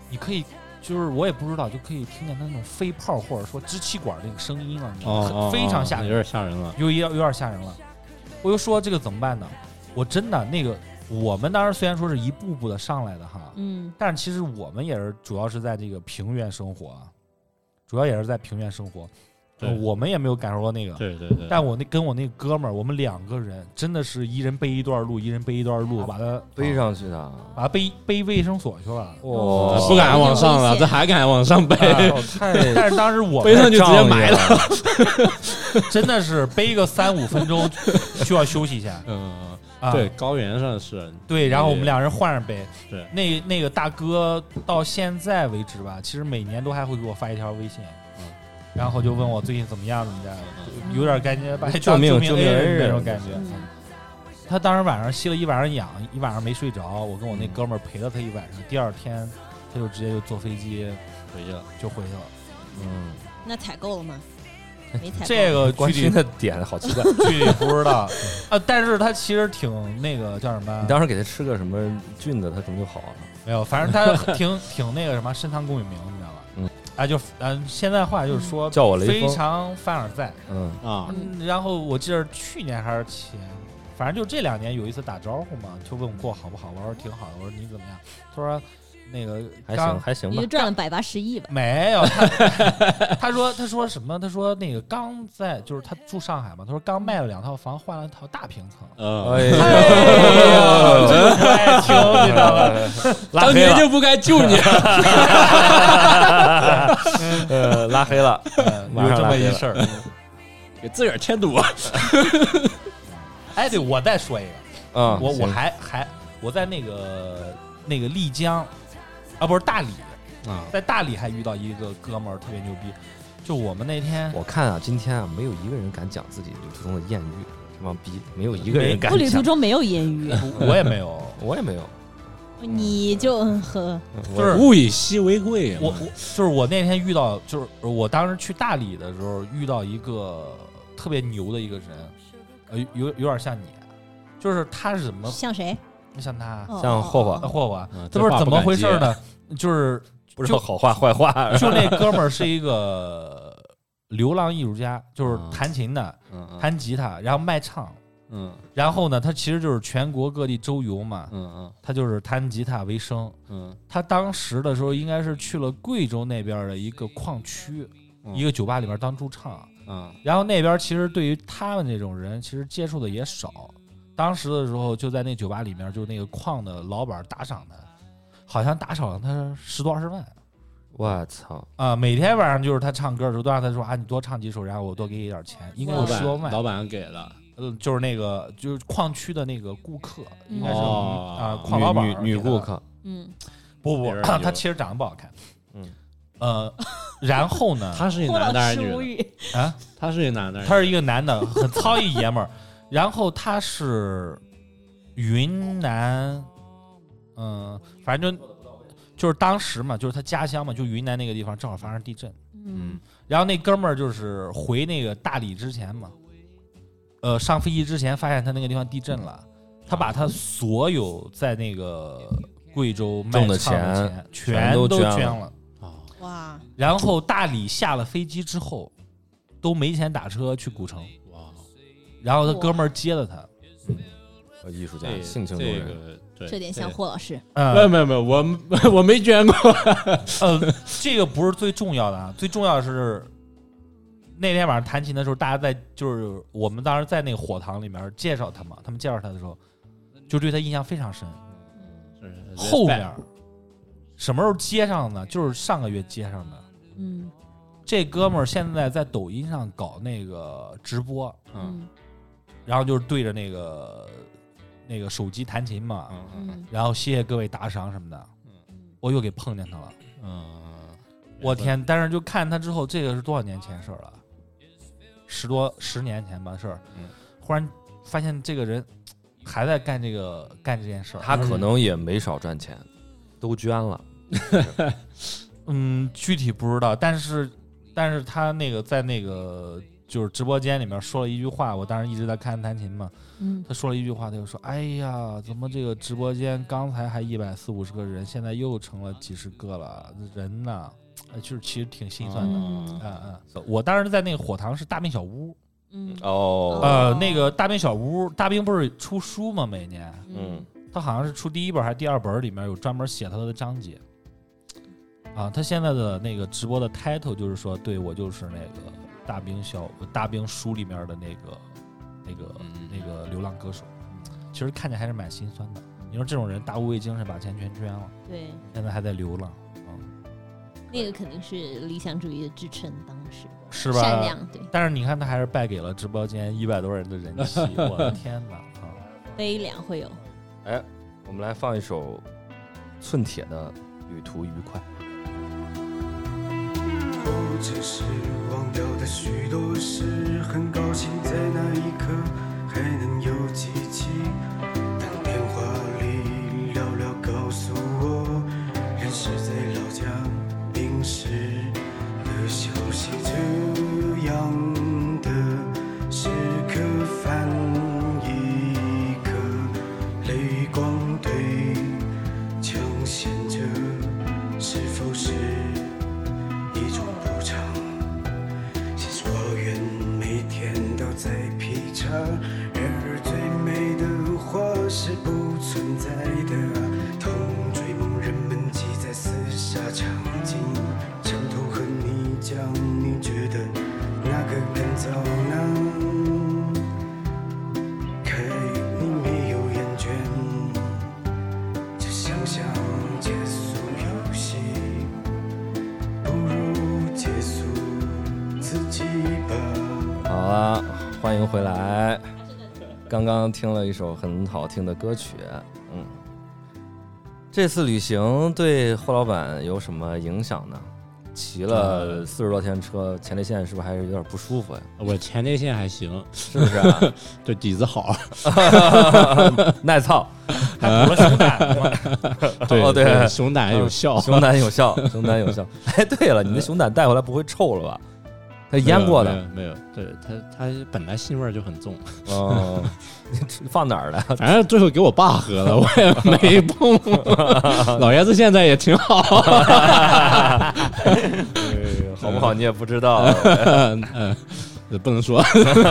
你可以就是我也不知道，就可以听见他那种飞炮或者说支气管那个声音了，你知道吗？ 哦， 非常吓人， 有点吓人了， 有有有点吓人了。我就说这个怎么办呢？我真的那个，我们当时虽然说是一步步的上来的哈， 嗯， 但是其实我们也是主要是在这个平原生活，主要也是在平原生活， 对我们也没有感受过那个。 对对对。 但我那跟我那哥们儿，我们两个人真的是一人背一段路，一人背一段路，把他背上去的， 把他背背卫生所去了。 哇， 不敢往上了， 有危险这还敢往上背？ 哦太但是当时我背上就直接埋了， 真的是背个三五分钟需要休息一下。 嗯， 啊、 对，高原上是， 对，然后我们两人换着背。 对， 那那个大哥到现在为止吧，其实每年都还会给我发一条微信， 嗯， 然后就问我最近怎么样怎么样，有点感觉把救命救命恩恩人那种感觉。 嗯他当时晚上吸了一晚上氧，一晚上没睡着，我跟我那哥们儿陪了他一晚上，第二天他就直接就坐飞机回去了， 就回去了。 嗯， 那采购了吗？没采购。 这个关具体心的点好奇怪。 具体不知道啊，但是他其实挺那个叫什么？ 你当时给他吃个什么菌子，他怎么就好了？ 没有，反正他挺挺那个什么深藏功与名，你知道吧？ 嗯， 啊，就嗯，现在话就是说叫我雷锋非常凡尔赛。 嗯啊， 嗯，然后我记得去年还是前，反正就这两年有一次打招呼嘛，就问我过好不好，我说挺好的，我说你怎么样？他说那个还刚行还行吧你就。赚了百八十亿吧？ 没有，他他说他说什么？他说那个刚在就是他住上海嘛，他说刚卖了两套房，换了一套大平层。 呃， 哎哎呀， 呀， 这个不爱听，你知道吧？ 当年就不该救你， 呃，拉黑了， 嗯有这么一事儿。 给自个儿添堵。 哎，对，我再说一个， 嗯， 我我行还还我在那个那个丽江啊，不是大理， 啊， 在大理还遇到一个哥们儿特别牛逼，就我们那天我看啊，今天啊，没有一个人敢讲自己旅途中的艳遇，这帮逼，没有一个人敢我旅途讲。 中没有艳遇， 我也没有， 我也没有， 你就嗯呵， 就是物以稀为贵嘛。 我我就是我那天遇到，就是我当时去大理的时候遇到一个特别牛的一个人，呃，有有点像你，就是他是怎么像谁？ 像他哦像霍霍哦哦霍霍， 嗯这不是怎么回事这话不呢？就是不知道好话坏话。 就那哥们儿是一个流浪艺术家，就是嗯弹琴的， 嗯嗯弹吉他，然后卖唱， 嗯然后呢，他其实就是全国各地周游嘛， 嗯他就是弹吉他为生。 嗯他当时的时候应该是去了贵州那边的一个矿区， 嗯一个酒吧里面当驻唱， 嗯然后那边其实对于他们这种人，其实接触的也少。当时的时候就在那酒吧里面，就那个矿的老板打赏他，好像打赏了他十多二十万。 我操！ 啊、每天晚上就是他唱歌的时候，都让他说啊，你多唱几首，然后我多给你一点钱，应该老有十多万。 板老板给了， 嗯，就是那个就是矿区的那个顾客，应该是啊、 哦矿老板女女女顾，客， 嗯， 不不别人， 他有其实长得不好看。 嗯， 呃，然后呢， 他是一霍老男的还是师无女的？ 语。 啊， 他是一男的还是女的， 他是一个男的，很糙一爷们儿。然后他是云南，嗯、反正就就是当时嘛，就是他家乡嘛，就云南那个地方正好发生地震。 嗯， 然后那哥们儿就是回那个大理之前嘛，呃，上飞机之前发现他那个地方地震了，他把他所有在那个贵州卖挣的唱的钱钱全全都都捐了捐了。 哦哇， 然后大理下了飞机之后，都没钱打车去古城， 哇， 然后他哥们儿接了他。 呃艺术家这性情中人。 这个对， 这点像霍老师。 没有呃没有没有，我我没捐过。 呃，这个不是最重要的啊，最重要的是那天晚上弹琴的时候，大家在就是我们当时在那个火塘里面介绍他嘛，他们介绍他的时候，就对他印象非常深。后面什么时候接上的呢？就是上个月接上的。 嗯这哥们儿现在在抖音上搞那个直播， 嗯嗯然后就是对着那个那个手机弹琴嘛， 嗯嗯嗯然后谢谢各位打赏什么的，我又给碰见他了。 嗯， 我天！但是就看他之后，这个是多少年前事儿了？十多十年前吧事儿。 嗯忽然发现这个人还在干这个干这件事儿。 他可能也没少赚钱，都捐了。 嗯，具体不知道，但是但是他那个在那个就是直播间里面说了一句话，我当时一直在看弹琴嘛， 嗯， 他说了一句话，他就说：“哎呀，怎么这个直播间刚才还一百四五十个人，现在又成了几十个了，人呐，就是其实挺心酸的。 嗯嗯嗯，我当时在那个火塘是大兵小屋， 嗯哦， 呃，那个大兵小屋，大兵不是出书吗？每年， 嗯他好像是出第一本还是第二本，里面有专门写他的章节。啊，他现在的那个直播的 title 就是说，对我就是那个大兵小大兵书里面的那个那个那个流浪歌手。其实看着还是蛮心酸的。你说这种人大无畏精神，把钱全捐了， 对， 现在还在流浪， 那个肯定是理想主义的支撑，当时是吧？ 善良，对， 但是你看，他还是败给了直播间一百多人的人气，我的天哪！啊， 悲凉会有。 哎，我们来放一首寸铁的《旅途愉快》。 或者是忘掉的许多事，很高兴在那一刻还能有记起。当电话里寥寥告诉我，人是在老家病逝的消息，这样的时刻翻一颗泪光对枪显着，是否是一种补偿？其实花园每天都在劈叉，然而最美的花是不存在的。痛追梦人们挤在厮杀场景，墙头和你讲，你觉得哪个更糟呢？看你没有厌倦，只想想结束游戏，不如结束自己吧。 好啊，欢迎回来。刚刚听了一首很好听的歌曲，嗯，这次旅行对霍老板有什么影响呢？骑了四十多天车，前列腺是不是还是有点不舒服呀？ 我前列腺还行， 是不是啊？ 对底子好， 耐操， 还补了熊胆吗？ 对哦对熊胆有效， 熊胆有效，熊胆有效。哎，对了，你的熊胆带回来不会臭了吧？它腌过的， 没有，没有，没有对它它本来腥味儿就很重， 哦，你放哪儿了？ 反正最后给我爸喝了，我也没碰。老爷子现在也挺好， 好不好你也不知道， 嗯，不能说。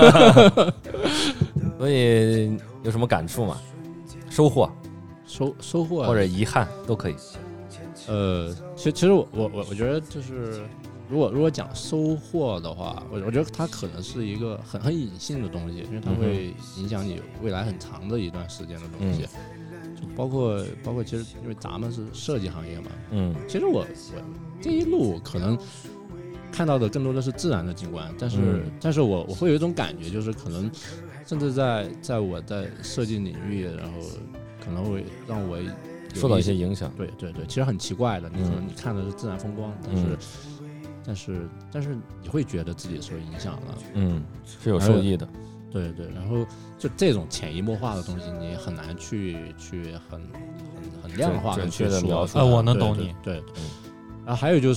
所以有什么感触吗？收获收收获或者遗憾都可以。 呃，其实其实我我我我觉得就是，如果如果讲收获的话，我我觉得它可能是一个很很隐性的东西，因为它会影响你未来很长的一段时间的东西，嗯、就包括包括其实因为咱们是设计行业嘛， 嗯， 其实我我这一路可能看到的更多的是自然的景观，但是、嗯、但是我我会有一种感觉，就是可能甚至在在我在设计领域，然后可能会让我受到一些影响。 对对对，其实很奇怪的，你可能你看的是自然风光，但是、嗯、但是但是你会觉得自己受影响了， 嗯，是有受益的。 对对，然后就这种潜移默化的东西，你很难去去很很很量化的去说。 呃，我能懂你。 对，对对嗯、然后还有就是，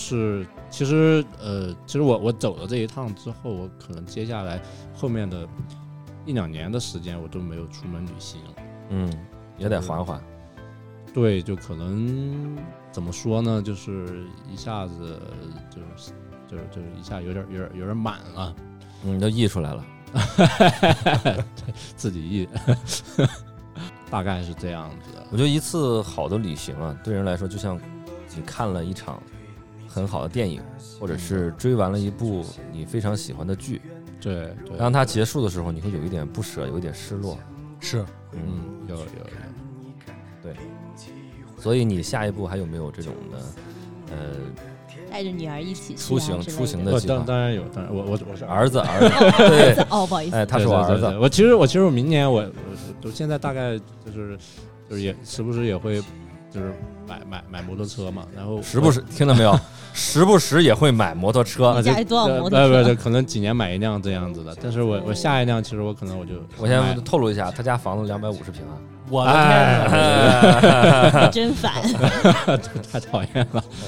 其实呃，其实我我走了这一趟之后，我可能接下来后面的一两年的时间，我都没有出门旅行。 嗯，也得缓缓。 对，就可能怎么说呢？就是一下子就是就是就是一下有点有点有点满了， 嗯，你都溢出来了， 自己溢，大概是这样子的。 我觉得一次好的旅行啊，对人来说就像你看了一场很好的电影，或者是追完了一部你非常喜欢的剧。 对，对当它结束的时候，你会有一点不舍，有一点失落。 是， 嗯， 有有有， 对。所以你下一步还有没有这种的，呃， 带着女儿一起出行出行的计划？ 当当然有，当然我我我是儿子儿子，对， 哦，不好意思， 哎，他是我儿子。 我其实我其实我明年我我我现在大概就是就是也时不时也会就是买买买摩托车嘛，然后时不时听到没有？时不时也会买摩托车， 家里多少摩托车？ 不不，可能几年买一辆这样子的。但是我我下一辆其实我可能我就我先透露一下，他家房子两百五十平啊。 我的天哪， 真烦， 太讨厌了。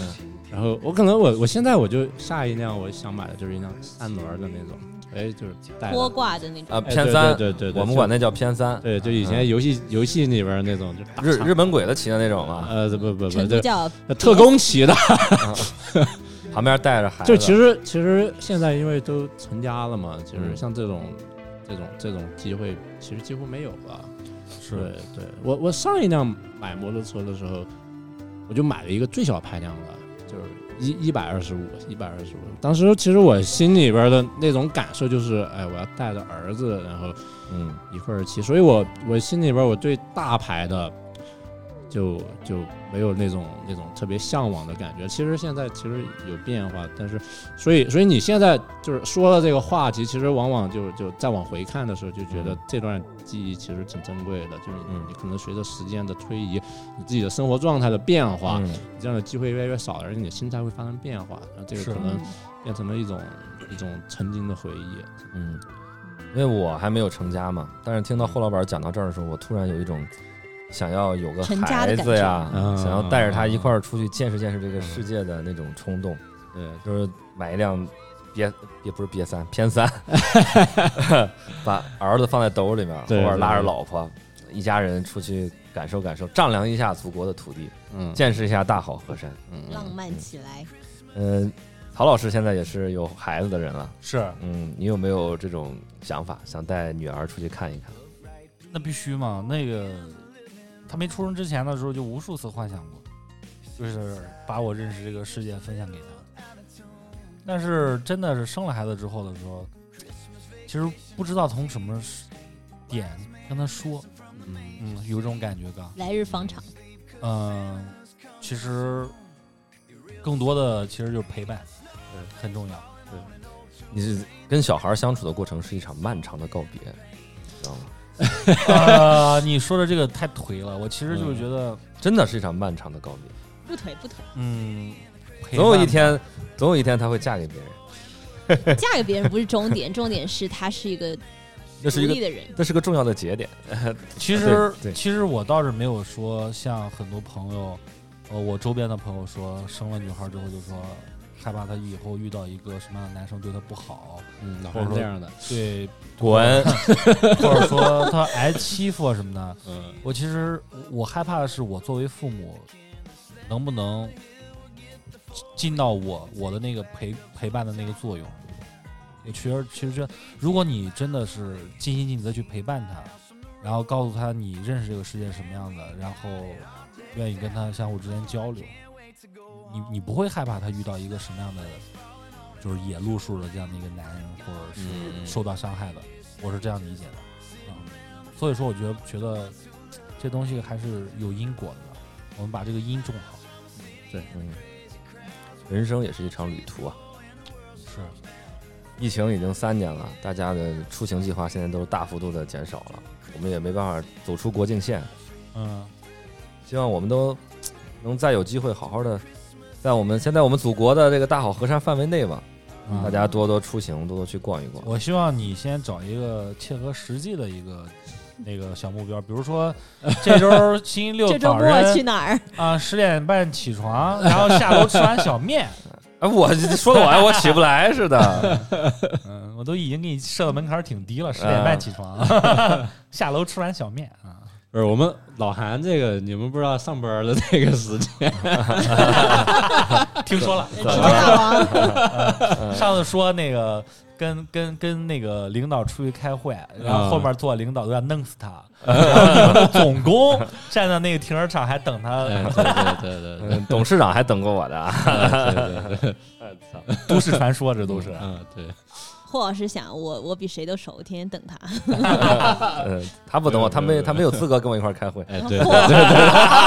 然后我可能我我现在我就下一辆我想买的就是一辆三轮的那种，哎，就是带拖挂的那种啊，偏三， 对对对， 我们管那叫偏三， 对，就以前游戏游戏里边那种，就日日本鬼子骑的那种嘛， 呃，不不不， 成都叫特工骑的， 旁边带着孩子。 就其实其实现在因为都成家了嘛，就是像这种这种这种机会，其实几乎没有了。 是对对，我我上一辆买摩托车的时候，我就买了一个最小排量的，就是一一百二十五，一百二十五。当时其实我心里边的那种感受就是，哎，我要带着儿子，然后嗯一块儿骑。所以我我心里边我对大牌的就就没有那种那种特别向往的感觉。其实现在其实有变化，但是所以所以你现在就是说了这个话题，其实往往就就再往回看的时候，就觉得这段记忆其实挺珍贵的。就是你你可能随着时间的推移，你自己的生活状态的变化， 嗯、 这样的机会越来越少，而且你的心态会发生变化，然后这个可能变成了一种一种曾经的回忆。 嗯，因为我还没有成家嘛，但是听到霍老板讲到这儿的时候，我突然有一种想要有个孩子呀，想要带着他一块儿出去见识见识这个世界的那种冲动。对，就是买一辆别别不是别三偏三，把儿子放在兜里面，后边拉着老婆，一家人出去感受感受，丈量一下祖国的土地，嗯，见识一下大好河山， 嗯，浪漫起来。 嗯，曹老师现在也是有孩子的人了， 是， 嗯，你有没有这种想法，想带女儿出去看一看？ 那必须嘛，那个他没出生之前的时候就无数次幻想过，就是把我认识这个世界分享给他。但是真的是生了孩子之后的时候，其实不知道从什么点跟他说，嗯嗯，有这种感觉噶。 来日方长。 嗯，其实更多的其实就是陪伴，对，很重要。对， 你跟小孩相处的过程是一场漫长的告别，知道吗？ 啊、呃，你说的这个太颓了，我其实就是觉得、 嗯、真的是一场漫长的告不别。 颓不颓， 嗯， 总有一天，总有一天他会嫁给别人。嫁给别人不是终点，重点是他是一个独立的人， 这是个重要的节点。 其实，其实我倒是没有说像很多朋友，呃，我周边的朋友说，生了女孩之后就说害怕她以后遇到一个什么样的男生对她不好， 嗯，或者说这样的， 对， 滚， 或者说他挨欺负什么的。嗯，我其实我害怕的是，我作为父母能不能尽到我我的那个陪陪伴的那个作用。我其实其实这，如果你真的是尽心尽力的去陪伴他，然后告诉他你认识这个世界是什么样的，然后愿意跟他相互之间交流，你你不会害怕他遇到一个什么样的就是野路数的这样的一个男人，或者是受到伤害的，嗯、我是这样理解的。嗯，所以说我觉得觉得这东西还是有因果的，我们把这个因种好。 对，嗯，人生也是一场旅途啊。 是。 疫情已经三年了，大家的出行计划现在都大幅度的减少了，我们也没办法走出国境线。 嗯， 希望我们都能再有机会好好的，在我们现在我们祖国的这个大好河山范围内吧，嗯、大家多多出行，多多去逛一逛。 我希望你先找一个切合实际的一个那个小目标，比如说这周星期六这周末去哪儿啊？十点半起床，然后下楼吃碗小面。 哎，我说的我我起不来似的。 嗯，我都已经给你设的门槛挺低了，十点半起床，嗯、下楼吃碗小面啊。 不是我们老韩这个，你们不知道上班的这个时间。 听说了， 知道了。上次说那个跟跟跟那个领导出去开会，然后后面坐领导都要弄死他。然后你们的总工站在那个停车场还等他， 对对对对对， 董事长还等过我的， 对对对， 都市传说这都是， 嗯对。 霍老师想我，我比谁都熟，天天等他。 呃，他不等我，他没他没有资格跟我一块儿开会。 哎，对对对。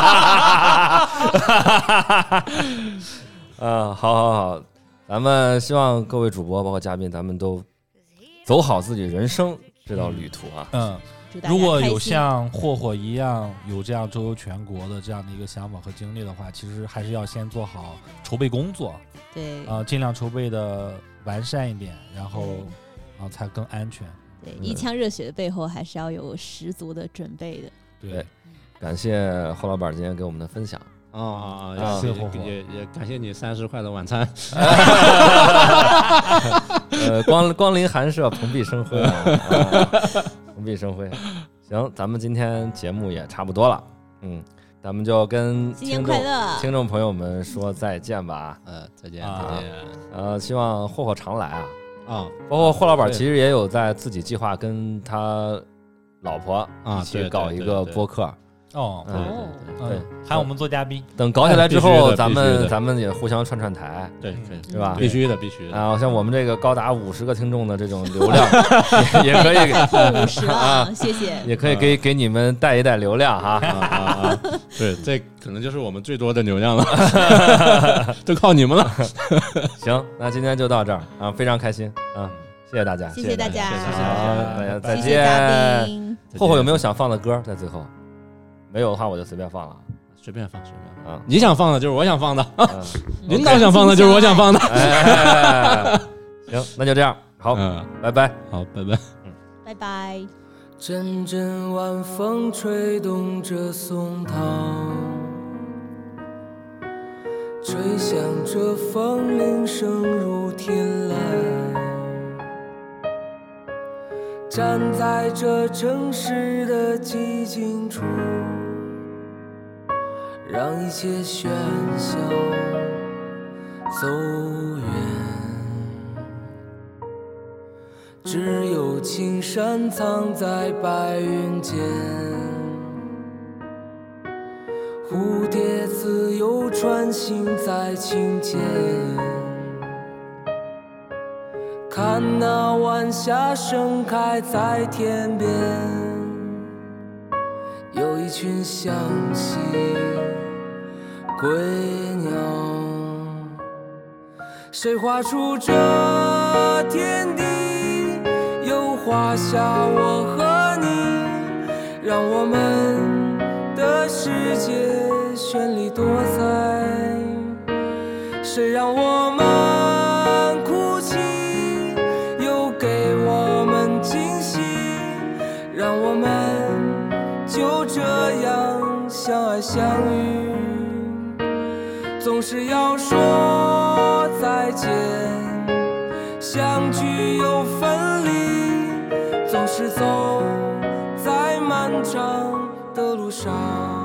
啊，好好好，咱们希望各位主播包括嘉宾，咱们都走好自己人生这道旅途啊。 嗯。如果有像霍霍一样有这样周游全国的这样的一个想法和经历的话，其实还是要先做好筹备工作， 对， 啊、呃，尽量筹备的完善一点，然后啊、呃、才更安全。 对，一腔热血的背后还是要有十足的准备的。 对，感谢霍老板今天给我们的分享啊啊啊也谢火火也也感谢你三十块的晚餐。 呃，光光临寒舍，蓬荜生辉啊，啊蓬荜生辉。行，咱们今天节目也差不多了，嗯，咱们就跟新年听众快乐！ 听众朋友们说再见吧。 呃，再见啊再见呃，希望霍霍常来啊， 啊包括霍老板对其实也有在自己计划跟他老婆啊一起对对搞一个对对播客。 哦， 嗯哦， 嗯对， 喊我们做嘉宾。 等搞起来之哎必须后， 的咱必须的们咱们也互相串串台， 对嗯对是吧？ 必须的必须的啊，像我们这个高达五十个听众的这种流量，也也可以给五十啊，谢谢。 也可以给给你们带一带流量哈。 啊啊啊！对，这可能就是我们最多的流量了，都靠你们了。 行，那今天就到这儿啊，非常开心啊，谢谢大家， 谢谢大家， 谢谢好，大家再谢谢嘉见。 宾。 霍霍有没有想放的歌在最后？没有的话我就随便放了随便放随便放啊。 你想放的就是我想放的， 嗯领导想放的就是我想放的。 哎，行，那就这样，好， 嗯， 拜拜。 好，拜拜。 拜拜。 阵阵晚风吹动着松涛，吹响着风铃声如天籁。站在这城市的寂静处，让一切喧嚣走远。只有青山藏在白云间，蝴蝶自由穿行在清间。看那晚霞盛开在天边，有一群向西归鸟。谁画出这天地，又画下我和你，让我们的世界绚丽多彩。谁让我们哭泣，又给我们惊喜，让我们就这样相爱相遇。总是要说再见，相聚又分离，总是走在漫长的路上。